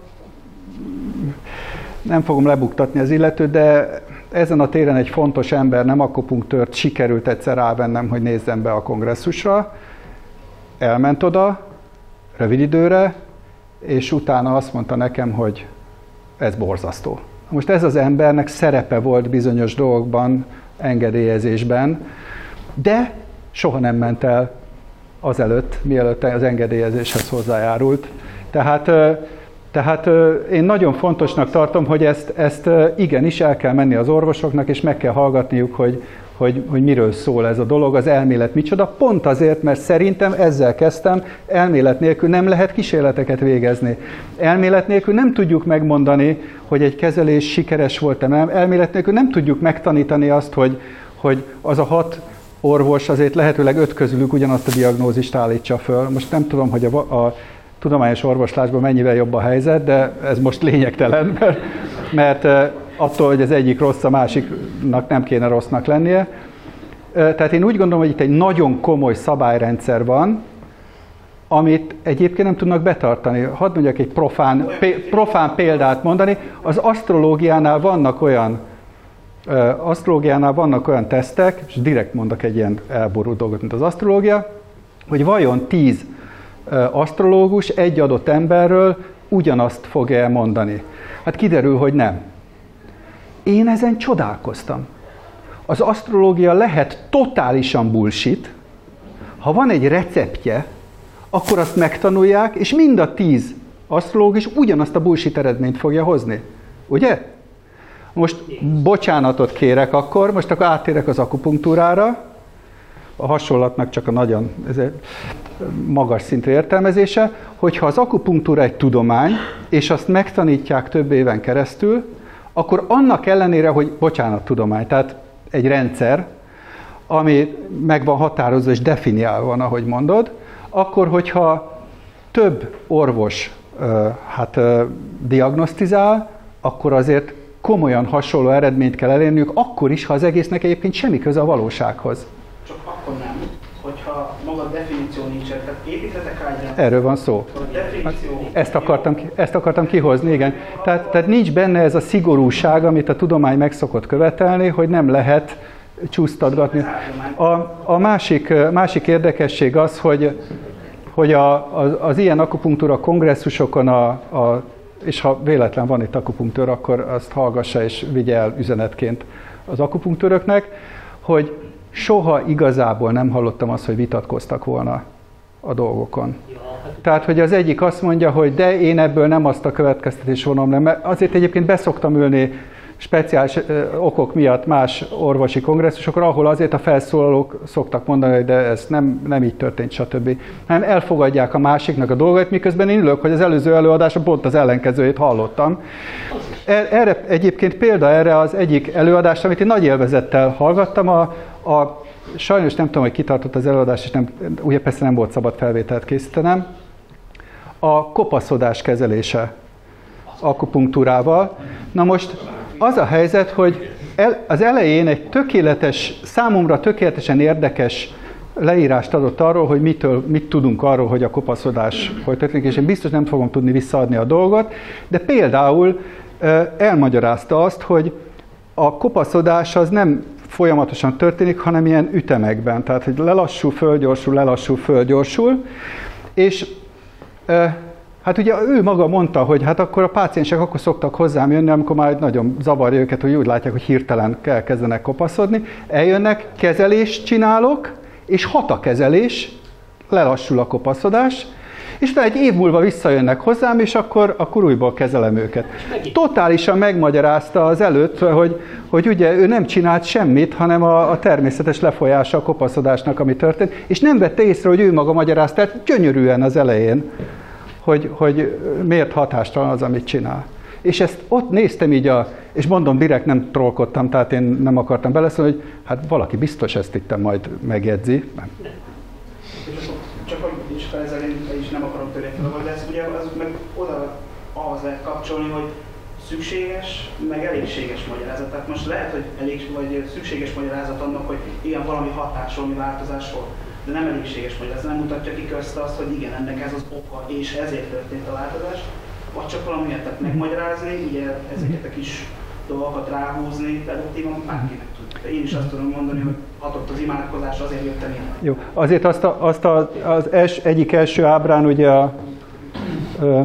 nem fogom lebuktatni az illetőt, de ezen a téren egy fontos ember, nem akupunktőrt sikerült egyszer rávennem, hogy nézzem be a kongresszusra. Elment oda, rövid időre, és utána azt mondta nekem, hogy ez borzasztó. Most ez az embernek szerepe volt bizonyos dolgokban, engedélyezésben, de soha nem ment el azelőtt, mielőtt az engedélyezéshez hozzájárult. Tehát, tehát én nagyon fontosnak tartom, hogy ezt, ezt igenis el kell menni az orvosoknak, és meg kell hallgatniuk, hogy, hogy, hogy miről szól ez a dolog, az elmélet micsoda. Pont azért, mert szerintem ezzel kezdtem, elmélet nélkül nem lehet kísérleteket végezni. Elmélet nélkül nem tudjuk megmondani, hogy egy kezelés sikeres volt-e, nem. Elmélet nélkül nem tudjuk megtanítani azt, hogy, hogy az a hat orvos azért lehetőleg öt közülük ugyanazt a diagnózist állítsa föl. Most nem tudom, hogy a, a tudományos orvoslásban mennyivel jobb a helyzet, de ez most lényegtelen, mert, mert attól, hogy az egyik rossz, a másiknak nem kéne rossznak lennie. Tehát én úgy gondolom, hogy itt egy nagyon komoly szabályrendszer van, amit egyébként nem tudnak betartani. Hadd mondjak egy profán, profán példát mondani. Az asztrológiánál vannak olyan asztrológiánál vannak olyan tesztek, és direkt mondok egy ilyen elborult dolgot, mint az asztrológia, hogy vajon tíz asztrológus egy adott emberről ugyanazt fogja elmondani. Hát kiderül, hogy nem. Én ezen csodálkoztam. Az asztrológia lehet totálisan bullshit, ha van egy receptje, akkor azt megtanulják, és mind a tíz asztrológus ugyanazt a bullshit eredményt fogja hozni. Ugye? Most bocsánatot kérek akkor, most akkor áttérek az akupunktúrára, a hasonlatnak csak a nagyon ez egy magas szintű értelmezése, hogyha az akupunktúra egy tudomány, és azt megtanítják több éven keresztül, akkor annak ellenére, hogy bocsánat, tudomány, tehát egy rendszer, ami meg van határozva és definiálva van, ahogy mondod, akkor, hogyha több orvos hát, diagnosztizál, akkor azért komolyan hasonló eredményt kell elérniük, akkor is, ha az egésznek egyébként semmi köze a valósághoz. Csak akkor nem, hogyha maga a definíció nincsen, tehát építletek ágyán. Erről van szó. Ezt akartam, ezt akartam kihozni, igen. Tehát, tehát nincs benne ez a szigorúság, amit a tudomány meg szokott követelni, hogy nem lehet csúsztatgatni. A, a másik, másik érdekesség az, hogy, hogy a, az, az ilyen akupunktúra kongresszusokon, a, a, és ha véletlen van itt akupunktőr, akkor azt hallgassa és vigye el üzenetként az akupunktőröknek, hogy soha igazából nem hallottam azt, hogy vitatkoztak volna a dolgokon. Tehát, hogy az egyik azt mondja, hogy de én ebből nem azt a következtetés vonom le, mert azért egyébként beszoktam ülni speciális okok miatt más orvosi kongresszusokra, ahol azért a felszólalók szoktak mondani, hogy de ez nem, nem így történt, stb. Hanem elfogadják a másiknak a dolgait, miközben én ülök, hogy az előző előadáson pont az ellenkezőjét hallottam. Erre egyébként példa erre az egyik előadás, amit én nagy élvezettel hallgattam, a, a sajnos nem tudom, hogy kitartott az előadás, és nem, ugye persze nem volt szabad felvételt készítenem, a kopaszodás kezelése akupunktúrával. Na most az a helyzet, hogy el, az elején egy tökéletes, számomra tökéletesen érdekes leírást adott arról, hogy mitől, mit tudunk arról, hogy a kopaszodás hogy történik, és én biztos nem fogom tudni visszaadni a dolgot, de például elmagyarázta azt, hogy a kopaszodás az nem folyamatosan történik, hanem ilyen ütemekben. Tehát, hogy lelassul, fölgyorsul, lelassul, fölgyorsul. És e, hát ugye ő maga mondta, hogy hát akkor a páciensek akkor szoktak hozzám jönni, amikor már nagyon zavarja őket, hogy úgy látják, hogy hirtelen kezdenek kopaszodni. Eljönnek, kezelést csinálok, és hat a kezelés, lelassul a kopaszodás, és utána egy év múlva visszajönnek hozzám, és akkor, akkor újból kezelem őket. Totálisan megmagyarázta az előtt, hogy, hogy ugye ő nem csinált semmit, hanem a, a természetes lefolyása a kopaszodásnak, ami történt, és nem vette észre, hogy ő maga magyarázta, tehát gyönyörűen az elején, hogy, hogy miért hatástalan az, amit csinál. És ezt ott néztem így, a, és mondom, direkt nem trollkodtam, tehát én nem akartam beleszólni, hogy hát valaki biztos ezt itt majd megjegyzi. Nem. Csak hogy is ezzel én is nem akarom törni fel, de ez ugye az meg oda ahhoz lehet kapcsolni, hogy szükséges, meg elégséges magyarázat. Tehát most lehet, hogy elég, vagy szükséges magyarázat annak, hogy igen, valami hatás, valami változás volt, de nem elégséges magyarázat. Nem mutatja ki közt azt, hogy igen, ennek ez az oka, és ezért történt a változás. Vagy csak valamiért tehát megmagyarázni, ugye ezeket a kis dolgokat ráhúzni, deduktívan bárkinek tud. De én is azt tudom mondani, hogy hatott az imádkozás, azért jöttem én. Jó, azért azt, a, azt a, az els, egyik első ábrán ugye a, ö,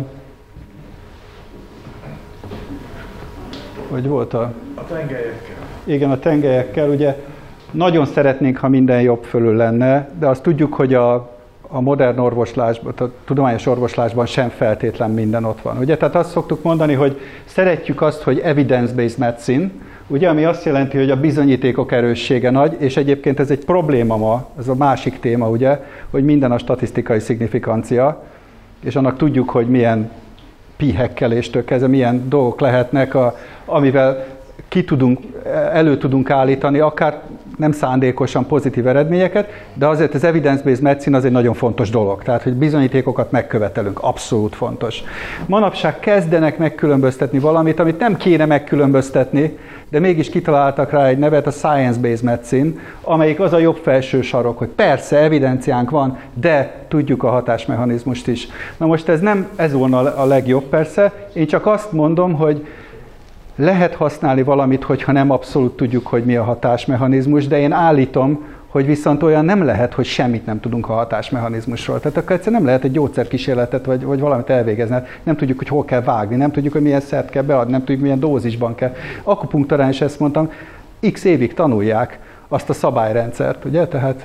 hogy volt a... A tengelyekkel. Igen, a tengelyekkel, ugye nagyon szeretnénk, ha minden jobb fölül lenne, de azt tudjuk, hogy a, a modern orvoslásban, a tudományos orvoslásban sem feltétlen minden ott van. Ugye, tehát azt szoktuk mondani, hogy szeretjük azt, hogy evidence-based medicine, ugye, ami azt jelenti, hogy a bizonyítékok erőssége nagy, és egyébként ez egy probléma ma, ez a másik téma, ugye, hogy minden a statisztikai szignifikancia, és annak tudjuk, hogy milyen pihekkeléstől kezdve, milyen dolgok lehetnek, a, amivel ki tudunk, elő tudunk állítani, akár nem szándékosan pozitív eredményeket, de azért az evidence-based medicine az egy nagyon fontos dolog. Tehát, hogy bizonyítékokat megkövetelünk, abszolút fontos. Manapság kezdenek megkülönböztetni valamit, amit nem kéne megkülönböztetni, de mégis kitaláltak rá egy nevet, a science-based medicine, amelyik az a jobb felső sarok, hogy persze evidenciánk van, de tudjuk a hatásmechanizmust is. Na most ez nem ez volna a legjobb persze, én csak azt mondom, hogy lehet használni valamit, hogyha nem abszolút tudjuk, hogy mi a hatásmechanizmus, de én állítom, hogy viszont olyan nem lehet, hogy semmit nem tudunk a hatásmechanizmusról. Tehát akkor egyszerűen nem lehet egy gyógyszerkísérletet, vagy, vagy valamit elvégezni. Nem tudjuk, hogy hol kell vágni, nem tudjuk, hogy milyen szert kell beadni, nem tudjuk, milyen dózisban kell. Akupunktúrán is ezt mondtam, x évig tanulják azt a szabályrendszert, ugye? Tehát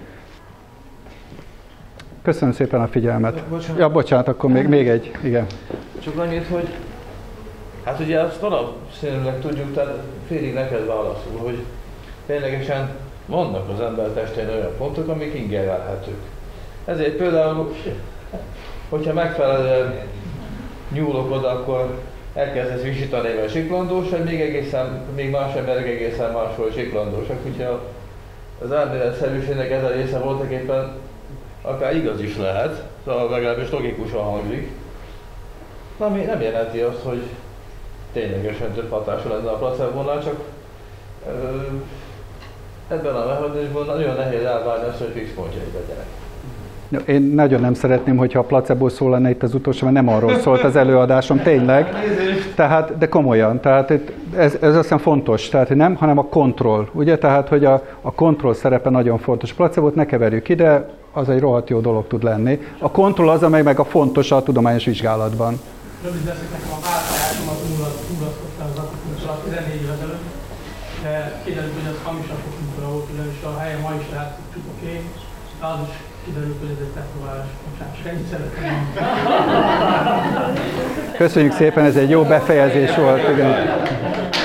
köszönöm szépen a figyelmet. Bocsánat. Ja, bocsánat, akkor még, még egy, igen. Csak annyit, hogy hát ugye azt valószínűleg tudjuk, tehát félig neked válaszol, hogy ténylegesen vannak az ember testén olyan pontok, amik ingerelhetők. Ezért például, hogyha megfelelően nyúlok oda, akkor elkezdesz visítani a siklandós, vagy még, egészen, még más emberek egészen máshol siklandósak. Úgyhogy az elméletszerűségnek ez a része voltak éppen akár igaz is lehet, szóval legalábbis logikusan hangzik. Ami nem jelenti azt, hogy ténylegesen több hatása lenne a placebónál, csak ö, ebben a mechanizmusban nagyon nehéz elvárni azt, hogy fix pontjai legyenek. Én nagyon nem szeretném, hogyha a placebo szó lenne itt az utolsó, mert nem arról szólt az előadásom, tényleg. Tehát, de komolyan, tehát ez, ez azt hiszem fontos, tehát nem, hanem a kontroll, ugye? Tehát, hogy a, a kontroll szerepe nagyon fontos. A placebót ne keverjük ide, az egy rohadt jó dolog tud lenni. A kontroll az, amely meg a fontos a tudományos vizsgálatban. Rövid leszek, nekem a változásomat mulatkoztam az akupunktúra tizennégy év ezelőtt, de kiderült, hogy az hamis akupunktúra volt, ugyanis a helyen ma is lehet csupa kém, de az is kiderült, hogy ez egy tetoválás. Bocsánat, csak ennyit szeretném. Köszönjük szépen, ez egy jó befejezés volt. Igen.